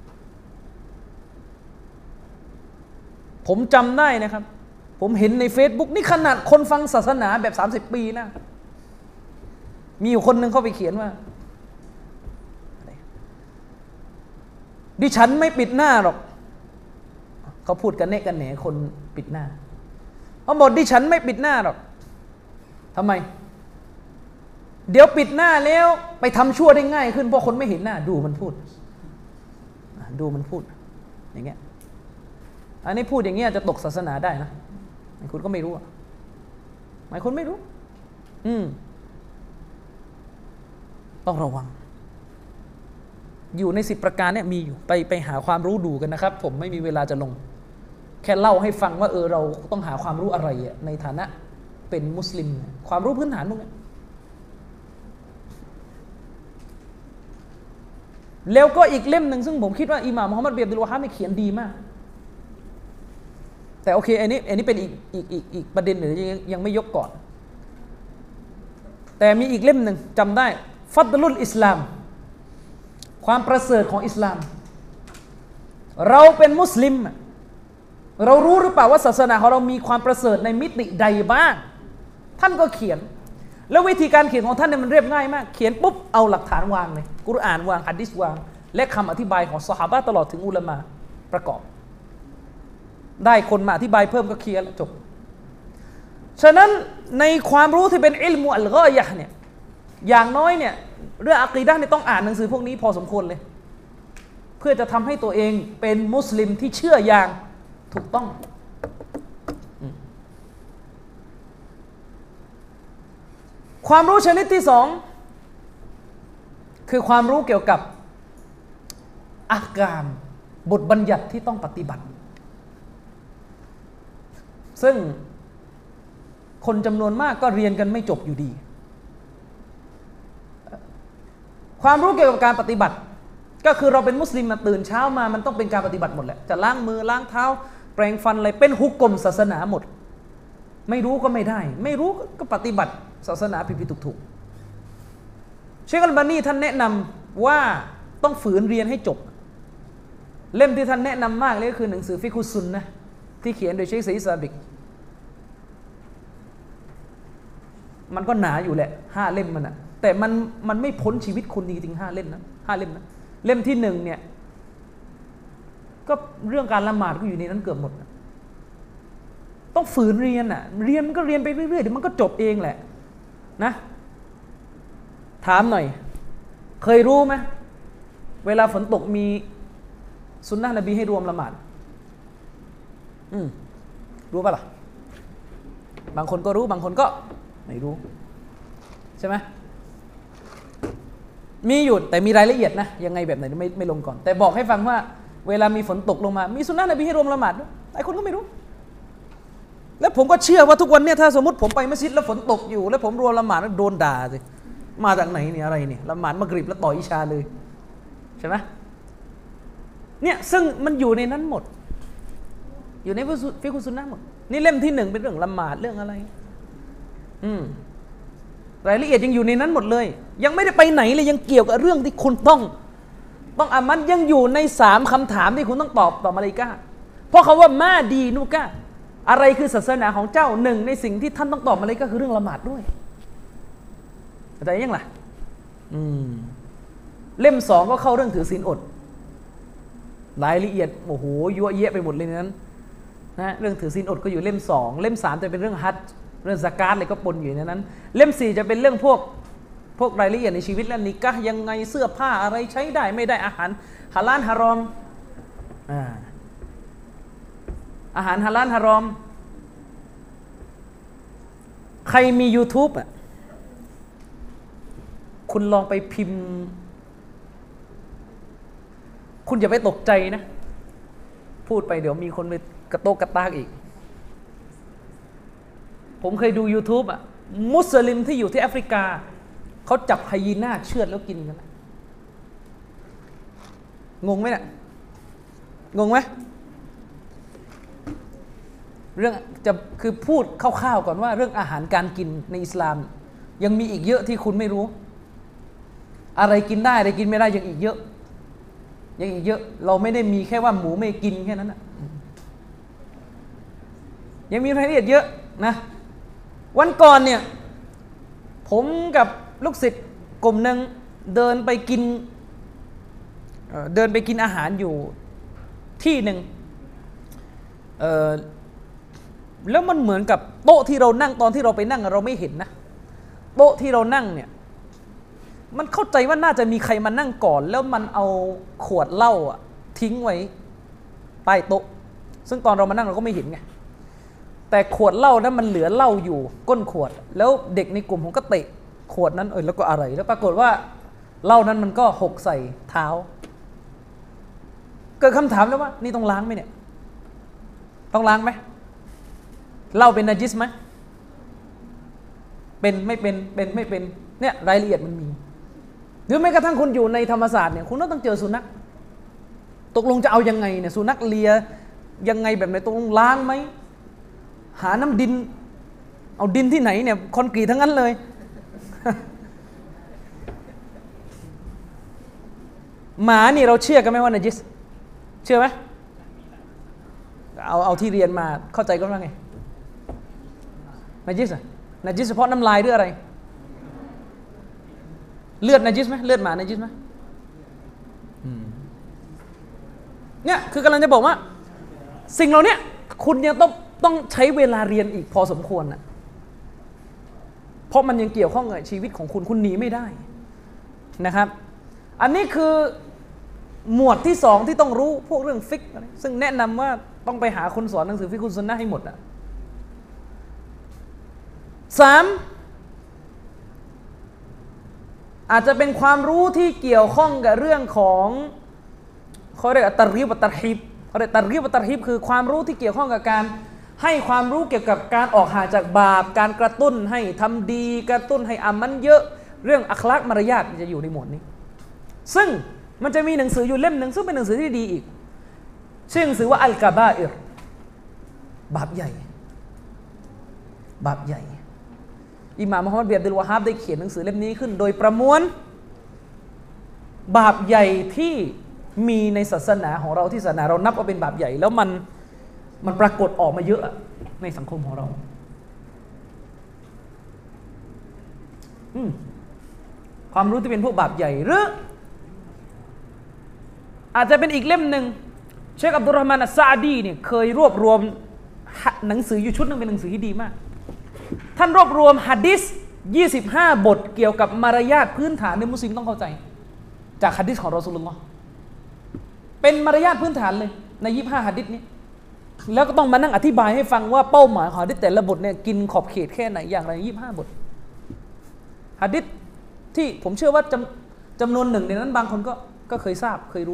ผมจำได้นะครับผมเห็นใน Facebook นี่ขนาดคนฟังศาสนาแบบสามสิบปีนะมีอยู่คนหนึ่งเข้าไปเขียนว่าดิฉันไม่ปิดหน้าหรอกเขาพูดกันเนะกันแหนคนปิดหน้าเขาบอกดิฉันไม่ปิดหน้าหรอกทำไมเดี๋ยวปิดหน้าแล้วไปทำชั่วได้ง่ายขึ้นเพราะคนไม่เห็นหน้าดูมันพูดดูมันพูดอย่างเงี้ยอันนี้พูดอย่างเงี้ยจะตกศาสนาได้นะคุณก็ไม่รู้อ่ะหมายคนไม่รู้อืมต้องระวังอยู่ในสิบประการเนี่ยมีอยู่ไปไปหาความรู้ดูกันนะครับผมไม่มีเวลาจะลงแค่เล่าให้ฟังว่าเออเราต้องหาความรู้อะไรในฐานะเป็นมุสลิมความรู้พื้นฐานพวกนี้แล้วก็อีกเล่มหนึ่งซึ่งผมคิดว่าอิหม่ามมุฮัมมัดบินอับดุลวะฮาบเนี่ยเขียนดีมากแต่โอเคอันนี้อันนี้เป็นอีกอีกอีกอีกประเด็นหนึ่งยังยังไม่ยกก่อนแต่มีอีกเล่มหนึ่งจำได้ฟัดลุลอิสลามความประเสริฐของอิสลามเราเป็นมุสลิมเรารู้หรือเปล่าว่าศาสนาของเรามีความประเสริฐในมิติใดบ้างท่านก็เขียนแล้ววิธีการเขียนของท่านเนี่ยมันเรียบง่ายมากเขียนปุ๊บเอาหลักฐานวางเลยกุรอานวางหะดีษวางและคำอธิบายของซอฮาบะห์ตลอดถึงอุลามะประกอบได้คนมาอธิบายเพิ่มก็เคลียร์แล้วจบฉะนั้นในความรู้ที่เป็นอิลมุอัลฆอยะห์เนี่ยอย่างน้อยเนี่ยเรื่องอะกีดะห์เนี่ยต้องอ่านหนังสือพวกนี้พอสมควรเลยเพื่อจะทำให้ตัวเองเป็นมุสลิมที่เชื่ออย่างถูกต้องความรู้ชนิดที่สองคือความรู้เกี่ยวกับอาการบทบัญญัติที่ต้องปฏิบัติซึ่งคนจำนวนมากก็เรียนกันไม่จบอยู่ดีความรู้เกี่ยวกับการปฏิบัติก็คือเราเป็นมุสลิมมาตื่นเช้ามามันต้องเป็นการปฏิบัติหมดแหละจะล้างมือล้างเท้าแปรงฟันอะไรเป็นฮุกกลมศาสนาหมดไม่รู้ก็ไม่ได้ไม่รู้ก็ปฏิบัติศาสนาผิดๆถูกๆเชคอัลบานีท่านแนะนำว่าต้องฝืนเรียนให้จบเล่มที่ท่านแนะนำมากเลยก็คือหนังสือฟิกฮุสซุนนะห์ที่เขียนโดยเชคซะอีด ซาบิกมันก็หนาอยู่แหละห้าเล่มมันอะแต่มันมันไม่พ้นชีวิตคนจริงๆห้าเล่มนะห้าเล่มนะเล่มที่หนึ่งเนี่ยก็เรื่องการละหมาดก็อยู่ในนั้นเกือบหมดนะต้องฝืนเรียนอ่ะเรียนมันก็เรียนไปเรื่อยๆเดี๋ยวมันก็จบเองแหละนะถามหน่อยเคยรู้ไหมเวลาฝนตกมีสุนนะห์นบีให้รวมละหมาดอืมรู้ป่ะล่ะบางคนก็รู้บางคนก็ไม่รู้ใช่ไหมมีอยู่แต่มีรายละเอียดนะยังไงแบบไหนไม่ไม่ลงก่อนแต่บอกให้ฟังว่าเวลามีฝนตกลงมามีสุนนะห์นบีให้รวมละหมาดด้วยหลายคนก็ไม่รู้แล้วผมก็เชื่อว่าทุกวันเนี่ยถ้าสมมติผมไปมัสยิดแล้วฝนตกอยู่แล้วผมรวมละหมาดแล้วโดนด่าสิมาจากไหนเนี่ยอะไรเนี่ยละหมาดมักริบแล้วต่ออิชาเลยใช่ไหมเนี่ยซึ่งมันอยู่ในนั้นหมดอยู่ในฟิกฮุสซุนนะห์หมดนี่เล่มที่หนึ่งเป็นเรื่องละหมาดเรื่องอะไรอืมรายละเอียดยังอยู่ในนั้นหมดเลยยังไม่ได้ไปไหนเลยยังเกี่ยวกับเรื่องที่คุณต้องต้องอามันยังอยู่ในสามคำถามที่คุณต้องตอบต่อมาลาอิกะฮ์เพราะคำว่ามาดีนุกะอะไรคือศาสนาของเจ้าหนึ่งในสิ่งที่ท่านต้องตอบมาลาอิกะฮ์คือเรื่องละหมาดด้วยเข้าใจยังล่ะอืมเล่มสองก็เข้าเรื่องถือศีลอดรายละเอียดโอ้โหยั่วเยะไปหมดเลยนั้นนะเรื่องถือศีลอดก็อยู่เล่มสองเล่มสามจะเป็นเรื่องฮัจญ์เรื่องซะกาตอะไรก็ปนอยู่ในนั้นเล่มสี่จะเป็นเรื่องพวกพวกรายละเอียดในชีวิตและนิกะห์ยังไงเสื้อผ้าอะไรใช้ได้ไม่ได้อาหารฮาลาลฮารอมอ่าอาหารฮาลาลฮารอมใครมี YouTube อ่ะคุณลองไปพิมพ์คุณอย่าไปตกใจนะพูดไปเดี๋ยวมีคนไปกระโตกกระตากอีกผมเคยดู YouTube อ่ะมุสลิมที่อยู่ที่แอฟริกาเขาจับไฮยีน่าเชือดแล้วกินกันนะงงไหมเนี่ยงงไหมเรื่องจะคือพูดคร่าวๆก่อนว่าเรื่องอาหารการกินในอิสลามยังมีอีกเยอะที่คุณไม่รู้อะไรกินได้อะไรกินไม่ได้ยังอีกเยอะยังอีกเยอะเราไม่ได้มีแค่ว่าหมูไม่กินแค่นั้นนะยังมีรายละเอียดเยอะนะวันก่อนเนี่ยผมกับลูกศิษย์กลุ่มหนึ่งเดินไปกินเอ่อเดินไปกินอาหารอยู่ที่หนึ่งเอ่อแล้วมันเหมือนกับโต๊ะที่เรานั่งตอนที่เราไปนั่งเราไม่เห็นนะโต๊ะที่เรานั่งเนี่ยมันเข้าใจว่าน่าจะมีใครมานั่งก่อนแล้วมันเอาขวดเหล้าอะทิ้งไว้ใต้โต๊ะซึ่งตอนเรามานั่งเราก็ไม่เห็นไงแต่ขวดเหล้านั้นมันเหลือเหล้าอยู่ก้นขวดแล้วเด็กในกลุ่มผมก็เตะขวดนั้นเออแล้วก็อะไรแล้วปรากฏว่าเหล้านั้นมันก็หกใส่เท้าเกิดคำถามแล้วว่านี่ต้องล้างไหมเนี่ยต้องล้างไหมเหล้าเป็นนาจิสไหมเป็นไม่เป็นเป็นไม่เป็นเนี่ยรายละเอียดมันมีหรือแม้กระทั่งคุณอยู่ในธรรมศาสตร์เนี่ยคุณก็ต้องเจอสุนัขตกลงจะเอายังไงเนี่ยสุนัขเลียยังไงแบบไหนตกลงล้างไหมหาน้ำดินเอาดินที่ไหนเนี่ยคอนกรีตทั้งนั้นเลย หมานี่เราเชื่อกันไหมว่านาจิสเชื่อไหมเอาเอาที่เรียนมาเข้าใจก็ว่าไงนาจิสอะนาจิสเฉพาะน้ำลายหรืออะไรเลือดนาจิสไหมเลือดหมานาจิสไหมเนี่ยคือกำลังจะบอกว่าสิ่งเหล่านี้คุณยังต้องต้องใช้เวลาเรียนอีกพอสมควรนะเพราะมันยังเกี่ยวข้องกับชีวิตของคุณคุณหนีไม่ได้นะครับอันนี้คือหมวดที่สองที่ต้องรู้พวกเรื่องฟิกซึ่งแนะนำว่าต้องไปหาคนสอนหนังสือฟิกฮุซุนนะห์ให้หมดอ่ะสามอาจจะเป็นความรู้ที่เกี่ยวข้องกับเรื่องของเขาเรียกตัรกีบตัรฮีบเขาเรียกตัรกีบตัรฮีบคือความรู้ที่เกี่ยวข้องกับการให้ความรู้เกี่ยวกับการออกห่างจากบาปการกระตุ้นให้ทำดีกระตุ้นให้อามันเยอะเรื่องอัคลากมารยาทจะอยู่ในหมวดนี้ซึ่งมันจะมีหนังสืออยู่เล่มหนึ่งซึ่งเป็นหนังสือที่ดีอีกชื่อหนังสือว่าอัลกะบาอิรบาปใหญ่บาปใหญ่อิหม่ามมุฮัมมัดบินอับดุลวะฮาบได้เขียนหนังสือเล่มนี้ขึ้นโดยประมวลบาปใหญ่ที่มีในศาสนาของเราที่ศาสนาเรานับว่าเป็นบาปใหญ่แล้วมันมันปรากฏออกมาเยอะในสังคมของเราความรู้ที่เป็นพวกบาปใหญ่หรืออาจจะเป็นอีกเล่มหนึ่งเชคอับดุลรอห์มานอัสซะอดีเนี่ยเคยรวบรวมหนังสืออยู่ชุดนึงเป็นหนังสือที่ดีมากท่านรวบรวมหะดีษยี่สิบห้าบทเกี่ยวกับมารยาทพื้นฐานในมุสลิมต้องเข้าใจจากหะดีษของรอซูลุลลอฮ์เป็นมารยาทพื้นฐานเลยในยี่สิบห้าหะดีษนี้แล้วก็ต้องมานั่งอธิบายให้ฟังว่าเป้าหมายของหะดีษแต่ละบทเนี่ยกินขอบเขตแค่ไหนอย่างไรยี่สิบห้าบทหะดีษที่ผมเชื่อว่าจำจำนวนหนึ่งในนั้นบางคนก็ก็เคยทราบเคยรู้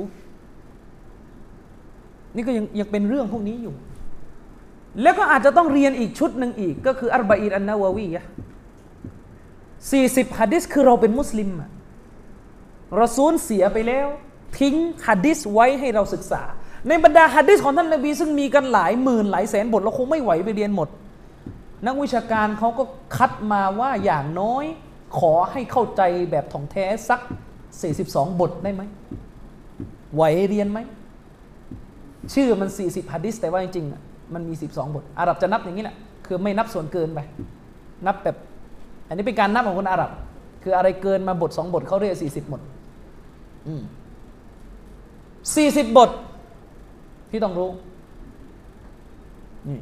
นี่ก็ยังยังเป็นเรื่องพวกนี้อยู่แล้วก็อาจจะต้องเรียนอีกชุดหนึ่งอีกก็คืออัรบะอีนอันนาวะวียะห์สี่สิบหะดีษคือเราเป็นมุสลิมอะรอซูลเสียไปแล้วทิ้งหะดีษไว้ให้เราศึกษาในบรรดาหะดีษของท่านนบีซึ่งมีกันหลายหมื่นหลายแสนบทเราคงไม่ไหวไปเรียนหมดนักวิชาการเขาก็คัดมาว่าอย่างน้อยขอให้เข้าใจแบบถ่องแท้สักสี่สิบสองบทได้ไหมไหวเรียนไหมชื่อมันสี่สิบหะดีษแต่ว่าจริงๆมันมีสิบสองบทอาหรับจะนับอย่างนี้แหละคือไม่นับส่วนเกินไปนับแบบอันนี้เป็นการนับของคนอาหรับคืออะไรเกินมาบทสองบทเขาเรียกสี่สิบหมดอืมสี่สิบบทที่ต้องรู้นี่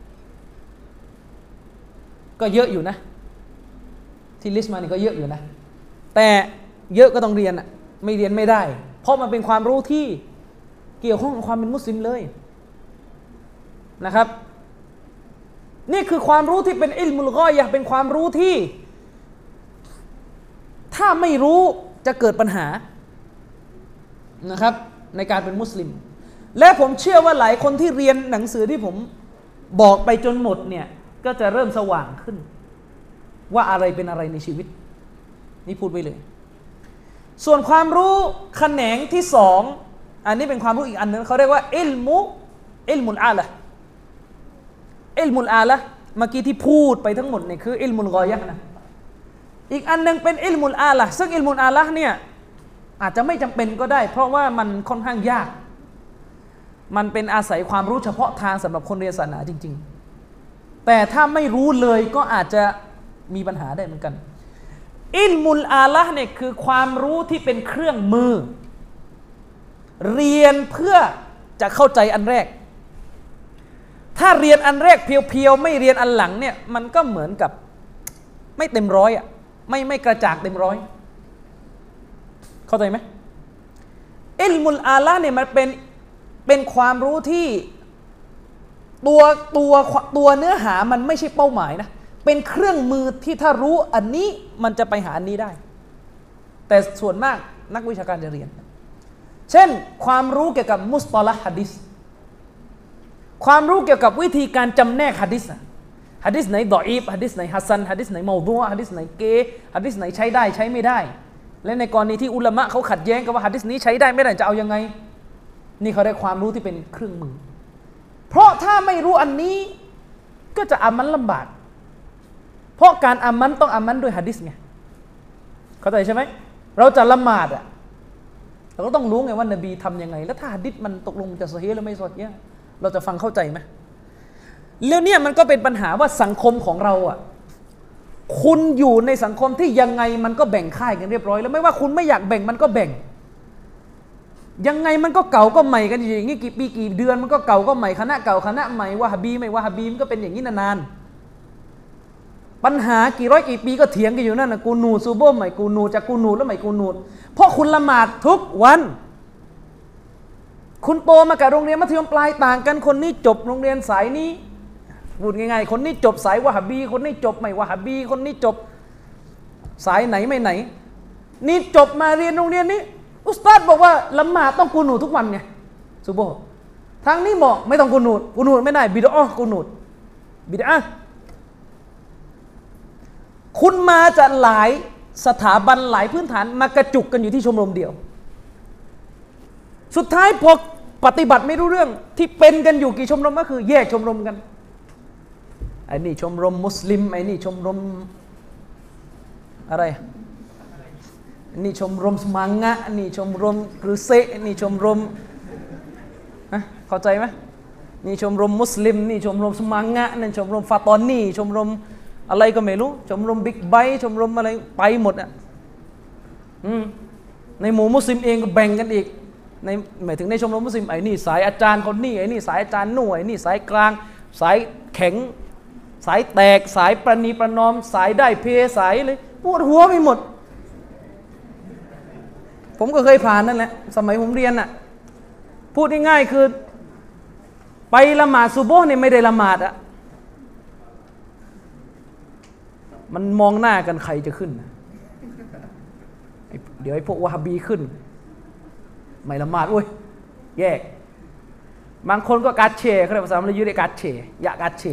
ก็เยอะอยู่นะที่ลิสต์มานี่ก็เยอะอยู่นะแต่เยอะก็ต้องเรียนอ่ะไม่เรียนไม่ได้เพราะมันเป็นความรู้ที่เกี่ยวข้องกับความเป็นมุสลิมเลยนะครับนี่คือความรู้ที่เป็นอิลมุลกอยะห์เป็นความรู้ที่ถ้าไม่รู้จะเกิดปัญหานะครับในการเป็นมุสลิมและผมเชื่อว่าหลายคนที่เรียนหนังสือที่ผมบอกไปจนหมดเนี่ยก็จะเริ่มสว่างขึ้นว่าอะไรเป็นอะไรในชีวิตนี่พูดไว้เลยส่วนความรู้แขนงที่สองอันนี้เป็นความรู้อีกอันนึงเขาเรียกว่าอิลมุอิลมุลอาละอิลมุลอาละเมื่อกี้ที่พูดไปทั้งหมดเนี่ยคืออิลมุลกอยะห์นะอีกอันนึงเป็นอิลมุลอาละซึ่งอิลมุลอาละเนี่ยอาจจะไม่จำเป็นก็ได้เพราะว่ามันค่อนข้างยากมันเป็นอาศัยความรู้เฉพาะทางสำหรับคนเรียนศาสนาจริงๆแต่ถ้าไม่รู้เลยก็อาจจะมีปัญหาได้เหมือนกันอิลมุลอาละเนี่ยคือความรู้ที่เป็นเครื่องมือเรียนเพื่อจะเข้าใจอันแรกถ้าเรียนอันแรกเพียวๆไม่เรียนอันหลังเนี่ยมันก็เหมือนกับไม่เต็มร้อยอ่ะไม่ไม่กระจ่างเต็มร้อยเข้าใจไหมอิลมุลอาละเนี่ยมันเป็นเป็นความรู้ที่ตัวตัวตัวเนื้อหามันไม่ใช่เป้าหมายนะเป็นเครื่องมือที่ถ้ารู้อันนี้มันจะไปหาอันนี้ได้แแต่ส่วนมากนักวิชาการจะเรียนเช่นความรู้เกี่ยวกับมุสตอละฮ์หะดีษความรู้เกี่ยวกับวิธีการจำแนกหะดีษหะดีษไหนดออีฟหะดีษไหนฮัสซันหะดีษไหนเมาดูอะหะดีษไหนเกหะดีษไหนใช้ได้ใช้ไม่ได้และในกรณีที่อุลามะเขาขัดแย้งกันว่าหะดีษนี้ใช้ได้ไม่ได้จะเอายังไงนี่เขาได้ความรู้ที่เป็นเครื่องมือเพราะถ้าไม่รู้อันนี้ก็จะอามันลำบากเพราะการอามันต้องอามันด้วยหะดีษไงเข้าใจใช่ไหมเราจะละหมาดอ่ะเราก็ต้องรู้ไงว่านบีทำยังไงแล้วถ้าหะดีษมันตกลงจะซอฮีหรือไม่ซอฮีเราจะฟังเข้าใจไหมแล้วเนี่ยมันก็เป็นปัญหาว่าสังคมของเราอ่ะคุณอยู่ในสังคมที่ยังไงมันก็แบ่งค่ายกันเรียบร้อยแล้วไม่ว่าคุณไม่อยากแบ่งมันก็แบ่งยังไงมันก็เก่าก็ใหม่กันอย่างนี้กี่ปีกี่เดือนมันก็เก่าก็ใหม่คณะเก่าคณะใหม่วะฮาบีไม่วะฮาบีมันก็เป็นอย่างนี้นานๆปัญหากี่ร้อยกี่ปีก็เถียงกันอยู่นั่นนะกูนูซูโบใหม่กูนูจากกูนูแล้วใหม่กูนูเพราะคุณละหมาดทุกวันคุณโตมากับโรงเรียนมัธยมปลายต่างกันคนนี้จบโรงเรียนสายนี้พูดง่ายๆคนนี้จบสายวะฮาบีคนนี้จบไม่วะฮาบีคนนี้จบสายไหนไม่ไหนนี่จบมาเรียนโรงเรียนนี้อุสตาดบอกว่าละหมาดต้องกูนูทุกวันไงซุโบห์ทางนี้บอกไม่ต้องกูนูกูนูไม่ได้บิดอะห์กูนูบิดอะห์คุณมาจากหลายสถาบันหลายพื้นฐานมากระจุกกันอยู่ที่ชมรมเดียวสุดท้ายพอปฏิบัติไม่รู้เรื่องที่เป็นกันอยู่กี่ชมรมก็คือแยกชมรมกันไอ้นี่ชมรมมุสลิมไอ้นี่ชมรมอะไรนี่ชมรมสมังงะนี่ชมรมกรุเซนี่ชมรมฮะเข้าใจไหมนี่ชมรมมุสลิมนี่ชมรมสมังงะนี่ชมรมฟาตอนนี่ชมรมอะไรก็ไม่รู้ชมรมบิ๊กไบค์ชมรมอะไรไปหมดอ่ะอืมในหมู่มุสลิมเองก็แบ่งกันอีกในหมายถึงในชมรมมุสลิมไอ้นี่สายอาจารย์คนนี้ไอ้นี่สายอาจารย์หน่วยนี่สายกลางสายแข็งสายแตกสายประนีประนอมสายได้เพสายเลยปวดหัวไปหมดผมก็เคยผ่านนั่นแหละสมัยผมเรียนน่ะพูดง่ายๆคือไปละหมาดซุโบห์เนี่ยไม่ได้ละหมาดอะมันมองหน้ากันใครจะขึ้นนะเดี๋ยวไอ้พวกวะฮาบีขึ้นไม่ละหมาดโอ้ยแยกบางคนก็กัดเชเขาเรียกภาษาอังกฤษเรียกกัดเชยะกัดเช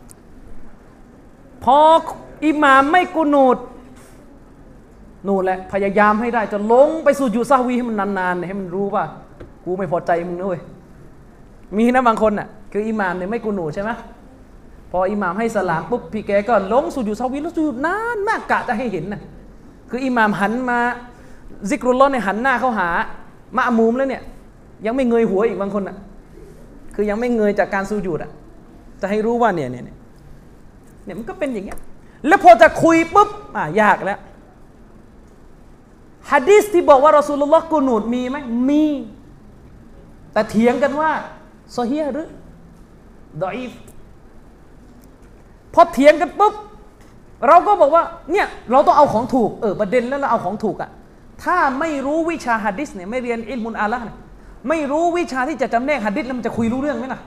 พออิหม่ามไม่กุนูดนู่นแหละพยายามให้ได้จะลงไปสู่ยูซาวีให้มันนานๆให้มันรู้ว่ากูไม่พอใจมึงนะเว้ยมีนะบางคนน่ะคืออิหม่ามเนี่ยไม่กุนูดใช่ไหมพออิหม่ามให้สลามปุ๊บพี่แกก็ลงสู่ยูซาวีแล้วสู่นานมากกะจะให้เห็นนะคืออิหม่ามหันมาซิกรุลลอฮ์เนี่ยหันหน้าเข้าหามะมูมแล้วเนี่ยยังไม่เงยหัวอีกบางคนน่ะคือยังไม่เงยจากการซูญูดอ่ะจะให้รู้ว่าเนี่ยเนี่ยเนี่ยมันก็เป็นอย่างเงี้ยแล้วพอจะคุยปุ๊บอ่ะยากแล้วหะดีษที่บอกว่ารอซูลุลลอฮ์กุนูดมีไหมมีแต่เถียงกันว่าซอฮีฮ์หรือดออีฟพอเถียงกันปุ๊บเราก็บอกว่าเนี่ยเราต้องเอาของถูกเออประเด็นแล้วเราเอาของถูกอ่ะถ้าไม่รู้วิชาหะดีษเนี่ยไม่เรียนอิลมุนอาละห์เนี่ยไม่รู้วิชาที่จะจำแนกหะดีษแล้วมันจะคุยรู้เรื่องไหมล่ะ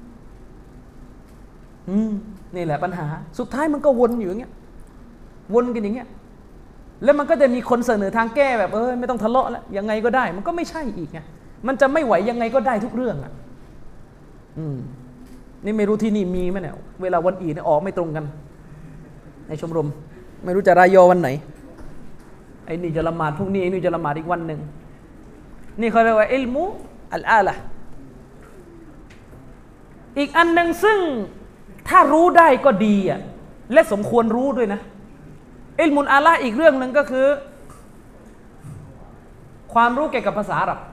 อืมนี่แหละปัญหาสุดท้ายมันก็วนอยู่อย่างเงี้ยวนกันอย่างเงี้ยแล้วมันก็จะมีคนเสนอทางแก้แบบเออไม่ต้องทะเลาะแล้วยังไงก็ได้มันก็ไม่ใช่อีกไงมันจะไม่ไหวยังไงก็ได้ทุกเรื่องอ่ะอืมนี่ไม่รู้ที่นี่มีไหมเนี่ยเวลาวันอีดเนี่ยออกไม่ตรงกันในชมรมไม่รู้จะรายยอวันไหนไอ้นี่จะละหมาดพรุ่งนี้ไอ้นี่จะละหมาดอีกวันหนึ่งนี่เขาเรียกว่าอิลมุอัลอาละอีกอันหนึ่งซึ่งถ้ารู้ได้ก็ดีอ่ะและสมควรรู้ด้วยนะอิลมุนอาละอีกเรื่องหนึ่งก็คือความรู้เกี่ยวกับภาษาอาหรับ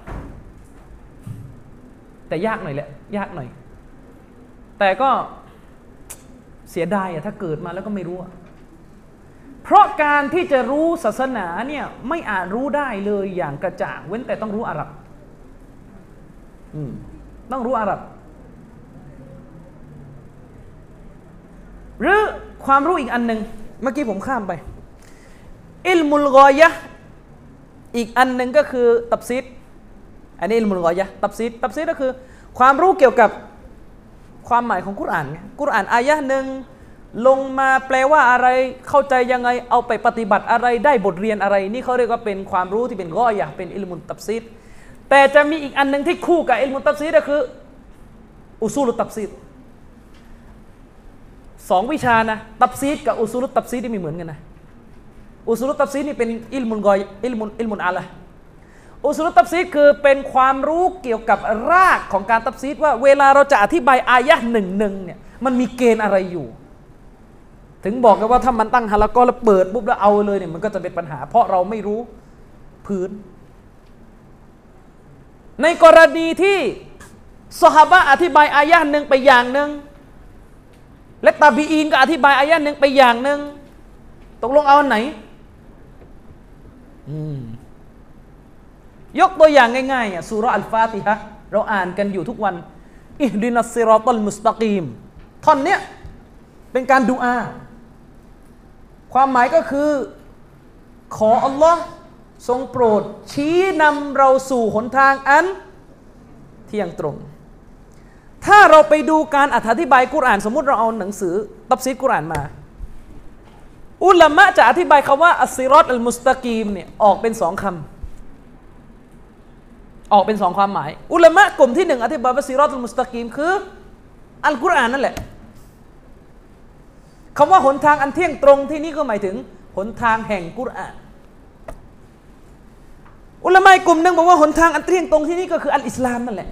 แต่ยากหน่อยแหละยากหน่อยแต่ก็เสียดายอะถ้าเกิดมาแล้วก็ไม่รู้อะเพราะการที่จะรู้ศาสนาเนี่ยไม่อาจรู้ได้เลยอย่างกระจ่างเว้นแต่ต้องรู้อาหรับอืมต้องรู้อาหรับหรือความรู้อีกอันหนึ่งเมื่อกี้ผมข้ามไปอิลมุลกอยะห์อีกอันหนึ่งก็คือตัฟซีรอันนี้อิลมุลกอยะห์ตัฟซีรตัฟซีรก็คือความรู้เกี่ยวกับความหมายของกุรอานไงกุรอานอายะห์หนึ่งลงมาแปลว่าอะไรเข้าใจยังไงเอาไปปฏิบัติอะไรได้บทเรียนอะไรนี่เขาเรียกว่าเป็นความรู้ที่เป็นก้อยเป็นอิลมุนตัฟซีรแต่จะมีอีกอันนึงที่คู่กับอิลมุนตัฟซีรก็คืออุซูลุตัฟซีรสองวิชานะตัฟซีรกับอุซูลุตัฟซีรนี่มีเหมือนกันนะอุซูลุตัฟซีรนี่เป็นอิลมุนกอยอิลมุนอิลมุนอะละอุซูลุตัฟซีรคือเป็นความรู้เกี่ยวกับรากของการตัฟซีรว่าเวลาเราจะอธิบายอายะห์หนึ่งหนึ่งเนี่ยมันมีเกณฑ์อะไรอยู่ถึงบอกกันว่าถ้ามันตั้งฮะละกอแล้วเปิดปุ๊บแล้วเอาเลยเนี่ยมันก็จะเป็นปัญหาเพราะเราไม่รู้พื้นในกรณีที่ซอฮาบะห์อธิบายอายะห์หนึ่งไปอย่างหนึ่งและตาบีอีนก็อธิบายอายะห์หนึ่งไปอย่างหนึ่งตกลงเอาอันไหนยกตัวอย่างง่ายๆอ่ะซูเราะห์อัลฟาติฮะห์เราอ่านกันอยู่ทุกวันอิฮดินัสซิรอตัลมุสตะกีมท่อนเนี้ยเป็นการดุอาความหมายก็คือขออัลลอฮ์ทรงโปรดชี้นำเราสู่หนทางอันเที่ยงตรงถ้าเราไปดูการอธิบายกุรอานสมมุติเราเอาหนังสือตัฟซีรกุรอานมาอุลามะจะอธิบายคำว่าอัสซิรอตอัลมุสตะกีมเนี่ยออกเป็นสองคำออกเป็นสองความหมายอุลามะกลุ่มที่หนึ่งอธิบายว่าซิรอตุลมุสตะกีมคืออัลกุรอานนั่นแหละคำว่าหนทางอันเที่ยงตรงที่นี่ก็หมายถึงหนทางแห่งกุรอานอุลามะกลุ่มหนึ่งบอกว่าหนทางอันเที่ยงตรงที่นี่ก็คืออัลอิสลามนั่นแหละ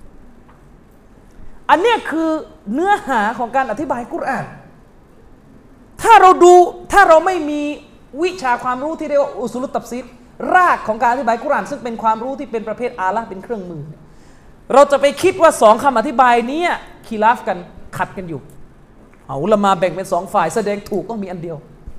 อันเนี้ยคือเนื้อหาของการอธิบายกุรอานถ้าเราดูถ้าเราไม่มีวิชาความรู้ที่เรียกว่าอุซูลุตตัฟซีรรากของการอธิบายกุรอานซึ่งเป็นความรู้ที่เป็นประเภทอาละห์เป็นเครื่องมือเราจะไปคิดว่าสองคำอธิบายนี้คีลาฟกันขัดกันอยู่เอาอุลามะแบ่งเป็นสองฝ่ายแสดงถูกต้องมีอันเดียว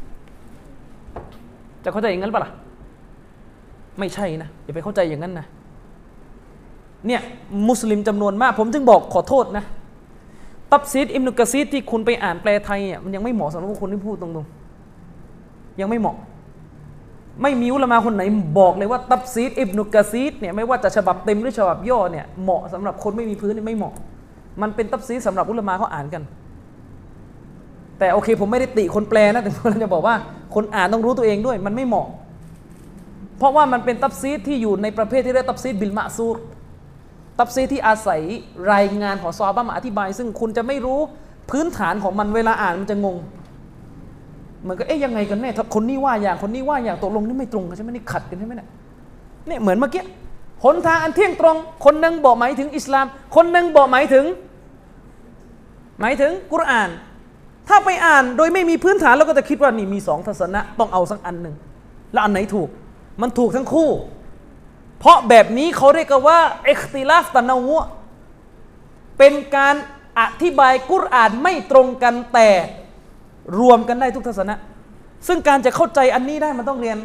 จะเข้าใจอย่างนั้นปะล่ะไม่ใช่นะอย่าไปเข้าใจอย่างนั้นนะเนี่ยมุสลิมจำนวนมากผมจึงบอกขอโทษนะตัฟซีรอิบนุกะซีรที่คุณไปอ่านแปลไทยเนี่ยมันยังไม่เหมาะสำหรับคนที่พูดตรงๆยังไม่เหมาะไม่มีอุลามะคนไหนบอกเลยว่าตัฟซีรอิบนุกะซีรเนี่ยไม่ว่าจะฉบับเต็มหรือฉบับย่อเนี่ยเหมาะสำหรับคนไม่มีพื้นไม่เหมาะมันเป็นตัฟซีรสำหรับอุลามะเขาอ่านกันแต่โอเคผมไม่ได้ติคนแปลนะแต่ผมจะบอกว่าคนอ่านต้องรู้ตัวเองด้วยมันไม่เหมาะเพราะว่ามันเป็นตัฟซีรที่อยู่ในประเภทที่เรียกตัฟซีรบิลมะซูรตัฟซีรที่อาศัยรายงานของซอฮาบะห์มาอธิบายซึ่งคุณจะไม่รู้พื้นฐานของมันเวลาอ่านมันจะงงมันก็เอ๊ยยังไงกันแน่ถ้าคนนี้ว่าอย่างคนนี้ว่าอย่างตกลงนี่ไม่ตรงกันใช่ไหมนี่ขัดกันใช่ไหมเนี่ยเนี่ยเหมือนเมื่อกี้หนทางอันเที่ยงตรงคนนึงบอกหมายถึงอิสลามคนนึงบอกหมายถึงหมายถึงกุรอานถ้าไปอ่านโดยไม่มีพื้นฐานเราก็จะคิดว่านี่มีสองทัศนะต้องเอาสักอันหนึ่งแล้วอันไหนถูกมันถูกทั้งคู่เพราะแบบนี้เขาเรียกว่าอิคติลาฟตะนาวะเป็นการอธิบายกุรอานไม่ตรงกันแต่รวมกันได้ทุกทัศนะซึ่งการจะเข้าใจอันนี้ได้มันต้องเรียน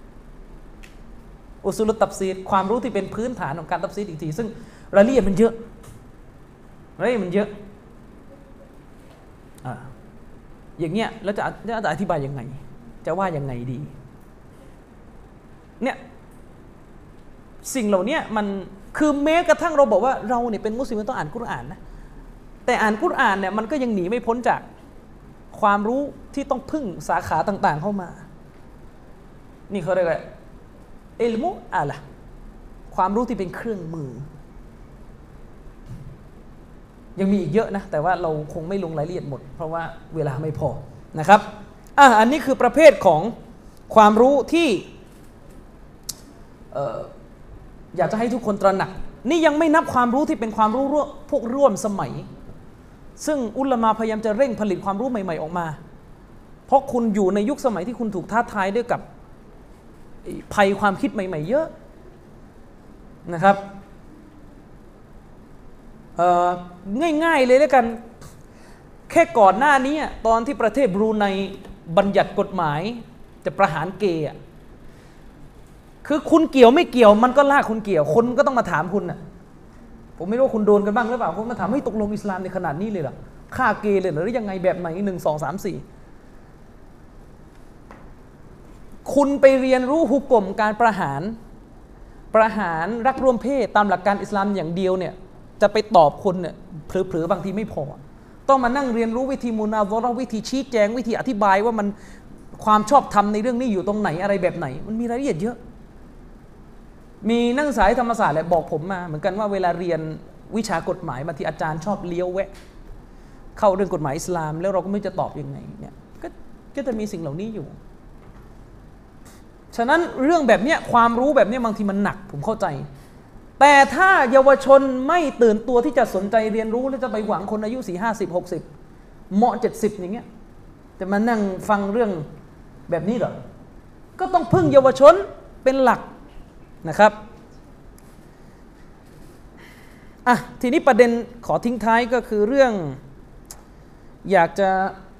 อุซูลุตตัฟซีรความรู้ที่เป็นพื้นฐานของการตัฟซีรอีกทีซึ่งรายละเอียดมันเยอะรายละเอียดมันเยอะอ่าอย่างเงี้ยแล้วจะจะอธิบายยังไงจะว่ายังไงดีเนี่ยสิ่งเหล่านี้มันคือแม้กระทั่งเราบอกว่าเราเนี่ยเป็นมุสลิมต้องอ่านกุรอานนะแต่อ่านกุรอานเนี่ยมันก็ยังหนีไม่พ้นจากความรู้ที่ต้องพึ่งสาขาต่างๆเข้ามานี่เขาเรียกว่าอิลมุอะละความรู้ที่เป็นเครื่องมือยังมีอีกเยอะนะแต่ว่าเราคงไม่ลงรายละเอียดหมดเพราะว่าเวลาไม่พอนะครับอ่ะอันนี้คือประเภทของความรู้ที่เอ่ออยากจะให้ทุกคนตระหนักนี่ยังไม่นับความรู้ที่เป็นความรู้พวกร่วมสมัยซึ่งอุลามะพยายามจะเร่งผลิตความรู้ใหม่ๆออกมาเพราะคุณอยู่ในยุคสมัยที่คุณถูกท้าทายด้วยกับภัยความคิดใหม่ๆเยอะนะครับง่ายๆเลยแล้วกันแค่ก่อนหน้านี้ตอนที่ประเทศบรูไนบัญญัติกฎหมายจะประหารเกย์คือคุณเกี่ยวไม่เกี่ยวมันก็ลากคุณเกี่ยวคนก็ต้องมาถามคุณน่ะผมไม่รู้คุณโดนกันบ้างหรือเปล่าคนมาถามให้ตกลงอิสลามในขนาดนี้เลยเหรอฆ่าเกย์เลยหรือยังไงแบบไหนหนึ่งสองสามสี่คุณไปเรียนรู้ฮุกกลมการประหารประหารรักร่วมเพศตามหลักการอิสลามอย่างเดียวเนี่ยจะไปตอบคนเนี่ยเผลอๆบางทีไม่พอต้องมานั่งเรียนรู้วิธีมุนาซอเราะห์วิธีชี้แจงวิธีอธิบายว่ามันความชอบธรรมในเรื่องนี้อยู่ตรงไหนอะไรแบบไหนมันมีรายละเอียดเยอะมีนักศึกษาธรรมศาสตร์แหละบอกผมมาเหมือนกันว่าเวลาเรียนวิชากฎหมายบางทีอาจารย์ชอบเลี้ยวแวะเข้าเรื่องกฎหมายอิสลามแล้วเราก็ไม่รู้จะตอบยังไงเนี่ยก็ก็จะมีสิ่งเหล่านี้อยู่ฉะนั้นเรื่องแบบเนี้ยความรู้แบบเนี้ยบางทีมันหนักผมเข้าใจแต่ถ้าเยาวชนไม่ตื่นตัวที่จะสนใจเรียนรู้แล้วจะไปหวังคนอายุสี่ห้าสิบหกสิบเหมาะเจ็ดสิบอย่างเงี้ยจะมานั่งฟังเรื่องแบบนี้เหรอก็ต้องพึ่งเยาวชนเป็นหลักนะครับอ่ะทีนี้ประเด็นขอทิ้งท้ายก็คือเรื่องอยากจะ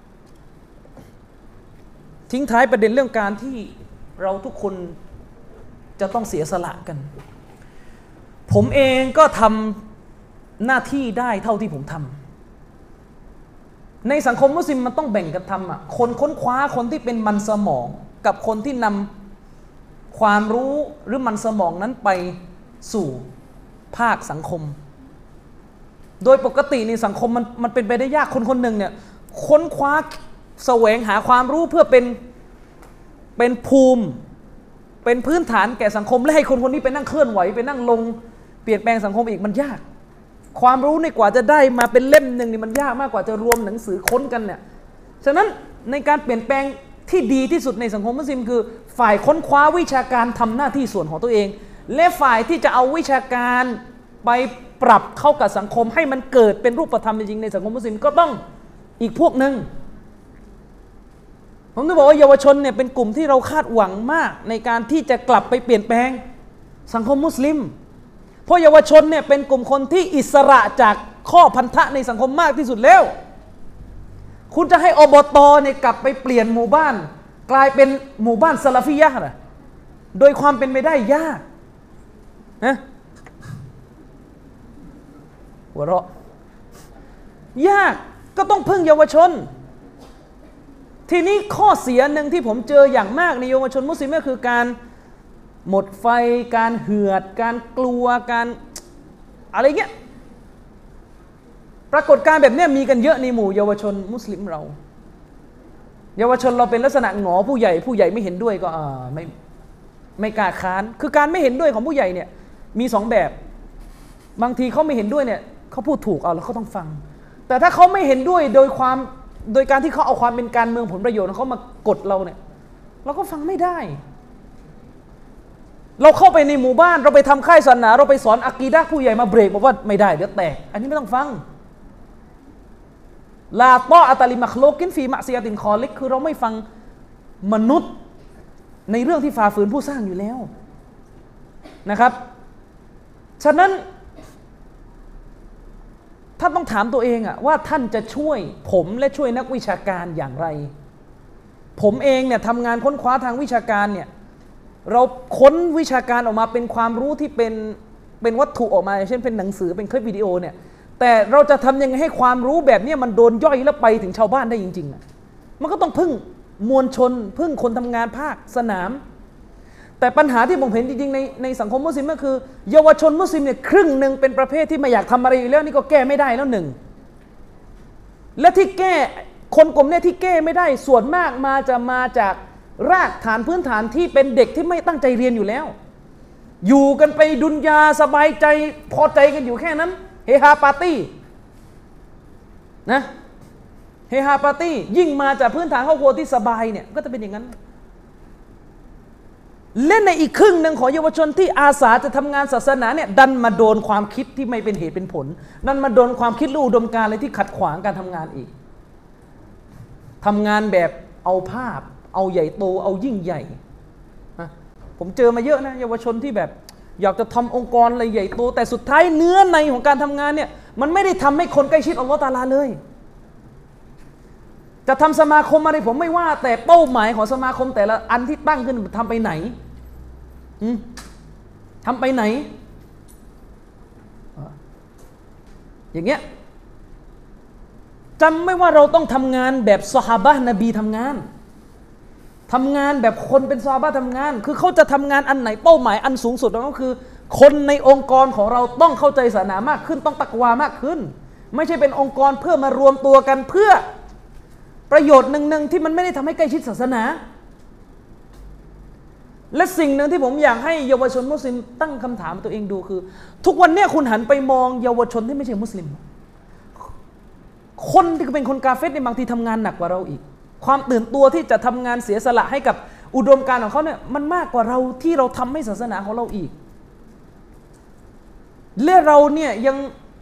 ทิ้งท้ายประเด็นเรื่องการที่เราทุกคนจะต้องเสียสละกันผมเองก็ทำหน้าที่ได้เท่าที่ผมทำในสังคมมุสลิมมันต้องแบ่งกันทำอ่ะคนค้นคว้าคนที่เป็นมันสมองกับคนที่นำความรู้หรือมันสมองนั้นไปสู่ภาคสังคมโดยปกติในสังคมมันมันเป็นไปได้ยากคนคนหนึ่งเนี่ยค้นคว้าแสวงหาความรู้เพื่อเป็นเป็นภูมิเป็นพื้นฐานแก่สังคมและให้คนคนนี้ไปนั่งเคลื่อนไหวไปนั่งลงเปลี่ยนแปลงสังคมอีกมันยากความรู้นี่กว่าจะได้มาเป็นเล่มหนึ่งนี่มันยากมากกว่าจะรวมหนังสือค้นกันเนี่ยฉะนั้นในการเปลี่ยนแปลงที่ดีที่สุดในสังคมมุสลิมคือฝ่ายค้นคว้าวิชาการทำหน้าที่ส่วนของตัวเองและฝ่ายที่จะเอาวิชาการไปปรับเข้ากับสังคมให้มันเกิดเป็นรูปธรรมจริงๆในสังคมมุสลิมก็ต้องอีกพวกหนึ่งผมต้องบอกว่าเยาวชนเนี่ยเป็นกลุ่มที่เราคาดหวังมากในการที่จะกลับไปเปลี่ยนแปลงสังคมมุสลิมเพราะเยาวชนเนี่ยเป็นกลุ่มคนที่อิสระจากข้อพันธะในสังคมมากที่สุดแล้วคุณจะให้อบตเนี่ยกลับไปเปลี่ยนหมู่บ้านกลายเป็นหมู่บ้านซะลาฟียะห์นะโดยความเป็นไปได้ยากนะหัวเราะยากก็ต้องพึ่งเยาวชนทีนี้ข้อเสียหนึ่งที่ผมเจออย่างมากในเยาวชนมุสลิมก็คือการหมดไฟการเหือดการกลัวการอะไรเงี้ยปรากฏการณ์แบบนี้มีกันเยอะในหมู่เยาวชนมุสลิมเราเยาวชนเราเป็นลักษณะหงอผู้ใหญ่ผู้ใหญ่ไม่เห็นด้วยก็อ่าไม่ไม่กล้าค้านคือการไม่เห็นด้วยของผู้ใหญ่เนี่ยมีสองแบบบางทีเขาไม่เห็นด้วยเนี่ยเขาพูดถูกเอาแล้วเขาต้องฟังแต่ถ้าเขาไม่เห็นด้วยโดยความโดยการที่เขาเอาความเป็นการเมืองผลประโยชน์เขามากดเราเนี่ยเราก็ฟังไม่ได้เราเข้าไปในหมู่บ้านเราไปทำค่ายศาสนาเราไปสอนอะกีดะห์ผู้ใหญ่มาเบรกบอกว่าไม่ได้เดี๋ยวแตกอันนี้ไม่ต้องฟังลาตออะตะลิมักลุกินฟีมะซิยะตินคอลิกคือเราไม่ฟังมนุษย์ในเรื่องที่ฝ่าฝืนผู้สร้างอยู่แล้วนะครับฉะนั้นท่านต้องถามตัวเองอะว่าท่านจะช่วยผมและช่วยนักวิชาการอย่างไรผมเองเนี่ยทำงานค้นคว้าทางวิชาการเนี่ยเราค้นวิชาการออกมาเป็นความรู้ที่เป็นเป็นวัตถุออกมาเช่นเป็นหนังสือเป็นคลิปวิดีโอเนี่ยแต่เราจะทำยังไงให้ความรู้แบบนี้มันโดนย่อยแล้วไปถึงชาวบ้านได้จริงๆอะมันก็ต้องพึ่งมวลชนพึ่งคนทำงานภาคสนามแต่ปัญหาที่ผมเห็นจริงๆในในสังคมมุสลิมก็คือเยาวชนมุสลิมเนี่ยครึ่งหนึ่งเป็นประเภทที่ไม่อยากทำอะไรอยู่แล้วนี่ก็แก้ไม่ได้แล้วหนึ่งและที่แก้คนกลุ่มเนี่ยที่แก้ไม่ได้ส่วนมากมาจะมาจากรากฐานพื้นฐานที่เป็นเด็กที่ไม่ตั้งใจเรียนอยู่แล้วอยู่กันไปดุนยาสบายใจพอใจกันอยู่แค่นั้นเฮฮาปาร์ตี้นะเฮฮาปาร์ตี้ยิ่งมาจากพื้นฐานครอบครัวที่สบายเนี่ยก็จะเป็นอย่างนั้นเล่นในอีกครึ่งหนึ่งของเยาวชนที่อาสาจะทำงานศาสนาเนี่ยดันมาโดนความคิดที่ไม่เป็นเหตุเป็นผลดันมาโดนความคิดและอุดมการณ์อะไรที่ขัดขวางการทำงานอีกทำงานแบบเอาภาพเอาใหญ่โตเอายิ่งใหญ่นะผมเจอมาเยอะนะเยาวชนที่แบบอยากจะทำองค์กรอะไรใหญ่โตแต่สุดท้ายเนื้อในของการทำงานเนี่ยมันไม่ได้ทำให้คนใกล้ชิดอัลลอฮฺตะอาลาเลยจะทำสมาคมอะไรผมไม่ว่าแต่เป้าหมายของสมาคมแต่ละอันที่ตั้งขึ้นทำไปไหนทำไปไหนอย่างเงี้ยจำไม่ว่าเราต้องทำงานแบบซอฮาบะห์นบีทำงานทำงานแบบคนเป็นซอฮาบะห์ทำงานคือเขาจะทำงานอันไหนเป้าหมายอันสูงสุดก็คือคนในองค์กรของเราต้องเข้าใจศาสนามากขึ้นต้องตักวามากขึ้นไม่ใช่เป็นองค์กรเพื่อมารวมตัวกันเพื่อประโยชน์หนึ่งๆที่มันไม่ได้ทำให้ใกล้ชิดศาสนาและสิ่งหนึ่งที่ผมอยากให้เยาวชนมุสลิมตั้งคำถามตัวเองดูคือทุกวันนี้คุณหันไปมองเยาวชนที่ไม่ใช่มุสลิมคนที่เป็นคนกาเฟรในบางทีทำงานหนักกว่าเราอีกความตื่นตัวที่จะทำงานเสียสละให้กับอุดมการณ์ของเขาเนี่ยมันมากกว่าเราที่เราทำให้ศาสนาของเราอีกและเราเนี่ยยัง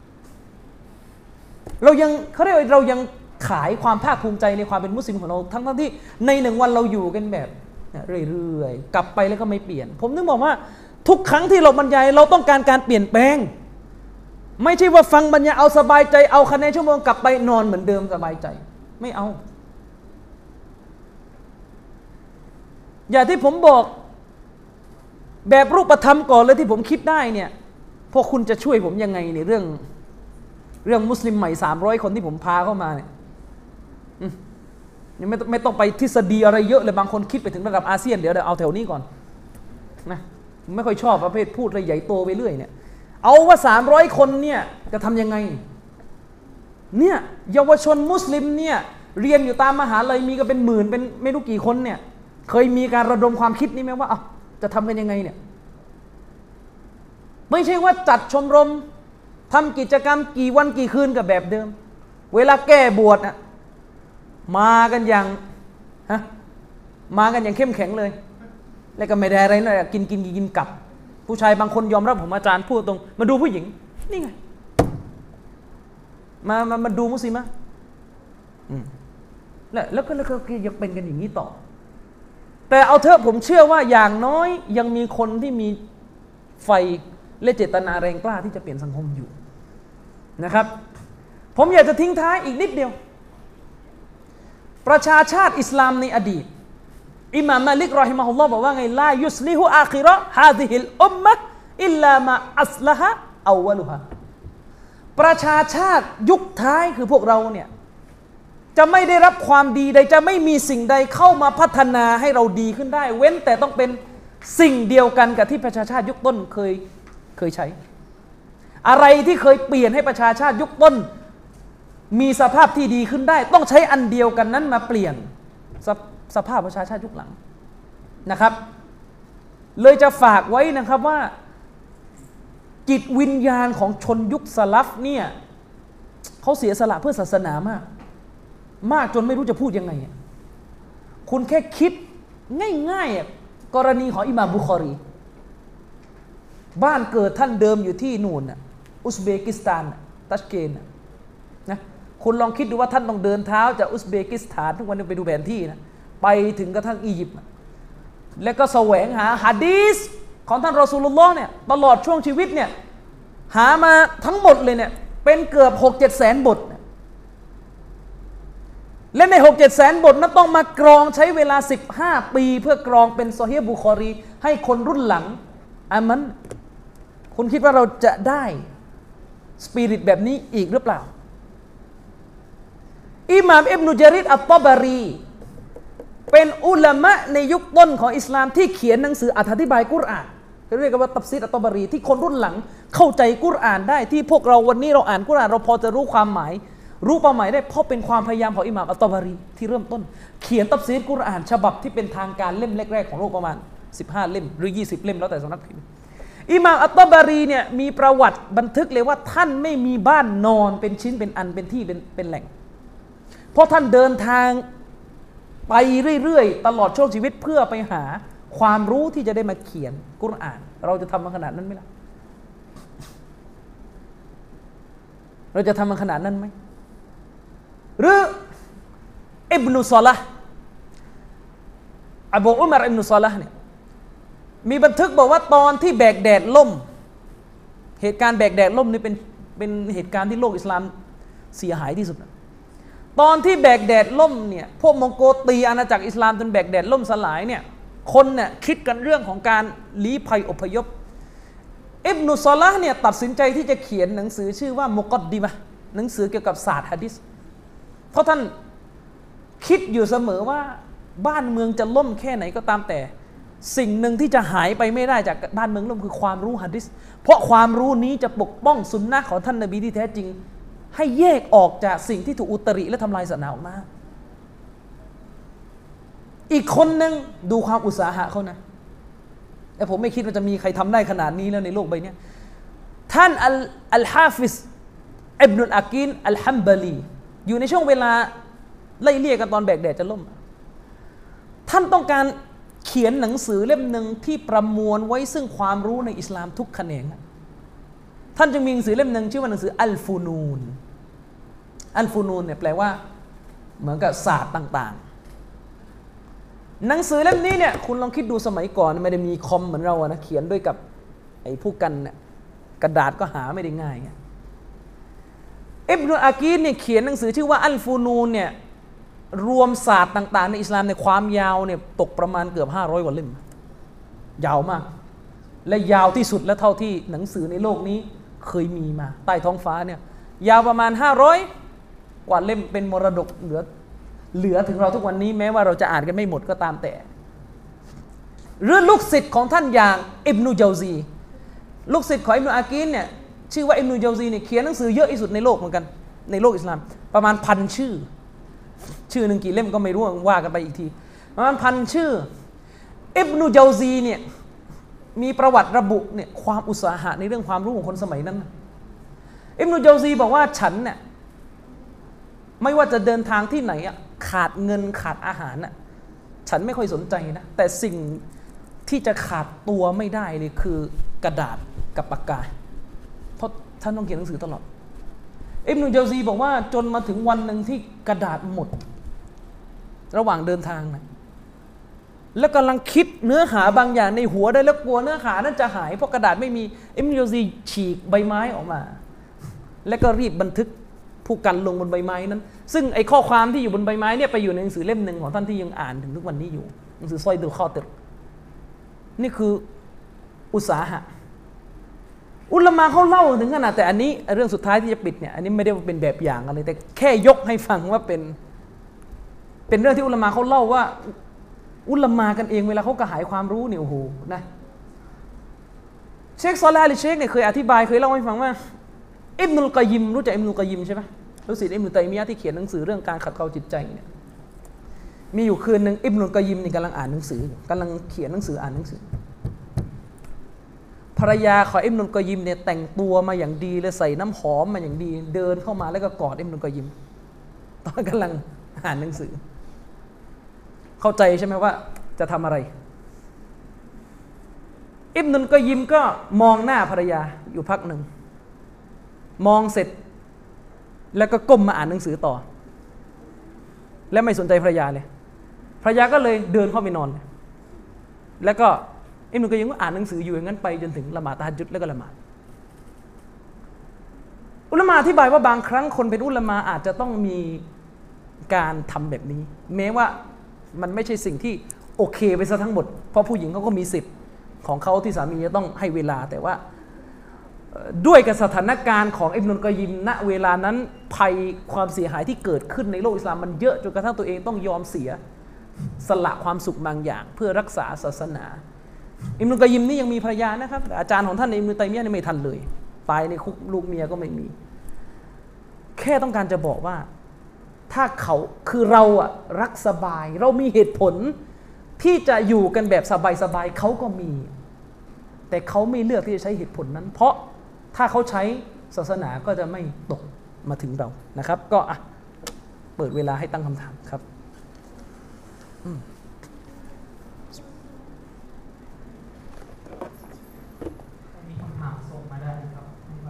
เรายังเขาเรียกว่าเรายังขายความภาคภูมิใจในความเป็นมุสลิมของเราทั้งทั้งที่ในหนึ่งวันเราอยู่กันแบบเรื่อยๆกลับไปแล้วก็ไม่เปลี่ยนผมนึกบอกว่าทุกครั้งที่เราบรรยายเราต้องการการเปลี่ยนแปลงไม่ใช่ว่าฟังบรรยายเอาสบายใจเอาคะแนนชั่วโมงกลับไปนอนเหมือนเดิมสบายใจไม่เอาอย่างที่ผมบอกแบบรูปธรรมก่อนเลยที่ผมคิดได้เนี่ยพวกคุณจะช่วยผมยังไงเนี่ยเรื่องเรื่องมุสลิมใหม่สามร้อยคนที่ผมพาเข้ามาเนี่ยยังไม่ไม่ต้องไปทฤษฎีอะไรเยอะเลยบางคนคิดไปถึงระดับอาเซียนเดี๋ยวเดี๋ยวเอาแถวนี้ก่อนนะผมไม่ค่อยชอบประเภทพูดอะไรใหญ่โตไปเรื่อยเนี่ยเอาว่าสามร้อยคนเนี่ยจะทำยังไงเนี่ยเยาวชนมุสลิมเนี่ยเรียนอยู่ตามมหาลัยมีก็เป็นหมื่นเป็นไม่รู้กี่คนเนี่ยเคยมีการระดมความคิดนี้ไหมว่าเอาจะทำกันยังไงเนี่ยไม่ใช่ว่าจัดชมรมทำกิจกรรมกี่วันกี่คืนกับแบบเดิมเวลาแก้บวชนะมากันอย่างฮะมากันอย่างเข้มแข็งเลยแล้วก็ไม่ได้อะไรนะกินกินกินกลับผู้ชายบางคนยอมรับผมอาจารย์พูดตรงมาดูผู้หญิงนี่ไงมามามาดูมุสลิมะอืมแล้วแล้วก็แล้วก็ยังเป็นกันอย่างนี้ต่อแต่เอาเถอะผมเชื่อว่าอย่างน้อยยังมีคนที่มีไฟและเจตนาแรงกล้าที่จะเปลี่ยนสังคมอยู่นะครับผมอยากจะทิ้งท้ายอีกนิดเดียวประชาชาติอิสลามในอดีตอิหม่ามมาลิกรอฮิมะฮุลลอฮ์บอกว่าไงลายุสลิฮุอาคิเราะห์ฮาซิฮิลอุมมะฮ์อิลลามาอัสละฮะอวัลุฮะประชาชาติยุคท้ายคือพวกเราเนี่ยจะไม่ได้รับความดีใดจะไม่มีสิ่งใดเข้ามาพัฒนาให้เราดีขึ้นได้เว้นแต่ต้องเป็นสิ่งเดียวกันกับที่ประชาชาติยุคต้นเคยเคยใช้อะไรที่เคยเปลี่ยนให้ประชาชาติยุคต้นมีสภาพที่ดีขึ้นได้ต้องใช้อันเดียวกันนั้นมาเปลี่ยนสสภาพประชาชาติยุคหลังนะครับเลยจะฝากไว้นะครับว่าจิตวิญญาณของชนยุคสลัฟเนี่ยเขาเสียสละเพื่อศาสนามากมากจนไม่รู้จะพูดยังไงคุณแค่คิดง่ายๆกรณีของอิหม่ามบุคอรีบ้านเกิดท่านเดิมอยู่ที่นู่นอุซเบกิสถานตัชเกนนะคุณลองคิดดูว่าท่านต้องเดินเท้าจากอุซเบกิสถานทุกวันนี้ไปดูแผนที่นะไปถึงกระทั่งอียิปต์แล้วก็แสวงหาหะดีษของท่านรอซูลุลลอฮ์เนี่ยตลอดช่วงชีวิตเนี่ยหามาทั้งหมดเลยเนี่ยเป็นเกือบ หกเจ็ด แสนบทและใน หกเจ็ด แสนบทนั้นต้องมากรองใช้เวลาสิบห้าปีเพื่อกรองเป็นซอฮีฮ์บุคอรีให้คนรุ่นหลังอามันคุณคิดว่าเราจะได้สปิริตแบบนี้อีกหรือเปล่าอิหม่ามอิบนุญะรีรอัตตอบารีเป็นอุลามะในยุคต้นของอิสลามที่เขียนหนังสืออธิบายกุรอานเรียกว่าตัฟซีรอัตตอบารีที่คนรุ่นหลังเข้าใจกุรอานได้ที่พวกเราวันนี้เราอ่านกุรอานเราพอจะรู้ความหมายรู้เป้าหมายได้เพราะเป็นความพยายามของอิหม่ามอัตตอบารีที่เริ่มต้นเขียนตัฟซีรกุรอานฉบับที่เป็นทางการเล่มแรกๆของโลกประมาณสิบห้าเล่มหรือยี่สิบเล่มแล้วแต่สำนักพิมพ์อิหม่ามอัตตอบารีเนี่ยมีประวัติบันทึกเลยว่าท่านไม่มีบ้านนอนเป็นชิ้นเป็นอันเป็นที่เป็นเป็นแหล่งเพราะท่านเดินทางไปเรื่อยๆตลอดช่วงชีวิตเพื่อไปหาความรู้ที่จะได้มาเขียนกุรอานเราจะทำมันขนาดนั้นไหมล่ะเราจะทำมันขนาดนั้นไหมหรืออิบนุซอละห์อบูอุมัรอิบนุซอละห์เนี่ยมีบันทึกบอกว่าตอนที่แบกแดดล่มเหตุการณ์แบกแดดล่มนี่เป็นเป็นเหตุการณ์ที่โลกอิสลามเสียหายที่สุดตอนที่แบกแดดล่มเนี่ยพวกมองโกตีอาณาจักรอิสลามจนแบกแดดล่มสลายเนี่ยคนเนี่ยคิดกันเรื่องของการลี้ภัยอพยพอิบนุซอละห์เนี่ยตัดสินใจที่จะเขียนหนังสือชื่อว่ามุกัดดิมะห์หนังสือเกี่ยวกับศาสตร์หะดีษเพราะท่านคิดอยู่เสมอว่าบ้านเมืองจะล่มแค่ไหนก็ตามแต่สิ่งหนึ่งที่จะหายไปไม่ได้จากบ้านเมืองล่มคือความรู้หะดีษเพราะความรู้นี้จะปกป้องสุนนะของท่านนบีที่แท้จริงให้แยกออกจากสิ่งที่ถูกอุตริและทำลายศาสนาออกมาอีกคนหนึ่งดูความอุตสาหะเขานะแต่ผมไม่คิดว่าจะมีใครทำได้ขนาดนี้แล้วในโลกใบนี้ท่านอัลอัลฮาฟิซอิบนุลอากีนอัลฮัมบาลีอยู่ในช่วงเวลาไล่เลี่ยกันตอนแบกแดดจะล่มท่านต้องการเขียนหนังสือเล่มหนึ่งที่ประมวลไว้ซึ่งความรู้ในอิสลามทุกแขนงท่านจึงมีหนังสือเล่มหนึ่งชื่อว่าหนังสืออัลฟูนูนอัลฟูนูนเนี่ยแปลว่าเหมือนกับศาสตร์ต่างๆหนังสือเล่มนี้เนี่ยคุณลองคิดดูสมัยก่อนไม่ได้มีคอมเหมือนเราอะนะเขียนด้วยกับไอ้ผู้กันเนี่ยกระดาษก็หาไม่ได้ง่ายอิบนุอากีนเนี่ยเขียนหนังสือชื่อว่าอัลฟูนูนเนี่ยรวมศาสตร์ต่างๆในอิสลามในความยาวเนี่ยตกประมาณเกือบห้าร้อยกว่าเล่มยาวมากและยาวที่สุดและเท่าที่หนังสือในโลกนี้เคยมีมาใต้ท้องฟ้าเนี่ยยาวประมาณห้าร้อยกว่าเล่มเป็นมรดกเหลือเหลือถึงเราทุกวันนี้แม้ว่าเราจะอ่านกันไม่หมดก็ตามแต่หรือลูกศิษย์ของท่านอย่างอิบนุเจาซีลูกศิษย์ของอิบนุอากีนเนี่ยชื่อว่าอิบนุเจาซีเนี่ยเขียนหนังสือเยอะที่สุดในโลกเหมือนกันในโลกอิสลามประมาณพันชื่อชื่อหนึ่งกี่เล่มก็ไม่รู้ว่ากันไปอีกทีประมาณพันชื่ออิบนุเจาซีเนี่ยมีประวัติระบุเนี่ยความอุตสาหะในเรื่องความรู้ของคนสมัยนั้นอิบนุเจาซีบอกว่าฉันเนี่ยไม่ว่าจะเดินทางที่ไหนอะขาดเงินขาดอาหารอะฉันไม่ค่อยสนใจนะแต่สิ่งที่จะขาดตัวไม่ได้เลยคือกระดาษกับปากกาเพราะท่านต้องเขียนหนังสือตลอดอิบนุเจาซีบอกว่าจนมาถึงวันหนึ่งที่กระดาษหมดระหว่างเดินทางนะแล้วกำลังคิดเนื้อหาบางอย่างในหัวได้แล้วกลัวเนื้อหานั้นจะหายเพราะกระดาษไม่มีอิบนุเจาซีฉีกใบไม้ออกมาแล้วก็รีบบันทึกผู้กันลงบนใบไม้นั้นซึ่งไอ้ข้อความที่อยู่บนใบไม้เนี่ยไปอยู่ในหนังสือเล่มหนึ่งของท่านที่ยังอ่านถึงทุกวันนี้อยู่หนังสือซอยดุลคอติรนี่คืออุตสาหะอุลามะเขาเล่าถึงขนาดแต่อันนี้เรื่องสุดท้ายที่จะปิดเนี่ยอันนี้ไม่ได้เป็นแบบอย่างอะไรแต่แค่ยกให้ฟังว่าเป็นเป็นเรื่องที่อุลามะเขาเล่าว่าอุลามะกันเองเวลาเขากระหายความรู้เนี่ยโอ้โหนะเชคซอลาห์อัลเชคเนี่ยเคยอธิบายเคยเล่าให้ฟังว่าอิบนุลกอยยิมรู้จักอิบนุลกอยยิมใช่ไหมรู้สิอิบนุตัยมียะห์ที่เขียนหนังสือเรื่องการขัดเกลาจิตใจเนี่ยมีอยู่คืนหนึ่งอิบนุลกอยยิมนี่กำลังอ่านหนังสือกำลังเขียนหนังสืออ่านหนังสือภรรยาของอิบนุลกอยยิมเนี่ยแต่งตัวมาอย่างดีเลยใส่น้ำหอมมาอย่างดีเดินเข้ามาแล้วก็กอดอิบนุลกอยยิมตอนกำลังอ่านหนังสือเข้าใจใช่ไหมว่าจะทำอะไรอิบนุลกอยยิมก็มองหน้าภรรยาอยู่พักหนึ่งมองเสร็จแล้วก็ก้มมาอ่านหนังสือต่อและไม่สนใจภรรยาเลยภรรยาก็เลยเดินเข้าไปนอนแล้วก็อิบนุลกอยยิมก็อ่านหนังสืออยู่อย่างนั้นไปจนถึงละหมาดตะฮัจญุดแล้วก็ละหมาดอุลามะอธิบายว่าบางครั้งคนเป็นอุลามะอาจจะต้องมีการทำแบบนี้แม้ว่ามันไม่ใช่สิ่งที่โอเคไปซะทั้งหมดเพราะผู้หญิงเขาก็มีสิทธิ์ของเขาที่สามีจะต้องให้เวลาแต่ว่าด้วยกับสถานการณ์ของอิบนุลกอยยิมณเวลานั้นภัยความเสียหายที่เกิดขึ้นในโลกอิสลามมันเยอะจนกระทั่งตัวเองต้องยอมเสียสละความสุขบางอย่างเพื่อรักษาศาสนาอิบนุลกอยยิมนี่ยังมีภรรยานะครับแต่อาจารย์ของท่านอิบนุตัยมียะห์นี่ไม่ทันเลยตายในคุกลูกเมียก็ไม่มีแค่ต้องการจะบอกว่าถ้าเขาคือเราอะรักสบายเรามีเหตุผลที่จะอยู่กันแบบสบายๆเขาก็มีแต่เขาไม่เลือกที่จะใช้เหตุผลนั้นเพราะถ้าเขาใช้ศาสนาก็จะไม่ตกมาถึงเรานะครับก็อ่ะเปิดเวลาให้ตั้งคำถามครับมีคำถามส่งมาได้ครับไป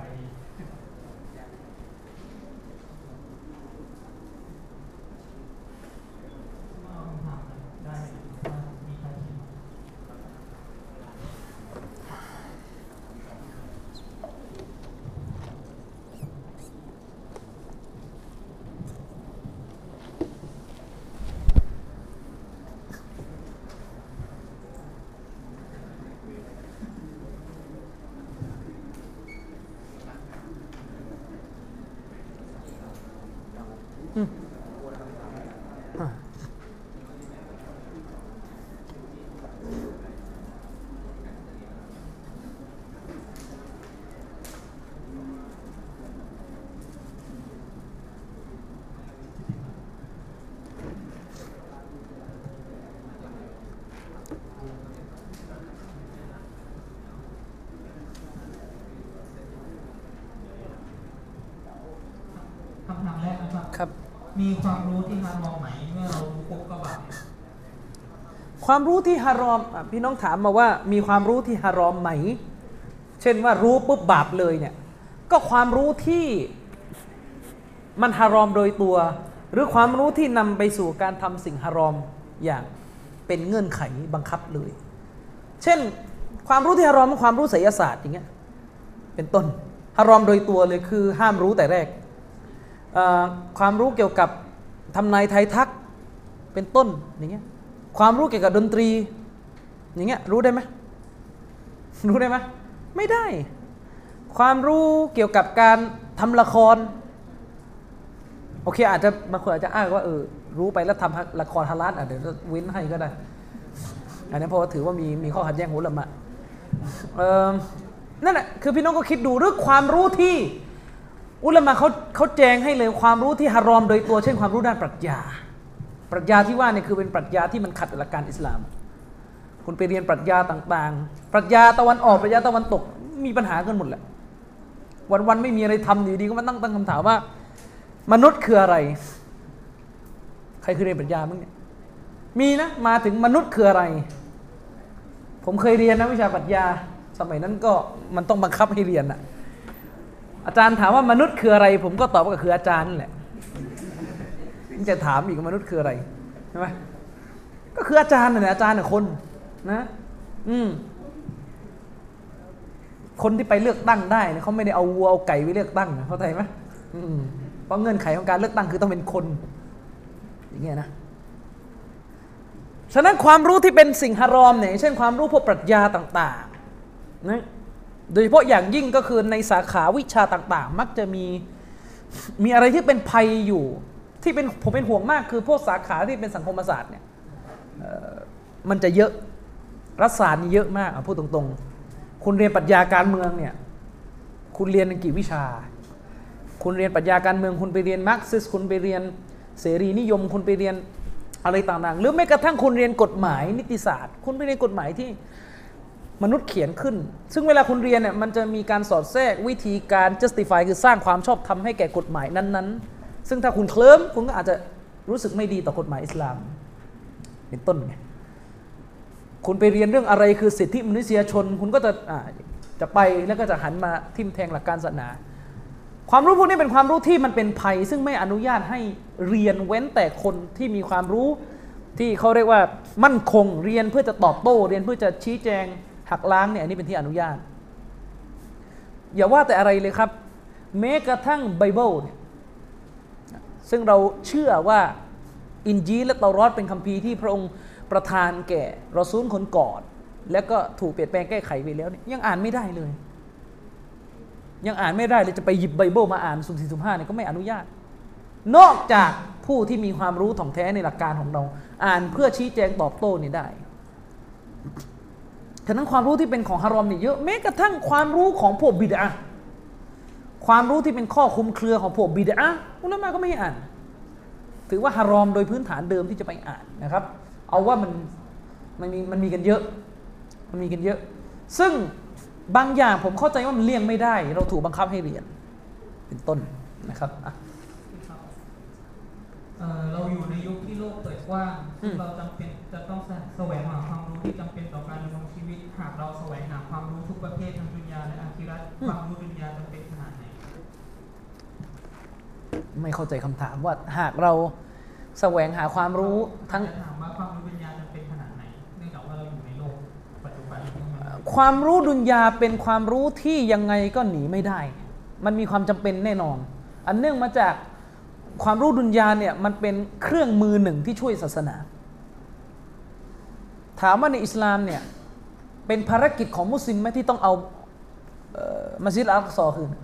มีความรู้ที่ฮารอมไหมเมื่อเรารู้ปุ๊บก็บาปความรู้ที่ฮารอมพี่น้องถามมาว่ามีความรู้ที่ฮารอมไหมเช่นว่ารู้ปุ๊บบาปเลยเนี่ยก็ความรู้ที่มันฮารอมโดยตัวหรือความรู้ที่นำไปสู่การทำสิ่งฮารอมอย่างเป็นเงื่อนไขบังคับเลยเช่นความรู้ที่ฮารอมความรู้ไสยศาสตร์อย่างเงี้ยเป็นต้นฮารอมโดยตัวเลยคือห้ามรู้แต่แรกความรู้เกี่ยวกับทำนายทายทักเป็นต้นอย่างเงี้ยความรู้เกี่ยวกับดนตรีอย่างเงี้ยรู้ได้ไหมรู้ได้ไหมไม่ได้ความรู้เกี่ยวกับการทำละครโอเคอาจจะบางคนอาจจะอ้างว่าเออรู้ไปแล้วทำละครฮาลาลอ่ะเดี๋ยวเว้นให้ก็ได้อันนี้เพราะว่าถือว่ามีมีข้อขัดแย้งอุลามะเออนั่นแหละคือพี่น้องก็คิดดูเรื่องความรู้ที่อุลามะเขาเขาแจงให้เลยความรู้ที่ฮารอมโดยตัวเช่นความรู้ด้านปรัชญาปรัชญาที่ว่าเนี่ยคือเป็นปรัชญาที่มันขัดหลักการอิสลามคุณไปเรียนปรัชญาต่างๆปรัชญาตะวันออกปรัชญาตะวันตกมีปัญหากันหมดแหละวันๆไม่มีอะไรทำอยู่ดีก็มาตั้งตั้งคำถามว่ามนุษย์คืออะไรใครเคยเรียนปรัชญาบ้างเนี่ยมีนะมาถึงมนุษย์คืออะไรผมเคยเรียนนะวิชาปรัชญาสมัยนั้นก็มันต้องบังคับให้เรียนอ่ะอาจารย์ถามว่ามนุษย์คืออะไรผมก็ตอบว่าคืออาจารย์นั่นแหละจะถามอีกมนุษย์คืออะไรใช่ไหมก็คืออาจารย์น่ะอาจารย์น่ะคนนะอืมคนที่ไปเลือกตั้งได้เนี่ยเขาไม่ได้เอาวัวเอาไก่ไปเลือกตั้งนะเข้าใจไหมอืมเพราะเงื่อนไขของการเลือกตั้งคือต้องเป็นคนอย่างเงี้ยนะฉะนั้นความรู้ที่เป็นสิ่งฮารอมเนี่ยเช่นความรู้พวกปรัชญาต่างๆนะโดยเฉพาะอย่างยิ่งก็คือในสาขาวิชาต่างๆมักจะมีมีอะไรที่เป็นภัยอยู่ที่เป็นผมเป็นห่วงมากคือพวกสาขาที่เป็นสังคมศาสตร์เนี่ยมันจะเยอะรัฐศาสตร์นี่เยอะมากพูดตรงๆคุณเรียนปรัชญาการเมืองเนี่ยคุณเรียนกี่วิชาคุณเรียนปรัชญาการเมืองคุณไปเรียนมาร์กซิสคุณไปเรียนเสรีนิยมคุณไปเรียนอะไรต่างๆหรือแม้กระทั่งคุณเรียนกฎหมายนิติศาสตร์คุณไปเรียนกฎหมายที่มนุษย์เขียนขึ้นซึ่งเวลาคุณเรียนเนี่ยมันจะมีการสอดแทรกวิธีการ justify คือสร้างความชอบธรรมให้แก่กฎหมายนั้นๆซึ่งถ้าคุณเคลิ้มคุณก็อาจจะรู้สึกไม่ดีต่อกฎหมายอิสลามเป็นต้นไงคุณไปเรียนเรื่องอะไรคือสิทธิมนุษยชนคุณก็จะจะไปแล้วก็จะหันมาทิ่มแทงหลักการศาสนาความรู้พวกนี้เป็นความรู้ที่มันเป็นภัยซึ่งไม่อนุญาตให้เรียนเว้นแต่คนที่มีความรู้ที่เขาเรียกว่ามั่นคงเรียนเพื่อจะตอบโต้เรียนเพื่อจะชี้แจงหักล้างเนี่ยอันนี้เป็นที่อนุญาตอย่าว่าแต่อะไรเลยครับแม้กระทั่งไบเบิลเนี่ยซึ่งเราเชื่อว่าอินจีลและเตารอดเป็นคัมภีร์ที่พระองค์ประทานแก่รอซูลคนก่อนแล้วก็ถูกเปลี่ยนแปลงแก้ไขไปแล้วเนี่ยยังอ่านไม่ได้เลยยังอ่านไม่ได้เลยจะไปหยิบไบเบิลมาอ่านสุ่มสี่สุ่มห้าเนี่ยก็ไม่อนุญาตนอกจากผู้ที่มีความรู้ถ่องแท้ในหลักการของเราอ่านเพื่อชี้แจงตอบโต้นี่ได้ฉะนั้นความรู้ที่เป็นของฮารอมนี่เยอะแม้กระทั่งความรู้ของพวกบิดอะห์ความรู้ที่เป็นข้อคลุมเครือของพวกบิดอะห์อุลามะก็ไม่ให้อ่านถือว่าฮารอมโดยพื้นฐานเดิมที่จะไปอ่านนะครับเอาว่ามันมันมีมันมีกันเยอะมันมีกันเยอะซึ่งบางอย่างผมเข้าใจว่ามันเลี่ยงไม่ได้เราถูกบังคับให้เรียนเป็นต้นนะครับเราอยู่ในยุคที่โลกเปิดกว้างเราจำเป็นจะต้องแสวงหาความรู้ที่จำเป็นต่อการดำรงชีวิตหากเราแสวงหาความรู้ทุกประเภททั้งดุนยาและอาคิเราะห์ความรู้ดุนยาจำเป็นขนาดไหนไม่เข้าใจคำถามว่าหากเราแสวงหาความรู้ทั้งถามว่าความรู้ดุนยาจำเป็นขนาดไหนเนื่องจากว่าเราอยู่ในโลกปัจจุบันความรู้ดุนยาเป็นความรู้ที่ยังไงก็หนีไม่ได้มันมีความจำเป็นแน่นอนอันเนื่องมาจากความรู้ดุนยาเนี่ยมันเป็นเครื่องมือหนึ่งที่ช่วยศาสนาถามว่าในอิสลามเนี่ยเป็นภารกิจของมุสลิมไหมที่ต้องเอาเอ่อมัสยิดอัลอักซอคืน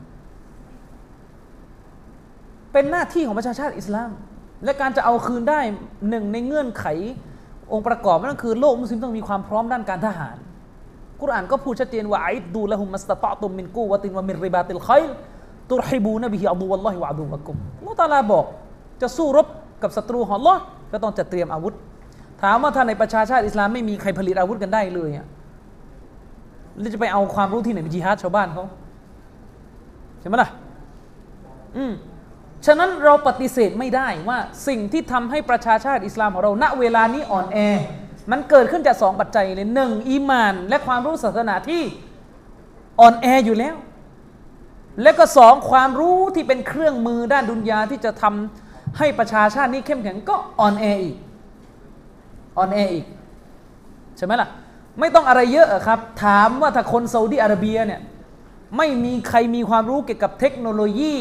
เป็นหน้าที่ของประชาชาติอิสลามและการจะเอาคืนได้หนึ่งในเงื่อนไของค์ประกอบนั่นคือโลกมุสลิมต้องมีความพร้อมด้านการทหารกุรอานก็พูดชัดเจนว่าอิดดูละฮุมมัสตะตอตุมมินกูวะตินวะมินริบาติลค็อยลตุรฮิบูนบิฮิอัลลอฮุวัลลอฮิวะอะดูวะกุมอัลเลาะห์ตะอาลาบอกจะสู้รบกับศัตรูของอัลเลาะห์ก็ต้องจัดเตรียมอาวุธถามว่าถ้าในประชาชาติอิสลามไม่มีใครผลิตอาวุธกันได้เลยอ่ะแล้วจะไปเอาความรู้ที่ไหนไปญิฮาดชาวบ้านเขาใช่ไหมล่ะอืมฉะนั้นเราปฏิเสธไม่ได้ว่าสิ่งที่ทำให้ประชาชาติอิสลามของเราณเวลานี้อ่อนแอมันเกิดขึ้นจากสองปัจจัยเลยหนึ่งอีมานและความรู้ศาสนาที่อ่อนแออยู่แล้วและก็สองความรู้ที่เป็นเครื่องมือด้านดุนยาที่จะทำให้ประชาชาตินี้เข้มแข็งก็อ่อนแออีกอ่อนแออีกใช่ไหมล่ะไม่ต้องอะไรเยอะครับถามว่าถ้าคนซาอุดิอาระเบียเนี่ยไม่มีใครมีความรู้เกี่ยวกับเทคโนโลยี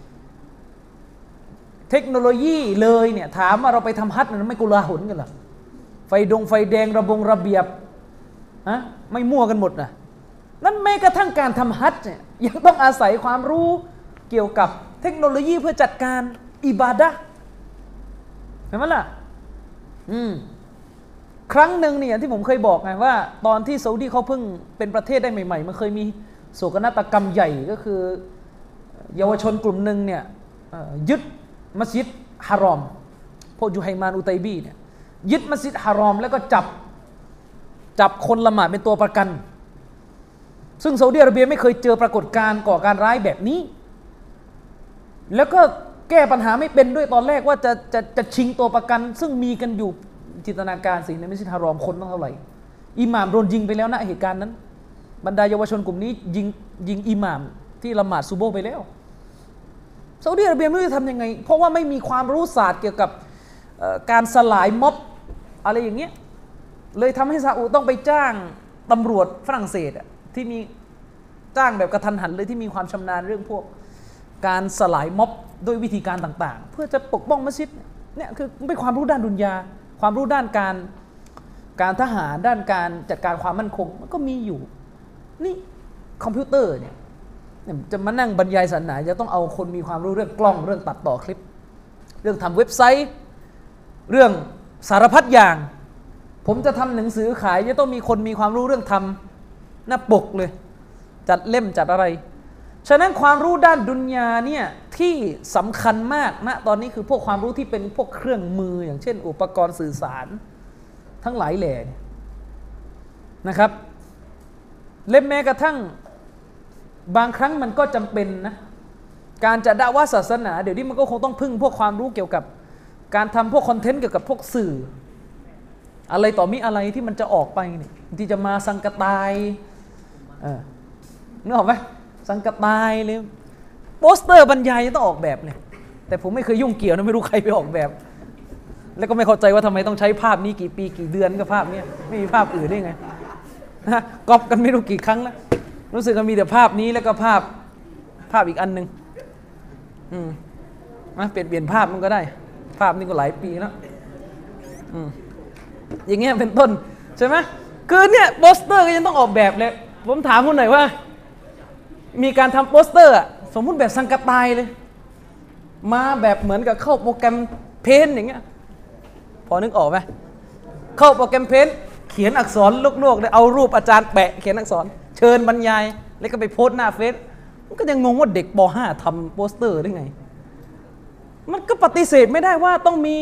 เทคโนโลยีเลยเนี่ยถามว่าเราไปทำฮัจญ์นั้นไม่กุลาหุนกันหรอไฟดงไฟแดงระบงระเบียบฮะไม่มั่วกันหมดนะนั่นแม้กระทั่งการทำฮัจญ์เนี่ยยังต้องอาศัยความรู้เกี่ยวกับเทคโนโลยีเพื่อจัดการอิบาดะห์เห็นไหมล่ะอืมครั้งหนึ่งเนี่ยที่ผมเคยบอกไงว่าตอนที่ซาอุดีเขาเพิ่งเป็นประเทศได้ใหม่ๆมันเคยมีโศกนาฏกรรมใหญ่ก็คือเยาวชนกลุ่มหนึ่งเนี่ยยึดมัสยิดฮารอมพวกยูไฮมานอุตัยบีเนี่ยยึดมัสยิดฮารอมแล้วก็จับจับคนละหมาดเป็นตัวประกันซึ่งซาอุดิอาระเบียไม่เคยเจอปรากฏการณ์ก่อการร้ายแบบนี้แล้วก็แก้ปัญหาไม่เป็นด้วยตอนแรกว่าจะจะจะชิงตัวประกันซึ่งมีกันอยู่จินตนาการสิในมัสยิดฮารอมคนต้องเท่าไหร่อิหม่ามโดนยิงไปแล้วนะเหตุการณ์นั้นบรรดาเยาวชนกลุ่มนี้ยิงยิงอิหม่ามที่ละหมาดซุโบห์ไปแล้วซาอุดิอาระเบียไม่รู้จะทำยังไงเพราะว่าไม่มีความรู้ศาสตร์เกี่ยวกับการสลายม็อบอะไรอย่างเงี้ยเลยทำให้ซาอุต้องไปจ้างตำรวจฝรั่งเศสที่มีจ้างแบบกระทันหันเลยที่มีความชำนาญเรื่องพวกการสลายม็อบด้วยวิธีการต่างๆเพื่อจะปกป้องมัสยิดเนี่ยคือเป็นความรู้ด้านดุนยาความรู้ด้านการการทหารด้านการจัดการความมั่นคงมันก็มีอยู่นี่คอมพิวเตอร์เนี่ยจะมานั่งบรรยายศาสนาจะต้องเอาคนมีความรู้เรื่องกล้องเรื่องตัดต่อคลิปเรื่องทำเว็บไซต์เรื่องสารพัดอย่างผมจะทำหนังสือขายจะต้องมีคนมีความรู้เรื่องทำหน้าปกเลยจัดเล่มจัดอะไรฉะนั้นความรู้ด้านดุนยาเนี่ยที่สำคัญมากนะตอนนี้คือพวกความรู้ที่เป็นพวกเครื่องมืออย่างเช่นอุปกรณ์สื่อสารทั้งหลายแหล่นะครับเล่มแม้กระทั่งบางครั้งมันก็จำเป็นนะการจะด่าว่าศาสนาเดี๋ยวนี้มันก็คงต้องพึ่งพวกความรู้เกี่ยวกับการทำพวกคอนเทนต์เกี่ยวกับพวกสื่ออะไรต่อมีอะไรที่มันจะออกไปเนี่ยที่จะมาสังกตายเออนึกออกไหมสังกตายเลยโปสเตอร์บรรยายต้องออกแบบเลยแต่ผมไม่เคยยุ่งเกี่ยวนะไม่รู้ใครไปออกแบบแล้วก็ไม่เข้าใจว่าทำไมต้องใช้ภาพนี้กี่ปีกี่เดือนกับภาพนี้ไม่มีภาพอื่นได้ไงนะก๊อปกันไม่รู้กี่ครั้งแล้วรู้สึกว่ามีแต่ภาพนี้แล้วก็ภาพภาพอีกอันนึงอืมนะเปลี่ยนเปลี่ยนภาพมันก็ได้ภาพนี้ก็หลายปีแล้วอืมอย่างเงี้ยเป็นต้นใช่ไหมคือเนี่ยโปสเตอร์ก็ยังต้องออกแบบเลยผมถามคุณหน่อยว่ามีการทำโปสเตอร์สมมุติแบบสังกตายเลยมาแบบเหมือนกับเข้าโปรแกรมเพนท์อย่างเงี้ยพอนึกออกไหมเข้าโปรแกรมเพนท์เขียนอักษรโลกๆเลยเอารูปอาจารย์แปะเขียนอักษรเชิญบรรยายแล้วก็ไปโพสต์หน้าเฟซมันก็ยังงงว่าเด็กป .ห้า ทำโปสเตอร์ได้ไงมันก็ปฏิเสธไม่ได้ว่าต้องมี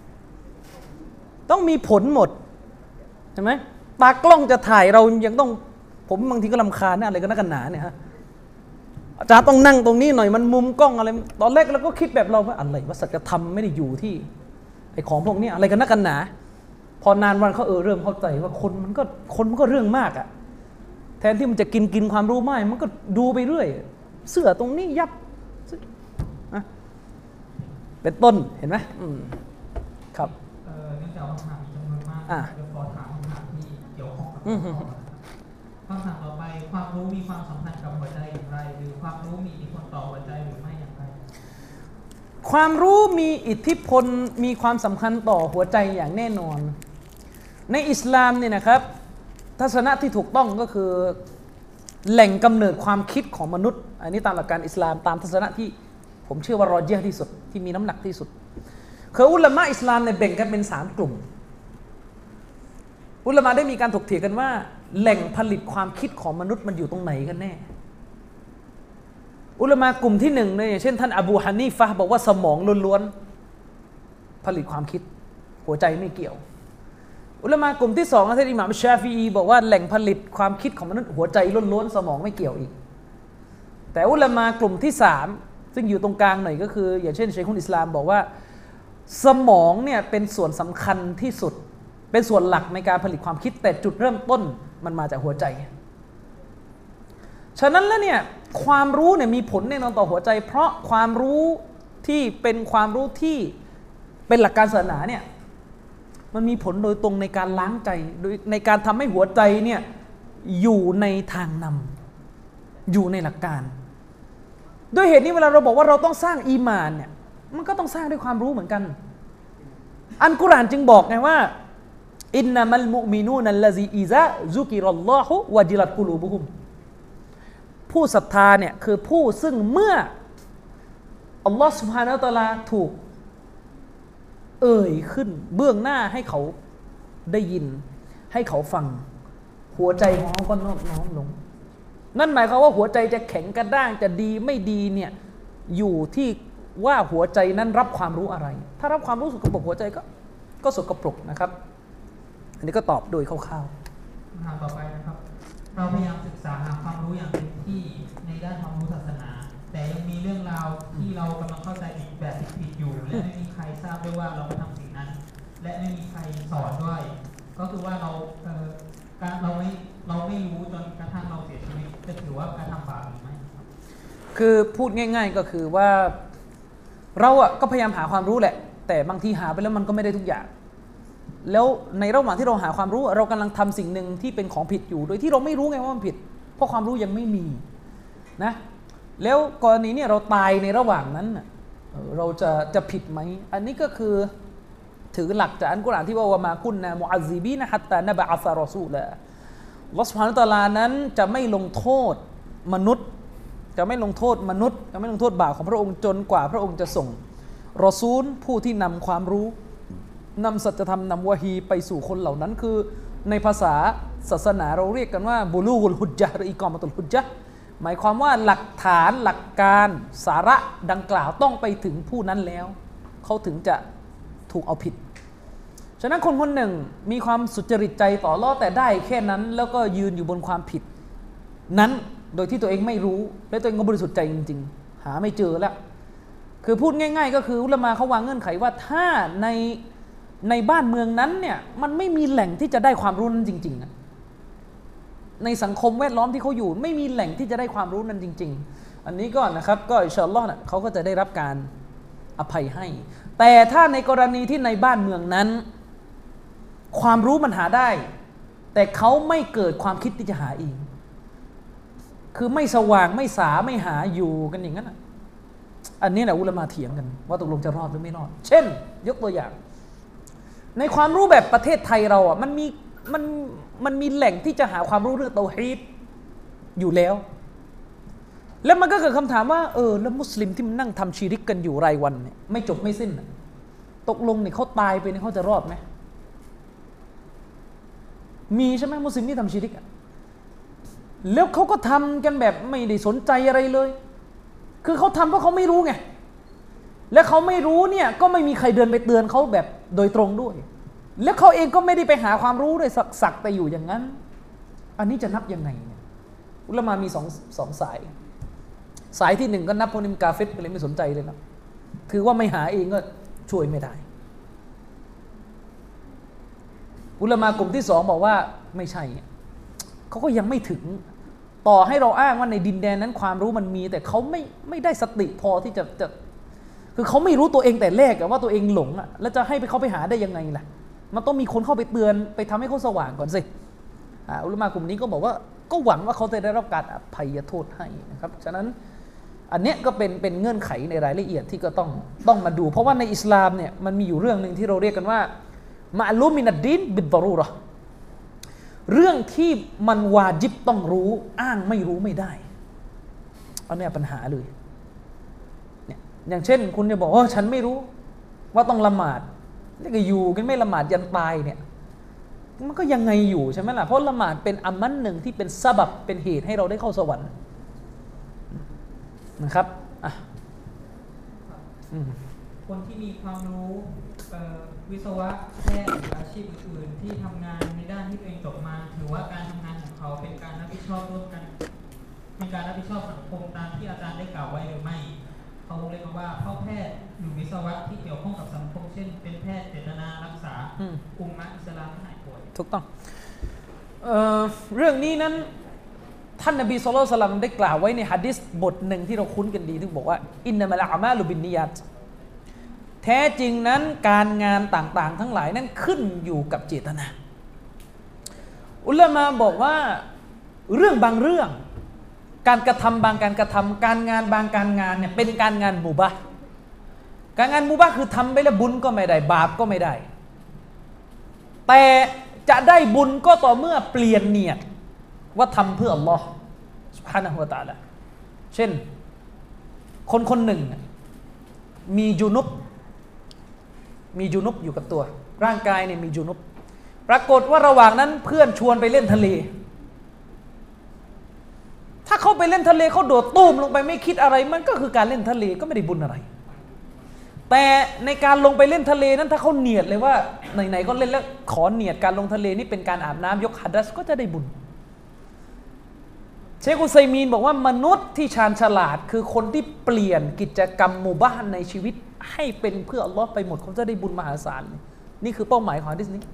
ต้องมีผลหมดใช่ไหมตากล้องจะถ่ายเรายังต้องผมบางทีก็รำคาญนะอะไรก็นักกันหนาเนี่ยฮะอาจารย์ต้องนั่งตรงนี้หน่อยมันมุมกล้องอะไรตอนแรกเราก็คิดแบบเราว่าอะไรว่าสัจธรรมไม่ได้อยู่ที่ไอ้ของพวกนี้อะไรกันนักกันหนาพอนานวันเขาเออเริ่มเข้าใจว่าคนมันก็คนมันก็เรื่องมากอะแทนที่มันจะกินกินความรู้ไม่มันก็ดูไปเรื่อยเสื้อตรงนี้ยับนะเป็นต้นเห็นไหมอืมครับเออเนื่องจากคำถามจำนวนมากจะขอถามคำถามที่เกี่ยวข้องกับคำถามต่อไปความรู้มีความสัมพันธ์กับหัวใจอย่างไรหรือความรู้มีอิทธิพลต่อหัวใจหรือไม่อย่างไรความรู้มีอิทธิพลมีความสำคัญต่อหัวใจอย่างแน่นอนในอิสลามเนี่ยนะครับทัศนะที่ถูกต้องก็คือแหล่งกำเนิดความคิดของมนุษย์อันนี้ตามหลักการอิสลามตามทัศนะที่ผมเชื่อว่ารอเจียที่สุดที่มีน้ำหนักที่สุดคืออุลามะอิสลามเนี่ยแบ่งกันเป็นสามกลุ่มอุลามะได้มีการถกเถียงกันว่าแหล่งผลิตความคิดของมนุษย์มันอยู่ตรงไหนกันแน่อุลามะกลุ่มที่หนึ่งเนี่ยเช่นท่านอบูฮานีฟะห์บอกว่าสมองล้วนๆผลิตความคิดหัวใจไม่เกี่ยวอุลามะกลุ่มที่สองท่านอิหม่ามชาฟิอีบอกว่าแหล่งผลิตความคิดของมนุษย์หัวใจล้วนๆสมองไม่เกี่ยวอีกแต่อุลามะกลุ่มที่สามซึ่งอยู่ตรงกลางหน่อยก็คืออย่างเช่นชัยคุลอิสลามบอกว่าสมองเนี่ยเป็นส่วนสำคัญที่สุดเป็นส่วนหลักในการผลิตความคิดแต่จุดเริ่มต้นมันมาจากหัวใจฉะนั้นแล้วเนี่ยความรู้เนี่ยมีผลแน่นอนต่อหัวใจเพราะความรู้ที่เป็นความรู้ที่เป็นหลักการศาสนาเนี่ยมันมีผลโดยตรงในการล้างใจโดยในการทำให้หัวใจเนี่ยอยู่ในทางนำอยู่ในหลักการด้วยเหตุนี้เวลาเราบอกว่าเราต้องสร้างอีมานเนี่ยมันก็ต้องสร้างด้วยความรู้เหมือนกันอัลกุรอานจึงบอกไงว่าอินนัมัลมุมินูนัลลซีอิซาซุกิรัลลอฮุวะจิลัตกุลูบุฮุมผู้ศรัทธาเนี่ยคือผู้ซึ่งเมื่ออัลลอฮฺซุบฮานะฮูวะตะอาลาถูกเอ่ยขึ้นเบื้องหน้าให้เขาได้ยินให้เขาฟังหัวใจของเขาก็นอบน้อมลงนั่นหมายความว่าหัวใจจะแข็งกระด้างจะดีไม่ดีเนี่ยอยู่ที่ว่าหัวใจนั้นรับความรู้อะไรถ้ารับความรู้สกปรกหัวใจก็ก็สกปรกนะครับอันนี้ก็ตอบโดยคร่าวๆคำถามต่อไปนะครับเราพยายามศึกษาหาความรู้อย่างเต็มที่ในด้านความรู้ศาสนาแต่ยังมีเรื่องราวที่เรากำลังเข้าใจผิดแบบผิดๆอยู่และไม่มีใครทราบด้วยว่าเราทำสิ่งนั้นและไม่มีใครสอนด้วยก็คือว่าเราเอ่อการเราไม่เราไม่รู้จนกระทั่งเราเสียชีวิตจะถือว่าการทำบาปหรือไม่คือพูดง่ายๆก็คือว่าเราอ่ะก็พยายามหาความรู้แหละแต่บางทีหาไปแล้วมันก็ไม่ได้ทุกอย่างแล้วในระหว่างที่เราหาความรู้เรากำลังทำสิ่งหนึ่งที่เป็นของผิดอยู่โดยที่เราไม่รู้ไงว่ามันผิดเพราะความรู้ยังไม่มีนะแล้วกรณีเนี่ยเราตายในระหว่างนั้นเราจะจะผิดไหมอันนี้ก็คือถือหลักจากอัลกุรอานที่ว่าวะมากุนนามุอัซซิบีนะฮัตตานะบะอะซะรอซูละอัลเลาะห์ซุบฮานะฮูวะตะอาลานั้นจะไม่ลงโทษมนุษย์จะไม่ลงโทษมนุษย์จะไม่ลงโทษบ่าวของพระองค์จนกว่าพระองค์จะส่งรอซูลผู้ที่นำความรู้นำสัจธรรมนำวะฮีไปสู่คนเหล่านั้นคือในภาษาศาสนาเราเรียกกันว่าบุลูกุลฮุจญะห์หรืออิกอมะตุลฮุจญะห์หมายความว่าหลักฐานหลักการสาระดังกล่าวต้องไปถึงผู้นั้นแล้วเขาถึงจะถูกเอาผิดฉะนั้นคนคนหนึ่งมีความสุจริตใจต่ออัลเลาะห์แต่ได้แค่นั้นแล้วก็ยืนอยู่บนความผิดนั้นโดยที่ตัวเองไม่รู้และตัวเองก็บริสุทธิ์ใจจริงๆหาไม่เจอแล้วคือพูดง่ายๆก็คืออุลามะเขาวางเงื่อนไขว่าถ้าในในบ้านเมืองนั้นเนี่ยมันไม่มีแหล่งที่จะได้ความรู้นั้นจริงๆในสังคมแวดล้อมที่เขาอยู่ไม่มีแหล่งที่จะได้ความรู้นั้นจริงๆอันนี้ก็นะครับก็อินชาอัลลอฮ์นะเขาก็จะได้รับการอภัยให้แต่ถ้าในกรณีที่ในบ้านเมืองนั้นความรู้มันหาได้แต่เขาไม่เกิดความคิดที่จะหาเองคือไม่สว่างไม่สาไม่หาอยู่กันอย่างนั้นอันนี้แหละอุลามะเถียงกันว่าตกลงจะรอดหรือไม่รอดเช่นยกตัวอย่างในความรู้แบบประเทศไทยเราอ่ะมันมีมันมันมีแหล่งที่จะหาความรู้เรื่องเตาฮีดอยู่แล้วแล้วมันก็เกิดคำถามว่าเออแล้วมุสลิมที่มันนั่งทำชีริกกันอยู่รายวันเนี่ยไม่จบไม่สิ้นตกลงเนี่ยเขาตายไปเนี่ยเขาจะรอดไหมมีใช่ไหมมุสลิมที่ทำชีริกอ่ะแล้วเขาก็ทำกันแบบไม่ได้สนใจอะไรเลยคือเขาทำเพราะเขาไม่รู้ไงและเขาไม่รู้เนี่ยก็ไม่มีใครเดินไปเตือนเขาแบบโดยตรงด้วยแล้วเขาเองก็ไม่ได้ไปหาความรู้เลยสักแต่อยู่อย่างนั้นอันนี้จะนับยังไงเนี่ยอุลามะมีสองสองสายสายที่หนึ่งก็นับพวกนี้กาเฟรไปเลยไม่สนใจเลยนะถือว่าไม่หาเองก็ช่วยไม่ได้อุลามะกลุ่มที่สองบอกว่าไม่ใช่เขาก็ยังไม่ถึงต่อให้เราอ้างว่าในดินแดนนั้นความรู้มันมีแต่เขาไม่ไม่ได้สติพอที่จะจะคือเขาไม่รู้ตัวเองแต่แรกว่าตัวเองหลงอ่ะแล้วจะให้ไปเขาไปหาได้ยังไงล่ะมันต้องมีคนเข้าไปเตือนไปทำให้เขาสว่างก่อนสิอ่าอุลามะกลุ่มนี้ก็บอกว่าก็หวังว่าเขาจะได้รับการอภัยโทษให้นะครับฉะนั้นอันเนี้ยก็เป็นเป็นเงื่อนไขในรายละเอียดที่ก็ต้องต้องมาดูเพราะว่าในอิสลามเนี่ยมันมีอยู่เรื่องนึงที่เราเรียกกันว่ามะลูมินัดดีนบิดดารูเราะห์เรื่องที่มันวาญิบต้องรู้อ้างไม่รู้ไม่ได้อันนี้ปัญหาเลยเนี่ยอย่างเช่นคุณจะบอกว่าฉันไม่รู้ว่าต้องละหมาดนี่ก็อยู่กันไม่ละหมาดยันตายเนี่ยมันก็ยังไงอยู่ใช่ไหมล่ะเพราะละหมาดเป็นอัมมันหนึ่งที่เป็นซะบับเป็นเหตุให้เราได้เข้าสวรรค์นะครับอ่ะคนที่มีความรู้วิศวะแพทย์หรืออาชีพอื่นๆที่ทำงานในด้านที่ตัวเองจบมาถือว่าการทำงานของเขาเป็นการรับผิดชอบร่วมกันเป็นการรับผิดชอบสังคมตามที่อาจารย์ได้กล่าวไว้หรือไม่เขาวงเล็บมาว่าเพราะแพทย์หรือวิศวะที่เกี่ยวข้องกับสังคมเช่นเป็นแพทย์เจตนารักษาอุมมะอิสลามให้หายป่วยถูกต้องเอ่อเรื่องนี้นั้นท่านนบีศ็อลลัลลอฮุอะลัยฮิวะซัลลัมได้กล่าวไว้ในหะดีษบทหนึ่งที่เราคุ้นกันดีที่บอกว่าอินนัมัลอามาลุบินนิยาตแท้จริงนั้นการงานต่างๆทั้งหลายนั้นขึ้นอยู่กับเจตนาอุลามะบอกว่าเรื่องบางเรื่องการกระทำบางการกระทำการงานบางการงานเนี่ยเป็นการงานมุบะห์การงานมุบะห์คือทำไปแล้วบุญก็ไม่ได้บาปก็ไม่ได้แต่จะได้บุญก็ต่อเมื่อเปลี่ยนเนียดว่าทำเพื่ออัลลอฮ์ซุบฮานะฮูวะตะอาลาเช่นคนคนหนึ่งมีจุนุบมีจุนุบอยู่กับตัวร่างกายเนี่ยมีจุนุบปรากฏว่าระหว่างนั้นเพื่อนชวนไปเล่นทะเลถ้าเขาไปเล่นทะเลเขาโดดตุ้มลงไปไม่คิดอะไรมันก็คือการเล่นทะเลก็ไม่ได้บุญอะไรแต่ในการลงไปเล่นทะเลนั้นถ้าเขาเนียดเลยว่าไหนๆก็เล่นแล้วขอเนียดการลงทะเลนี่เป็นการอาบน้ำยกหัดัสก็จะได้บุญเชคอุซัยมีนบอกว่ามนุษย์ที่ชาญฉลาดคือคนที่เปลี่ยนกิจกรรมหมู่บ้านในชีวิตให้เป็นเพื่ออัลลอฮ์ไปหมดเขาจะได้บุญมหาศาลนี่คือเป้าหมายของหะดีษนี้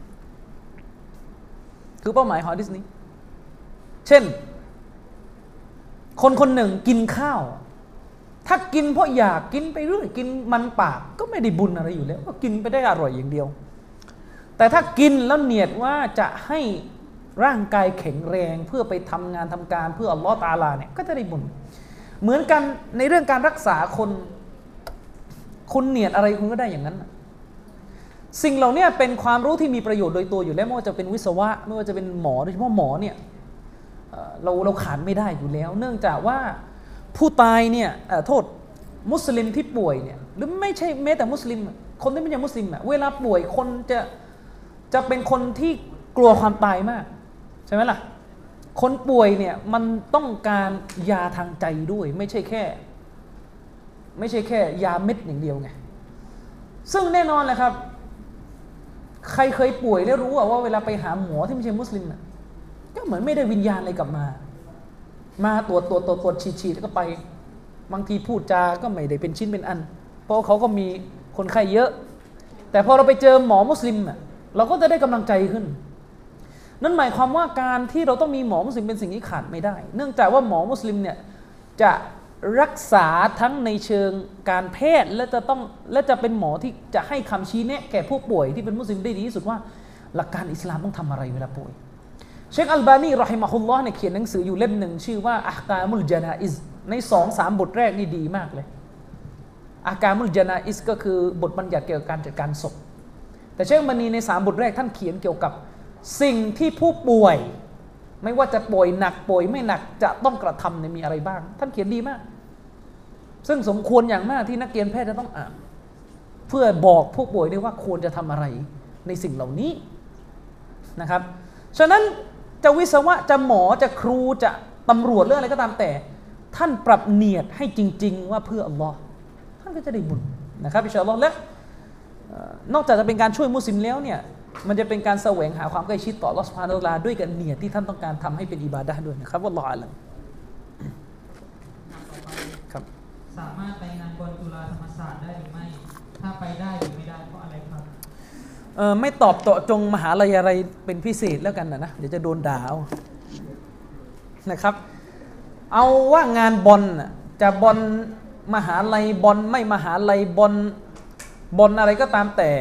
คือเป้าหมายของหะดีษนี้เช่นคนคนหนึ่งกินข้าวถ้ากินเพราะอยากกินไปเรื่อยกินมันปากก็ไม่ได้บุญอะไรอยู่แล้วก็กินไปได้อร่อยอย่างเดียวแต่ถ้ากินแล้วเนียดว่าจะให้ร่างกายแข็งแรงเพื่อไปทำงานทำการเพื่ออัลลอฮ์ตะอาลาเนี่ยก็จะได้บุญเหมือนกันในเรื่องการรักษาคนคุณเนียดอะไรคุณก็ได้อย่างนั้นสิ่งเหล่านี้เป็นความรู้ที่มีประโยชน์โดยตัวอยู่แล้วไม่ว่าจะเป็นวิศวะไม่ว่าจะเป็นหมอโดยเฉพาะหมอเนี่ยเราเราขาดไม่ได้อยู่แล้วเนื่องจากว่าผู้ตายเนี่ยโทษมุสลิมที่ป่วยเนี่ยหรือไม่ใช่แม้แต่มุสลิมคนที่ไม่ใช่มุสลิมอะเวลาป่วยคนจะจะเป็นคนที่กลัวความตายมากใช่ไหมล่ะคนป่วยเนี่ยมันต้องการยาทางใจด้วยไม่ใช่แค่ไม่ใช่แค่ยาเม็ดอย่างเดียวไงซึ่งแน่นอนแหละครับใครเคยป่วยแล้วรู้ว่าเวลาไปหาหมอที่ไม่ใช่มุสลิมก็เหมือนไม่ได้วิญญาณอะไรกลับมามาตรวจตรวจตรวจตรวจฉีดๆแล้วก็ไปบางทีพูดจาก็ไม่ได้เป็นชิ้นเป็นอันเพราะเขาก็มีคนไข้เยอะแต่พอเราไปเจอหมอมุสลิมเราก็จะได้กำลังใจขึ้นนั่นหมายความว่าการที่เราต้องมีหมอมุสลิมเป็นสิ่งที่ขาดไม่ได้เนื่องจากว่าหมอมุสลิมเนี่ยจะรักษาทั้งในเชิงการแพทย์และจะต้องและจะเป็นหมอที่จะให้คำชี้แนะแก่ผู้ป่วยที่เป็นมุสลิมได้ดีที่สุดว่าหลักการอิสลามต้องทำอะไรเวลาป่วยเชคอัลบานีรอฮิมะฮุลลอฮ์เนี่ยเขียนหนังสืออยู่เล่มหนึ่งชื่อว่าอะห์กามุลญะนาอิซในสองสามบทแรกนี่ดีมากเลยอะห์กามุลญะนาอิซก็คือบทบัญญัติเกี่ยวกับการจัดการศพแต่เชคอัลบานีในสามบทแรกท่านเขียนเกี่ยวกับสิ่งที่ผู้ป่วยไม่ว่าจะป่วยหนักป่วยไม่หนักจะต้องกระทำในมีอะไรบ้างท่านเขียนดีมากซึ่งสมควรอย่างมากที่นักเรียนแพทย์จะต้องอ่านเพื่อบอกผู้ป่วยได้ว่าควรจะทำอะไรในสิ่งเหล่านี้นะครับฉะนั้นจะวิศวะจะหมอจะครูจะตำรวจเรื่องอะไรก็ตามแต่ท่านปรับเนียดให้จริงๆว่าเพื่ออัลลอฮ์ท่านก็จะได้บุญนะครับอินชาอัลลอฮ์และนอกจากจะเป็นการช่วยมุสลิมแล้วเนี่ยมันจะเป็นการแสวงหาความใกล้ชิดต่ออัลลอฮ์ซุบฮานะฮูวะตะอาลาด้วยกันเนียดที่ท่านต้องการทำให้เป็นอิบาดะห์ด้วยนะครับวัลลอฮุอาลัมครับสามารถไปงานบอลจุฬาธรรมศาสตร์ได้หรือไม่ถ้าไปได้หรือไม่ได้เพราะอะไรครับเออไม่ตอบเจาะจงมหาลัยอะไรเป็นพิเศษแล้วกันนะนะเดี๋ยวจะโดนด่านะครับเอาว่างานบอลจะบอลมหาลัยบอลไม่มหาลัยบอลบอลอะไรก็ตามแต่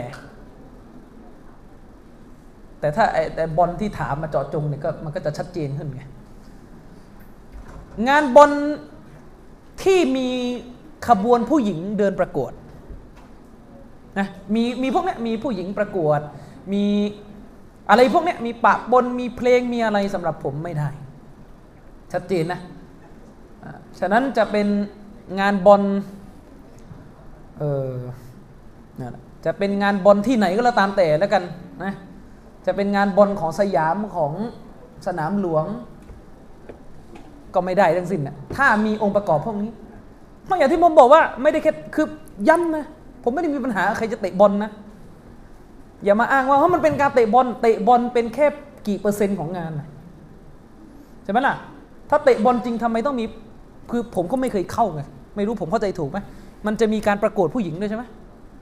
แต่ถ้าแต่บอลที่ถามมาเจาะจงเนี่ยก็มันก็จะชัดเจนขึ้นไงงานบอลที่มีขบวนผู้หญิงเดินประกวดนะมีมีพวกเนี้ยมีผู้หญิงประกวดมีอะไรพวกเนี้ยมีปะปนมีเพลงมีอะไรสำหรับผมไม่ได้ชัดเจนนะฉะนั้นจะเป็นงานบอลเออจะเป็นงานบอลที่ไหนก็แล้วตามแต่แล้วกันนะจะเป็นงานบอลของสยามของสนามหลวงก็ไม่ได้ทั้งสิ้นนะถ้ามีองค์ประกอบพวกนี้เพราะอย่างที่ผมบอกว่าไม่ได้แค่คือย้ำนะผมไม่ได้มีปัญหาใครจะเตะบอลนะอย่ามาอ้างว่าเพราะมันเป็นการเตะบอลเตะบอลเป็นแค่กี่เปอร์เซ็นต์ของงานนะใช่ไหมล่ะถ้าเตะบอลจริงทำไมต้องมีคือผมก็ไม่เคยเข้าไงไม่รู้ผมเข้าใจถูกไหมมันจะมีการประกวดผู้หญิงด้วยใช่ไหม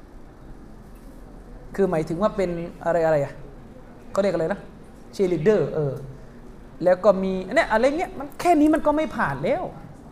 คือหมายถึงว่าเป็นอะไรอะไรอ่ะเขาเรียกอะไรนะเชียร์ลีดเดอร์เออแล้วก็มีเนี่ยอะไรเงี้ยมันแค่นี้มันก็ไม่ผ่านแล้ว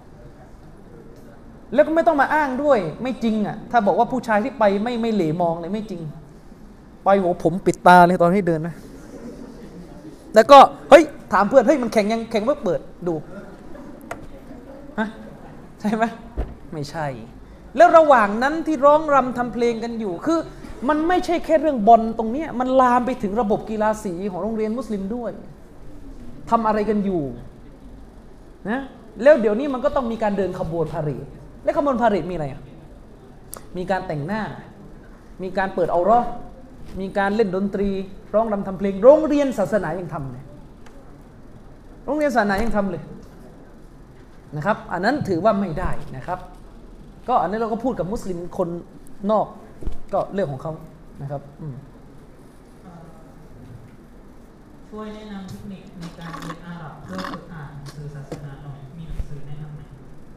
แล้วก็ไม่ต้องมาอ้างด้วยไม่จริงอ่ะถ้าบอกว่าผู้ชายที่ไปไม่ไม่เหลมองเลยไม่จริงไปโหผมปิดตาเลยตอนที่เดินนะแล้วก็เฮ้ยถามเพื่อนเฮ้ยมันแข่งยังแข่งเมื่อเปิดดูฮะใช่ไหมไม่ใช่แล้วระหว่างนั้นที่ร้องรำทำเพลงกันอยู่คือมันไม่ใช่แค่เรื่องบอลตรงนี้มันลามไปถึงระบบกีฬาสีของโรงเรียนมุสลิมด้วยทำอะไรกันอยู่นะแล้วเดี๋ยวนี้มันก็ต้องมีการเดินขบวนพาเหรดและขบวนพาเหรดมีอะไรอ่ะมีการแต่งหน้ามีการเปิดเอาเราะห์มีการเล่นดนตรีร้องรำทำเพลงโรงเรียนศาสนายังทำเลยโรงเรียนศาสนายังทำเลยนะครับอันนั้นถือว่าไม่ได้นะครับก็อันนี้เราก็พูดกับมุสลิมคนนอกก็เรื่องของเขานะครับช่วยแนะนำเทคนิคในการเรียนอาหรับเพื่อฝึกอ่านหนังสือศาสนาหน่อยมีหนังสือแนะนำไหม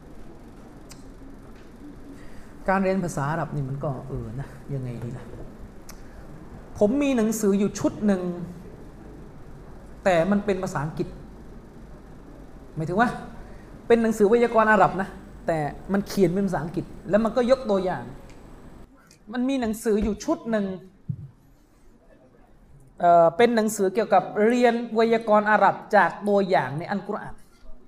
การเรียนภาษาอาหรับนี่มันก็เออนะยังไงดีนะผมมีหนังสืออยู่ชุดหนึ่งแต่มันเป็นภาษาอังกฤษหมายถึงว่าเป็นหนังสือไวยากรณ์อาหรับนะแต่มันเขียนเป็นภาษาอังกฤษแล้วมันก็ยกตัวอย่างมันมีหนังสืออยู่ชุดหนึ่ง เอ่อ เป็นหนังสือเกี่ยวกับเรียนไวยากรณ์อาหรับจากตัวอย่างในอัลกุรอาน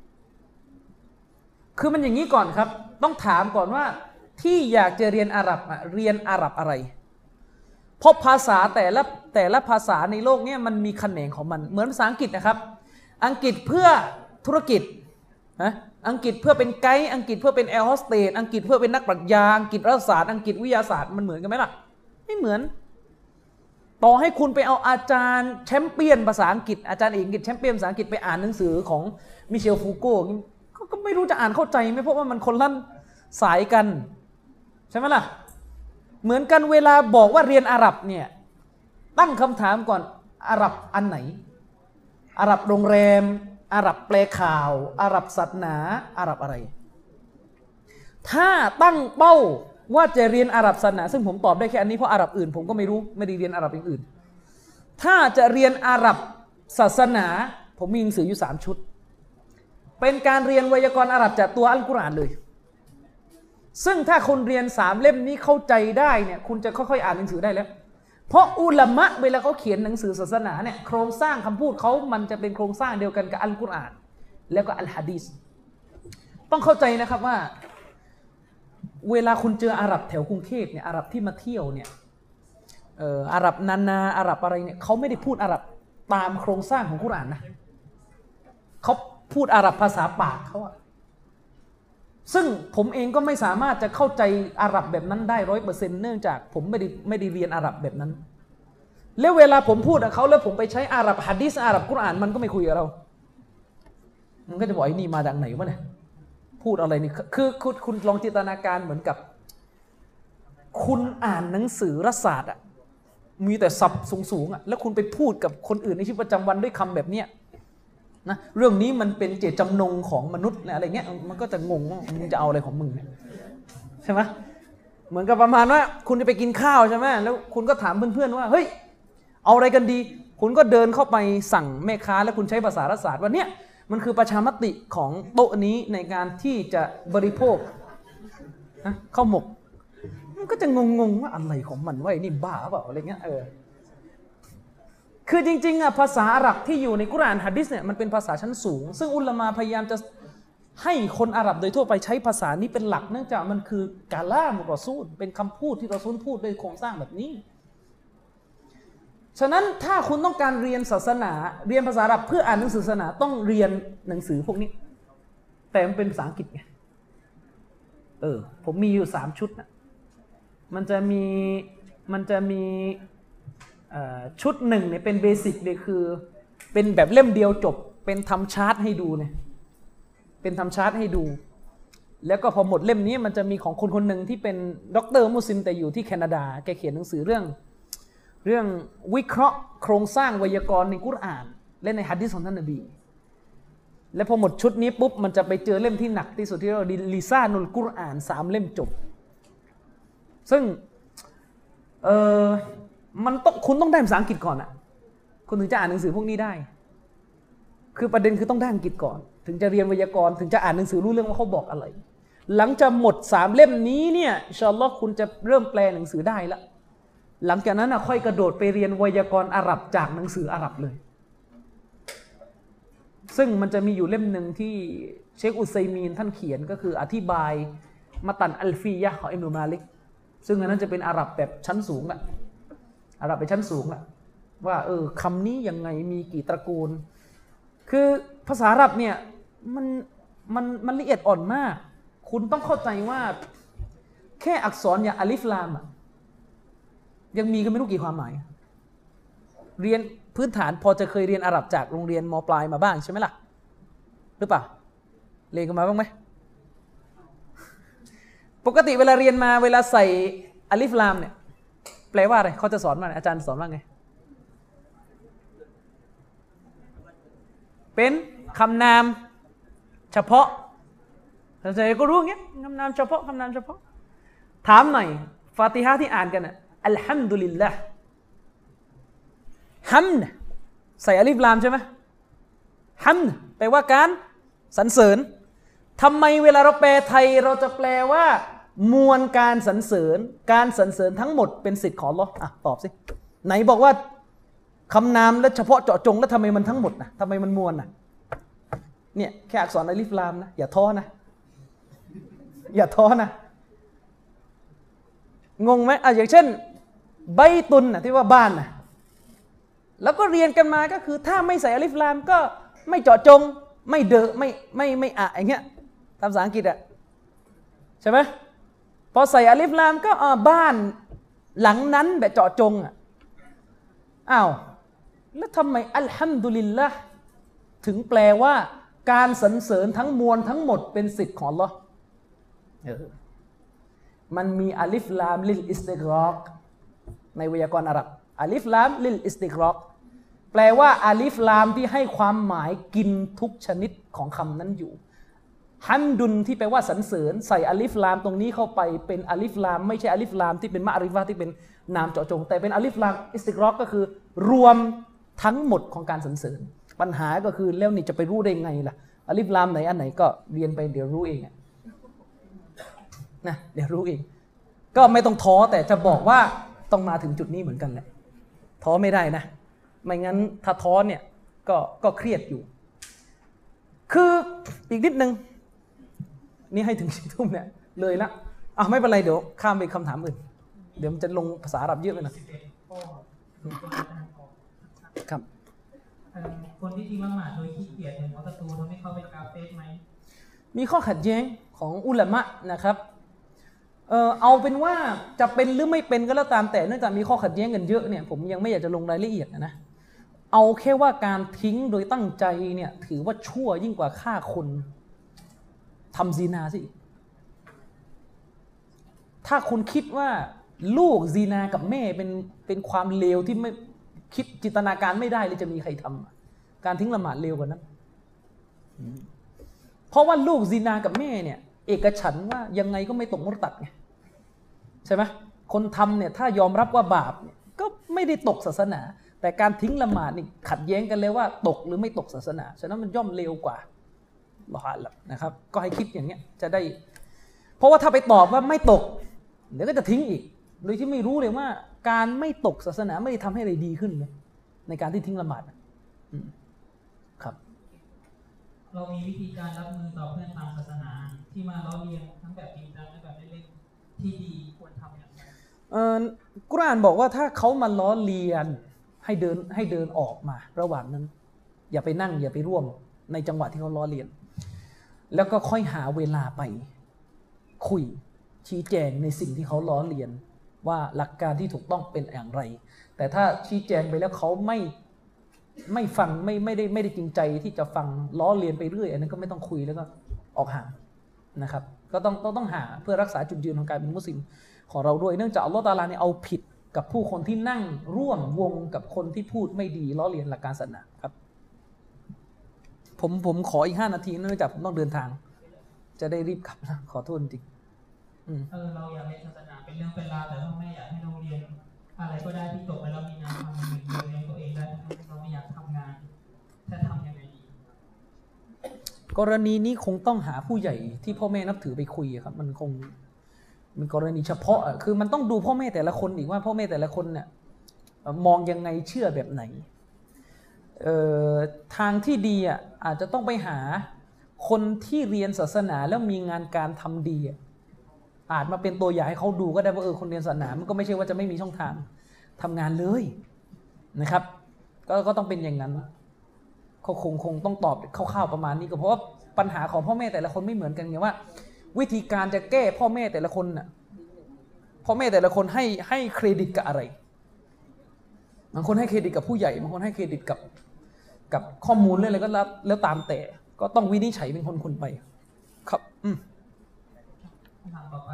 คือมันอย่างนี้ก่อนครับต้องถามก่อนว่าที่อยากจะเรียนอาหรับเรียนอาหรับอะไรเพราะภาษาแต่ละแต่ละภาษาในโลกนี้มันมีแขนงของมันเหมือนภาษาอังกฤษนะครับอังกฤษเพื่อธุรกิจนะอังกฤษเพื่อเป็นไกด์อังกฤษเพื่อเป็นแอร์โฮสเตสอังกฤษเพื่อเป็นนักปรัชญาอังกฤษรัฐศาสตร์อังกฤษวิทยาศาสตร์มันเหมือนกันไหมล่ะไม่เหมือนต่อให้คุณไปเอาอาจารย์แชมเปี้ยนภาษาอังกฤษอาจารย์เอกอังกฤษแชมเปี้ยนภาษาอังกฤษไปอ่านหนังสือของมิเชลฟูโก้ก็ไม่รู้จะอ่านเข้าใจไหมเพราะว่ามันคนละสายกันใช่ไหมล่ะเหมือนกันเวลาบอกว่าเรียนอาหรับเนี่ยตั้งคำถามก่อนอาหรับอันไหนอาหรับโรงแรมอาหรับแปลข่าวอาหรับศาสนาอาหรับอะไรถ้าตั้งเป้าว่าจะเรียนอาหรับศาสนาซึ่งผมตอบได้แค่อันนี้เพราะอาหรับอื่นผมก็ไม่รู้ไม่ได้เรียนอาหรับอย่างอื่นถ้าจะเรียนอาหรับศาสนาผมมีหนังสืออยู่สามชุดเป็นการเรียนไวยากรณ์อาหรับจากตัวอัลกุรอานเลยซึ่งถ้าคุณเรียนสามเล่มนี้เข้าใจได้เนี่ยคุณจะค่อยๆอ่านหนังสือได้แล้วเพราะอุลามะเวลาเขาเขียนหนังสือศาสนาเนี่ยโครงสร้างคำพูดเขามันจะเป็นโครงสร้างเดียวกันกับอัลกุรอานแล้วก็อัลหะดีษต้องเข้าใจนะครับว่าเวลาคุณเจออาหรับแถวกรุงเทพเนี่ยอาหรับที่มาเที่ยวเนี่ยเอ่ออาหรับนานาอาหรับอะไรเนี่ยเขาไม่ได้พูดอาหรับตามโครงสร้างของกุรอานนะเขาพูดอาหรับภาษาปากเขาอะซึ่งผมเองก็ไม่สามารถจะเข้าใจอาหรับแบบนั้นได้ร้อยเปอร์เซ็นต์เนื่องจากผมไม่ได้ไม่ได้เรียนอาหรับแบบนั้นแล้วเวลาผมพูดกับเขาแล้วผมไปใช้อาหรับหะดีษอาหรับกุรอานมันก็ไม่คุยกับเรามันก็จะบอกไอ้นี่มาจากไหนวะเนี่ยพูดอะไรนี่คือคุณคุณลองจินตนาการเหมือนกับคุณอ่านหนังสือรัฐศาสตร์อ่ะมีแต่ศัพท์สูงๆอ่ะแล้วคุณไปพูดกับคนอื่นในชีวิตประจำวันด้วยคำแบบเนี้ยนะเรื่องนี้มันเป็นเจตจำนงของมนุษย์อะไรเงี้ยมันก็จะงงว่ามึงจะเอาอะไรของมึงใช่ไหมเหมือนกับประมาณว่าคุณจะไปกินข้าวใช่ไหมแล้วคุณก็ถามเพื่อนๆว่าเฮ้ยเอาอะไรกันดีคุณก็เดินเข้าไปสั่งแม่ค้าแล้วคุณใช้ภาษารัฐศาสตร์ว่าเนี้ยมันคือประชามติของโต๊ะนี้ในการที่จะบริโภคนะข้าวหมกมันก็จะงงๆว่าอะไรของมันวะไอ้นี่บ้าเปล่าอะไรเงี้ยเออคือจริงๆอ่ะภาษาอาหรับที่อยู่ในกุรอานหะดีษเนี่ยมันเป็นภาษาชั้นสูงซึ่งอุลามะพยายามจะให้คนอาหรับโดยทั่วไปใช้ภาษานี้เป็นหลักเนื่องจากมันคือกาลามรอซูลเป็นคำพูดที่รอซูลพูดด้วยโครงสร้างแบบนี้ฉะนั้นถ้าคุณต้องการเรียนศาสนาเรียนภาษาอาหรับเพื่ออ่านหนังสือศาสนาต้องเรียนหนังสือพวกนี้แต่มันเป็นภาษาอังกฤษไงเออผมมีอยู่สามชุดนะมันจะมีมันจะมีชุดหนึ่งเนี่ยเป็นเบสิกเลยคือเป็นแบบเล่มเดียวจบเป็นทำชาร์ตให้ดูเนี่ยเป็นทำชาร์ตให้ดูแล้วก็พอหมดเล่มนี้มันจะมีของคนคนหนึ่งที่เป็นด็อกเตอร์มุสลิมแต่อยู่ที่แคนาดาแกเขียนหนังสือเรื่องเรื่องวิเคราะห์โครงสร้างไวยากรณ์ในกุรอานและในหะดีษของท่านนบีและพอหมดชุดนี้ปุ๊บมันจะไปเจอเล่มที่หนักที่สุดที่เราลิซานุลกุรอานสามเล่มจบซึ่งเออมันต้องคุณต้องได้ภาษาอังกฤษก่อนอะคุณถึงจะอ่านหนังสือพวกนี้ได้คือประเด็นคือต้องได้อังกฤษก่อนถึงจะเรียนไวยากรณ์ถึงจะอ่านหนังสือรู้เรื่องว่าเขาบอกอะไรหลังจากหมดสามเล่มนี้เนี่ยอินชาอัลลอฮ์คุณจะเริ่มแปลหนังสือได้ละหลังจากนั้นนะค่อยกระโดดไปเรียนไวยากรณ์อาหรับจากหนังสืออาหรับเลยซึ่งมันจะมีอยู่เล่มหนึ่งที่เชคอุซัยมีนท่านเขียนก็คืออธิบายมัตันอัลฟียะห์ของอิบนุมาลิกซึ่งอันนั้นจะเป็นอาหรับแบบชั้นสูงละอาหรับเป็นชั้นสูงละว่าเออคำนี้ยังไงมีกี่ตระกูลคือภาษาอาหรับเนี่ยมันมันมันละเอียดอ่อนมากคุณต้องเข้าใจว่าแค่อักษรอย่างอัลิฟลามอ่ะยังมีก็ไม่รู้กี่ความหมายเรียนพื้นฐานพอจะเคยเรียนอาหรับจากโรงเรียนม.ปลายมาบ้างใช่ไหมล่ะหรือเปล่าเรียนกันมาบ้างไหมปกติเวลาเรียนมาเวลาใส่อัลิฟลามเนี่ยแปลว่าอะไรเขาจะสอนมาอาจารย์สอนว่าไงเป็นคำนามเฉพาะเข้าใจก็รู้อย่างเงี้ยคำนามเฉพาะคำนามเฉพาะถามหน่อยฟาติฮะห์ที่อ่านกันอ่ะอัลฮัมดุลิลลาห์ฮัมด์ใส่อลิฟลามใช่ไหมฮัมด์แปลว่าการสรรเสริญทำไมเวลาเราแปลไทยเราจะแปลว่ามวลการสรรเสริญการสรรเสริญทั้งหมดเป็นสิทธิ์ของอัลเลาะห์อ่ะตอบสิไหนบอกว่าคำนามและเฉพาะเจาะจงแล้วทำไมมันทั้งหมดนะทำไมมันมวลนะเนี่ยแค่อักษรอลิฟลามนะอย่าท้อนะอย่าท้อนะงงไหมอ่ะอย่างเช่นใบตุนนะที่ว่าบ้านนะแล้วก็เรียนกันมาก็คือถ้าไม่ใส่อลิฟลามก็ไม่เจาะจงไม่เดอะไม่ไม่ไม่อะอย่างเงี้ยตามภาษาอังกฤษอะใช่ไหมพอใส่อลิฟลามก็อ่าบ้านหลังนั้นแบบเจาะจงอะอ้าวแล้วทำไมอัลฮัมดุลิลละห์ถึงแปลว่าการสรรเสริญทั้งมวลทั้งหมดเป็นสิทธิ์ของอัลเลาะห์มันมีอลิฟลามลิลอิสติกรอกในไวยากรณ์อาหรับอลิฟลามลิลอิสติกรอกแปลว่าอลิฟลามที่ให้ความหมายกินทุกชนิดของคำนั้นอยู่ฮัมดุนที่แปลว่าสรรเสริญใส่อลิฟลามตรงนี้เข้าไปเป็นอลิฟลามไม่ใช่อลิฟลามที่เป็นมะริฟะห์ที่เป็นนามเจาะจงแต่เป็นอลิฟลามอิสติกรอกก็คือรวมทั้งหมดของการสรรเสริญปัญหาก็คือแล้วนี่จะไปรู้ได้ไงล่ะอลิฟลามไหนอันไหนก็เรียนไปเดี๋ยวรู้เองนะเดี๋ยวรู้เองก็ไม่ต้องท้อแต่จะบอกว่าต้องมาถึงจุดนี้เหมือนกันแหละท้อไม่ได้นะไม่งั้นถ้าท้อเนี่ยก็ก็เครียดอยู่คืออีกนิดนึงนี่ให้ถึงสี่ทุ่มเนี่ยเลยละอ่ะไม่เป็นไรเดี๋ยวข้ามไปคำถามอื่นเดี๋ยวมันจะลงภาษาอาหรับเยอะไปหน่อยครับคนที่ทิ้งละหมาดโดยขี้เกียจเห็นว่าประตูทำให้เขาเป็นกาเฟสไหมมีข้อขัดแย้งของอุลามะนะครับเออเอาเป็นว่าจะเป็นหรือไม่เป็นก็แล้วตามแต่เนื่องจากมีข้อขัดแย้งกันเยอะเนี่ยผมยังไม่อยากจะลงรายละเอียดนะเอาแค่ว่าการทิ้งโดยตั้งใจเนี่ยถือว่าชั่วยิ่งกว่าฆ่าคนทำซีนาสิถ้าคุณคิดว่าลูกซีนากับแม่เป็นเป็นความเลวที่ไม่คิดจินตนาการไม่ได้เลยจะมีใครทำการทิ้งละหมาดเลวกว่านั้นเพราะว่าลูกซีนากับแม่เนี่ยเอกฉันท์ว่ายังไงก็ไม่ตกมุรตัดไงใช่ไหมคนทำเนี่ยถ้ายอมรับว่าบาปเนี่ยก็ไม่ได้ตกศาสนาแต่การทิ้งละหมาดนี่ขัดแย้งกันเลยว่าตกหรือไม่ตกศาสนาฉะนั้นมันย่อมเลวกว่าบาปนะครับก็ให้คิดอย่างเงี้ยจะได้เพราะว่าถ้าไปตอบว่าไม่ตกเดี๋ยวก็จะทิ้งอีกโดยที่ไม่รู้เลยว่าการไม่ตกศาสนาไม่ได้ทำให้อะไรดีขึ้นเลยในการที่ทิ้งละหมาดครับเรามีวิธีการรับมือต่อเพื่อนทางศาสนาที่มาล้อเลียนทั้งแบบจริงจังและแบบเล่นๆที่ดีควรทำอย่างไรเอ่อกุรอานบอกว่าถ้าเขามาล้อเลียนให้เดินให้เดินออกมาระหว่างนั้นอย่าไปนั่งอย่าไปร่วมในจังหวะที่เขาล้อเลียนแล้วก็ค่อยหาเวลาไปคุยชี้แจงในสิ่งที่เขาล้อเลียนว่าหลักการที่ถูกต้องเป็นอย่างไรแต่ถ้าชี้แจงไปแล้วเขาไม่ไม่ฟังไม่ไม่ได้ไม่ได้จริงใจที่จะฟังล้อเลียนไปเรื่อยอันนั้นก็ไม่ต้องคุยแล้วก็ออกห่างนะครับก็ต้องต้องต้องหาเพื่อรักษาจุดยืนของการเป็นมุสลิมของเราด้วยเนื่องจากอัลลอฮฺตะอาลาเนี่ยเอาผิดกับผู้คนที่นั่งร่วมวงกับคนที่พูดไม่ดีล้อเลียนหลักการศาสนาครับผมผมขออีกห้านาทีเนื่องจากผมต้องเดินทางจะได้รีบกลับนะขอโทษจริงเออเราอยากเรียนศาสนาเป็นเรื่องเป็นราวแต่พ่อแม่อยากให้เราเรียนอะไรก็ได้ที่จบไปแล้วมีงานทำเงินเดือนเลี้ยงตัวเองได้เราไม่อยากทำงานจะทำยังไงดีกรณีนี้คงต้องหาผู้ใหญ่ที่พ่อแม่นับถือไปคุยครับมันคงเป็นกรณีเฉพาะคือมันต้องดูพ่อแม่แต่ละคนอีกว่าพ่อแม่แต่ละคนเนี่ยมองยังไงเชื่อแบบไหนทางที่ดีอ่ะอาจจะต้องไปหาคนที่เรียนศาสนาแล้วมีงานการทำดีอาจมาเป็นตัวอย่างให้เขาดูก็ได้ว่าเออคนเรียนศาสนามันก็ไม่ใช่ว่าจะไม่มีช่องทางทำงานเลยนะครับก็ก็ต้องเป็นอย่างนั้นเขาคงคงต้องตอบคร่าวๆประมาณนี้ก็เพราะว่าปัญหาของพ่อแม่แต่ละคนไม่เหมือนกันไงว่าวิธีการจะแก้พ่อแม่แต่ละคนน่ะพ่อแม่แต่ละคนให้ให้เครดิตกับอะไรบางคนให้เครดิตกับผู้ใหญ่บางคนให้เครดิตกับกับข้อมูลเรื่องอะไรก็แล้วแล้วตามแต่ก็ต้องวินิจฉัยเป็นคนคนไปครับอืมคำถามต่อไป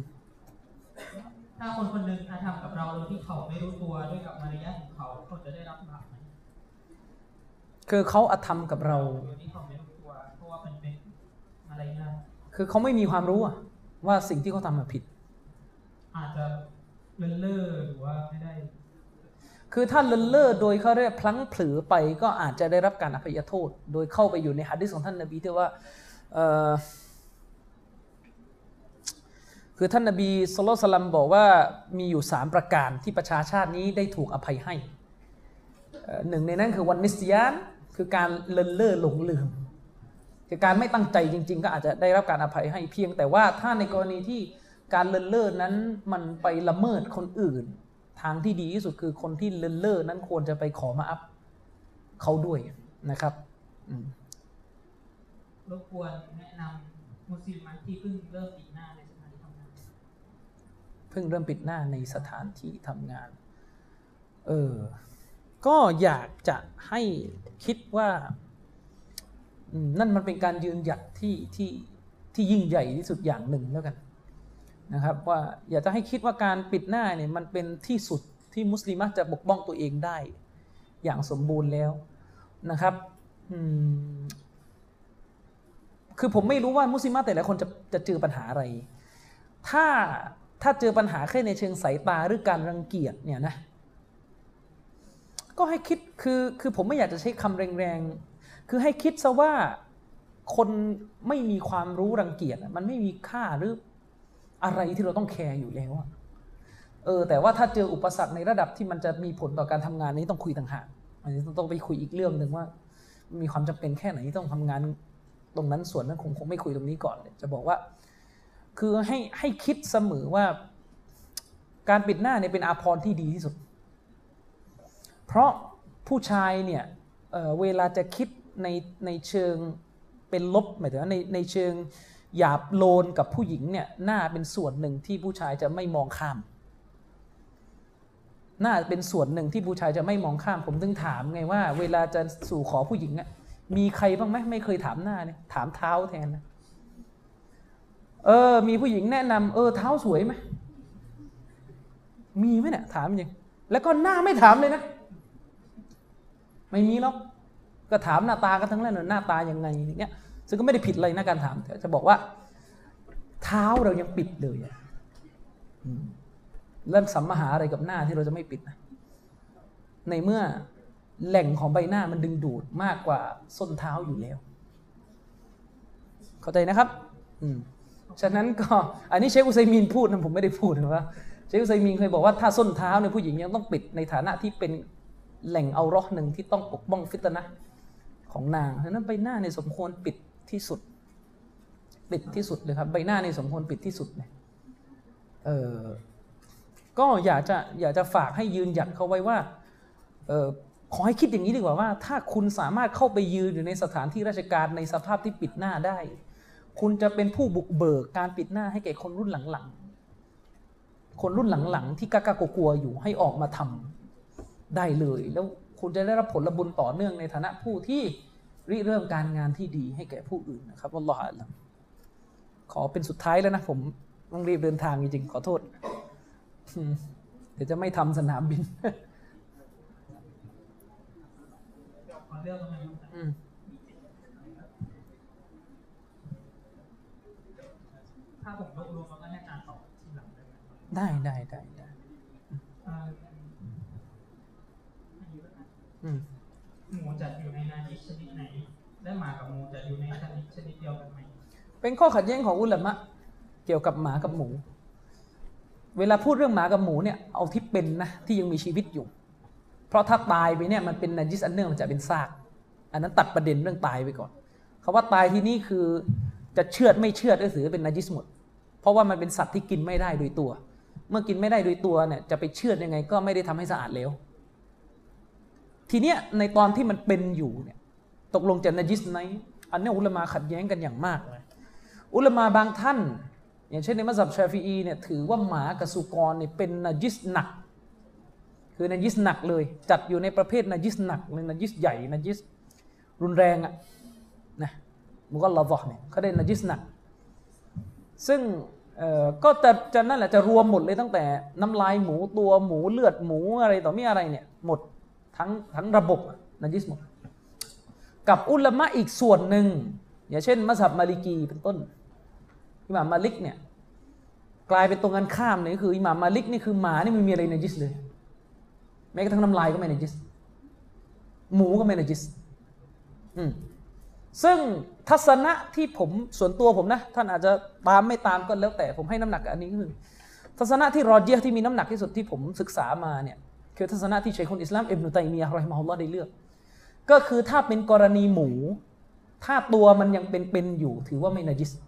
ถ้าคนคนหนึ่งกระทำกับเราโดยที่เขาไม่รู้ตัวด้วยกับมารยาทของเขาเขาจะได้รับบาปไหมคือเขาอธรรมกับเราโดยที่เขาไม่รู้ตัวเพราะว่าเป็นเป็นมารยาทคือเขาไม่มีความรู้ว่าสิ่งที่เขาทำมาผิดอาจจะเลินเล่อหรือว่าไม่ได้คือถ้าเลินเล่อโดยเขาเรียกพลั้งเผลอไปก็อาจจะได้รับการอภัยโทษโดยเข้าไปอยู่ในหะดีษของท่านนบีที่ว่าคือท่านนบีศ็อลลัลลอฮุอะลัยฮิวะซัลลัมบอกว่ามีอยู่สามประการที่ประชาชาตินี้ได้ถูกอภัยให้หนึ่งในนั้นคือวันนิสยานคือการเลินเล่อหลงลืมคือการไม่ตั้งใจจริงๆก็อาจจะได้รับการอภัยให้เพียงแต่ว่าถ้าในกรณีที่การเลินเล่อนั้นมันไปละเมิดคนอื่นทางที่ดีที่สุดคือคนที่เลินเล่อนั้นควรจะไปขอมาอัพเขาด้วยนะครับรบกวนแนะนำมุสลิมที่เพิ่งเริ่มปิดหน้าในสถานที่ทำงานเพิ่งเริ่มปิดหน้าในสถานที่ทำงานเออก็อยากจะให้คิดว่านั่นมันเป็นการยืนหยัดที่ที่ที่ยิ่งใหญ่ที่สุดอย่างหนึ่งแล้วกันนะครับว่าอยากจะให้คิดว่าการปิดหน้าเนี่ยมันเป็นที่สุดที่มุสลิมจะปกป้องตัวเองได้อย่างสมบูรณ์แล้วนะครับคือผมไม่รู้ว่ามุสลิมแต่ละคนจะจะเจอปัญหาอะไรถ้าถ้าเจอปัญหาแค่ในเชิงสายตาหรือการรังเกียจเนี่ยนะก็ให้คิดคือคือผมไม่อยากจะใช้คำแรงๆคือให้คิดซะว่าคนไม่มีความรู้รังเกียจมันไม่มีค่าหรืออะไรที่เราต้องแคร์อยู่แล้วเออแต่ว่าถ้าเจออุปสรรคในระดับที่มันจะมีผลต่อการทำงานนี้ต้องคุยต่างหากอันนี้ต้องไปคุยอีกเรื่องหนึ่งว่ามีความจำเป็นแค่ไหนที่ต้องทำงานตรงนั้นส่วนนั้นคงคงไม่คุยตรงนี้ก่อนจะบอกว่าคือให้ให้คิดเสมอว่าการปิดหน้าเนี่ยเป็นอาภรณ์ที่ดีที่สุดเพราะผู้ชายเนี่ย เ, เวลาจะคิดในในเชิงเป็นลบหมายถึงว่าในในเชิงหยาบโลนกับผู้หญิงเนี่ยหน้าเป็นส่วนหนึ่งที่ผู้ชายจะไม่มองข้ามหน้าเป็นส่วนหนึ่งที่ผู้ชายจะไม่มองข้ามผมถึงถามไงว่าเวลาจะสู่ขอผู้หญิงอ่ะมีใครบ้างไหมไม่เคยถามหน้าเนี่ยถามเท้าแทนนะเออมีผู้หญิงแนะนำเออเท้าสวยไหมมีไหมเนี่ยถามจริงแล้วก็หน้าไม่ถามเลยนะไม่มีหรอกก็ถามหน้าตากันทั้งนั้นหน้าตายังไงอย่างเงี้ยซึ่งก็ไม่ได้ผิดอะไรนะการถามแต่จะบอกว่าเท้าเรายังปิดเลยเริ่มสัมมาหาอะไรกับหน้าที่เราจะไม่ปิดนะในเมื่อแหล่งของใบหน้ามันดึงดูดมากกว่าส้นเท้าอยู่แล้วเข้าใจนะครับอืมฉะนั้นก็อันนี้เชคอุซัยมีนพูดนะผมไม่ได้พูดนะว่าเชคอุซัยมีนเคยบอกว่าถ้าส้นเท้าเนี่ยผู้หญิงยังต้องปิดในฐานะที่เป็นแหล่งเอาเราะห์หนึ่งที่ต้องปกป้องฟิตนะห์ของนางฉะนั้นใบหน้าในสมควรปิดที่สุดปิดที่สุดเลยครับใบหน้าในสมควรปิดที่สุดเลยเออก็อยากจะอยากจะฝากให้ยืนหยัดเขาไว้ว่าเออขอให้คิดอย่างนี้ดีกว่าว่าถ้าคุณสามารถเข้าไปยืนอยู่ในสถานที่ราชการในสภาพที่ปิดหน้าได้คุณจะเป็นผู้บุกเบิกการปิดหน้าให้แก่คนรุ่นหลังๆคนรุ่นหลังๆที่กล้ากลัวๆอยู่ให้ออกมาทำได้เลยแล้วคุณจะได้รับผลบุญต่อเนื่องในฐานะผู้ที่ริเริ่มการงานที่ดีให้แก่ผู้อื่นนะครับอัลลอฮฺอัลลัมขอเป็นสุดท้ายแล้วนะผมต้องรีบเดินทางจริงๆขอโทษเดี๋ยวจะไม่ทำสนามบินขอเลือกมาถ้าผมรวบรวมแล้วก็แนะนำได้ได้ได้ได้เอ่ออืมหมูจัดอยู่ในนาจิสชนิดไหนและหมากับหมูจัดอยู่ในชนิดชนิดเดียวกันไหมเป็นข้อขัดแย้งของอุลามะเกี่ยวกับหมากับหมูเวลาพูดเรื่องหมากับหมูเนี่ยเอาที่เป็นนะที่ยังมีชีวิตอยู่เพราะถ้าตายไปเนี่ยมันเป็นนาจิสอันเนื่องมันจะเป็นซากอันนั้นตัดประเด็นเรื่องตายไปก่อนคำว่าตายที่นี่คือจะเชือดไม่เชือดก็ถือเป็นนาจิสหมดเพราะว่ามันเป็นสัตว์ที่กินไม่ได้โดยตัวเมื่อกินไม่ได้โดยตัวเนี่ยจะไปเชือดยังไงก็ไม่ได้ทำให้สะอาดแล้วทีเนี้ยในตอนที่มันเป็นอยู่เนี่ยตกลงจะนาจิสไหมอันนี้อุลามะขัดแย้งกันอย่างมากเลยอุลามะบางท่านอย่างเช่นในมัซฮับชาฟิอีเนี่ยถือว่าหมากับสุกรเนี่ยเป็นนาจิสหนักคือนาจิสหนักเลยจัดอยู่ในประเภทนาจิสหนักเลยนาจิสใหญ่นาจิสรุนแรงอ่ะนะมุกัลลาซะห์เนี่ยเขาได้นาจิสหนักซึ่งเอ่อก็จะจะนั่นแหละจะรวมหมดเลยตั้งแต่น้ำลายหมูตัวหมูเลือดหมูอะไรต่อมีอะไรเนี่ยหมดทั้งทั้งระบบนาจิสหมดกับอุลามะอีกส่วนหนึ่งอย่างเช่นมัซฮับมาลิกีเป็นต้นอิหม่ามมาลิกเนี่ยกลายเป็นตรงกันข้ามเลยคืออิหม่ามมาลิกนี่คือหมานี่ไม่มีอะไรนาจิสเลยแม้กระทั่งน้ำลายก็ไม่นาจิสหมูก็ไม่นาจิสอืมซึ่งทัศนะที่ผมส่วนตัวผมนะท่านอาจจะตามไม่ตามก็แล้วแต่ผมให้น้ำหนักกับอันนี้คือทัศนะที่รอเจียที่มีน้ำหนักที่สุดที่ผมศึกษามาเนี่ยคือทัศนะที่ชัยคุลอิสลามอิบนุตัยมียะห์เราะฮิมะฮุลลอฮ์ได้เลือกก็คือถ้าเป็นกรณีหมูถ้าตัวมันยังเป็นๆอยู่ถือว่าไม่นาจิส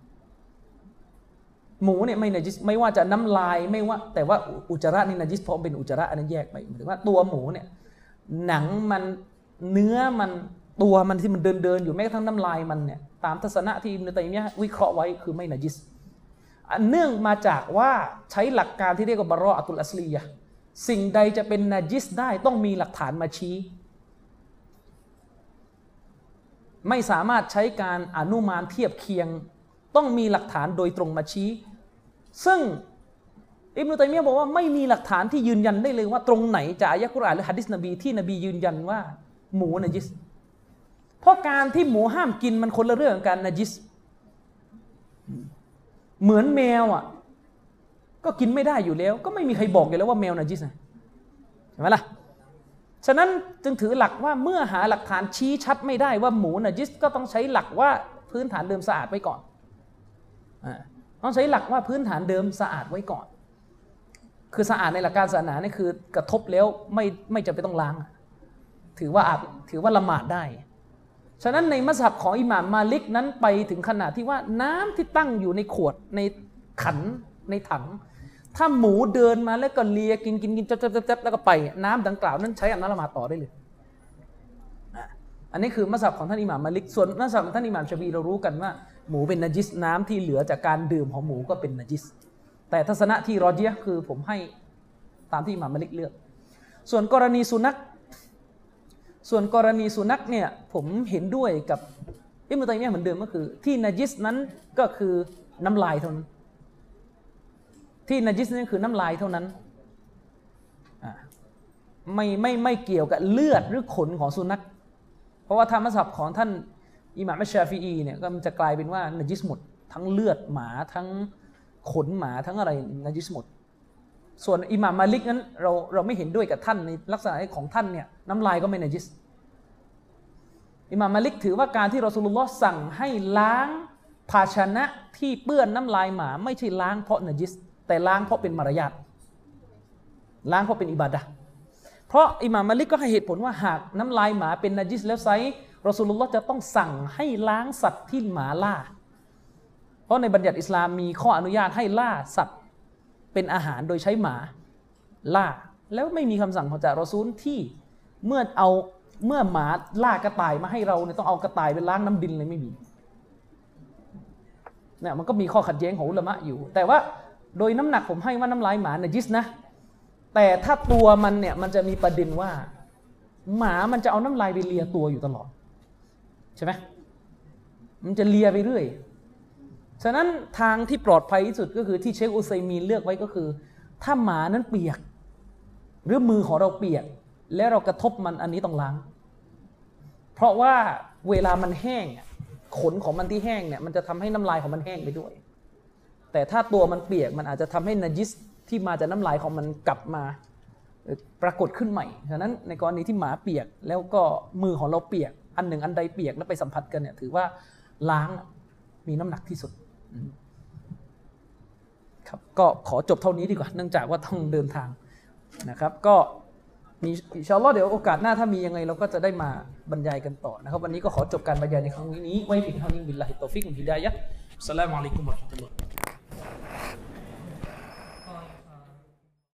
หมูเนี่ยไม่นาจิสไม่ว่าจะน้ำลายไม่ว่าแต่ว่าอุจจาระนี่นาจิสเพราะเป็นอุจจาระอันนั้นแยกไปหมายถึงว่าตัวหมูเนี่ยหนังมันเนื้อมันตัวมันที่มันเดินเดินอยู่แม้กระทั่งน้ำลายมันเนี่ยตามทัศนะที่อิบนุตัยมียะห์วิเคราะห์ไว้คือไม่นาจิสอันเนื่องมาจากว่าใช้หลักการที่เรียกว่าบะรออะตุลอัสลียะห์สิ่งใดจะเป็นนาจิสได้ต้องมีหลักฐานมาชี้ไม่สามารถใช้การอนุมานเทียบเคียงต้องมีหลักฐานโดยตรงมาชี้ซึ่งอิบนุตัยมียะห์บอกว่าไม่มีหลักฐานที่ยืนยันได้เลยว่าตรงไหนจากอายะห์กุรอานหรือหะดีษนบีที่นบียืนยันว่าหมูนาจิสเพราะการที่หมูห้ามกินมันคนละเรื่องกับการนาจิสเหมือนแมวอ่ะก็กินไม่ได้อยู่แล้วก็ไม่มีใครบอกอยู่แล้วว่าแมวนาจิสนะใช่ไหมล่ะฉะนั้นจึงถือหลักว่าเมื่อหาหลักฐานชี้ชัดไม่ได้ว่าหมูนาจิสก็ต้องใช้หลักว่าพื้นฐานเดิมสะอาดไว้ก่อนอ่าต้องใช้หลักว่าพื้นฐานเดิมสะอาดไว้ก่อนคือสะอาดในหลักการศาสนานี่คือกระทบแล้วไม่ไม่จำเป็นต้องล้างถือว่าอาบถือว่าละหมาดได้ฉะนั้นในมัซฮับของอิหม่ามมาลิกนั้นไปถึงขนาดที่ว่าน้ำที่ตั้งอยู่ในขวดในขันในถังถ้าหมูเดินมาแล้วก็เลียกินกินกินจับจับจับแล้วก็ไปน้ำดังกล่าวนั้นใช้อาบน้ำละหมาดต่อได้เลยอันนี้คือมัซฮับของท่านอิหม่ามมาลิกส่วนมัซฮับของท่านอิหม่ามชาฟีเรารู้กันว่าหมูเป็นนาจิสน้ำที่เหลือจากการดื่มของหมูก็เป็นนาจิสแต่ทัศนะที่รอเจียคือผมให้ตามที่อิหม่ามมาลิกเลือกส่วนกรณีสุนัขส่วนกรณีสุนัขเนี่ยผมเห็นด้วยกับอิบนุตัยมียะห์เหมือนเดิมก็คือที่นาจิสนั้นก็คือน้ำลายเท่านั้นที่นาจิสนั่นคือน้ำลายเท่านั้นไม่ไม่ไม่เกี่ยวกับเลือดหรือขนของสุนัขเพราะว่าธรรมศัพท์ของท่านอิหม่ามอัชชาฟิอีเนี่ยก็มันจะกลายเป็นว่านาจิสหมดทั้งเลือดหมาทั้งขนหมาทั้งอะไรนาจิสหมดส่วนอิหม่ามมาลิกนั้นเราเราไม่เห็นด้วยกับท่านในลักษณะของท่านเนี่ยน้ำลายก็ไม่นาจิสอิหม่ามมาลิกถือว่าการที่รอซูลุลลอฮ์สั่งให้ล้างภาชนะที่เปื้อนน้ำลายหมาไม่ใช่ล้างเพราะนาจิสแต่ล้างเพราะเป็นมารยาทล้างเพราะเป็นอิบาดะห์เพราะอิหม่ามมาลิกก็ให้เหตุผลว่าหากน้ำลายหมาเป็นนาจิสแล้วไซรอซูลุลลอฮ์จะต้องสั่งให้ล้างสัตว์ที่หมาล่าเพราะในบัญญัติอิสลามมีข้ออนุญาตให้ล่าสัตว์เป็นอาหารโดยใช้หมาล่าแล้วไม่มีคำสั่งของจากรอซูลที่เมื่อเอาเมื่อหมาล่ากระต่ายมาให้เราเนี่ยต้องเอากระต่ายไปล้างน้ำดินเลยไม่มีเนี่ยมันก็มีข้อขัดแย้งของอุลามะอยู่แต่ว่าโดยน้ำหนักผมให้ว่าน้ำลายหมานาจิสนะแต่ถ้าตัวมันเนี่ยมันจะมีประเด็นว่าหมามันจะเอาน้ำลายไปเลียตัวอยู่ตลอดใช่ไหมมันจะเลียไปเรื่อยฉะนั้นทางที่ปลอดภัยที่สุดก็คือที่เชคอุซัยมีนเลือกไว้ก็คือถ้าหมานั้นเปียกหรือมือของเราเปียกแล้วเรากระทบมันอันนี้ต้องล้างเพราะว่าเวลามันแห้งขนของมันที่แห้งเนี่ยมันจะทำให้น้ำลายของมันแห้งไปด้วยแต่ถ้าตัวมันเปียกมันอาจจะทำให้นาจิสที่มาจากน้ำลายของมันกลับมาปรากฏขึ้นใหม่ฉะนั้นในกรณีที่หมาเปียกแล้วก็มือของเราเปียกอันหนึ่งอันใดเปียกแล้วไปสัมผัสกันเนี่ยถือว่าล้างมีน้ำหนักที่สุดครับก็ขอจบเท่านี้ดีกว่าเนื่องจากว่าต้องเดินทางนะครับก็มีอินชาอัลลอฮ์เดี๋ยวโอกาสหน้าถ้ามียังไงเราก็จะได้มาบรรยายกันต่อนะครับวันนี้ก็ขอจบการบรรยายในครั้งนี้ไว้เพียงเท่านี้บิลลาฮิตตอฟิกวัลฮิดายะฮ์อัสสลามุอะลัยกุมวะเราะห์มะตุลลอฮ์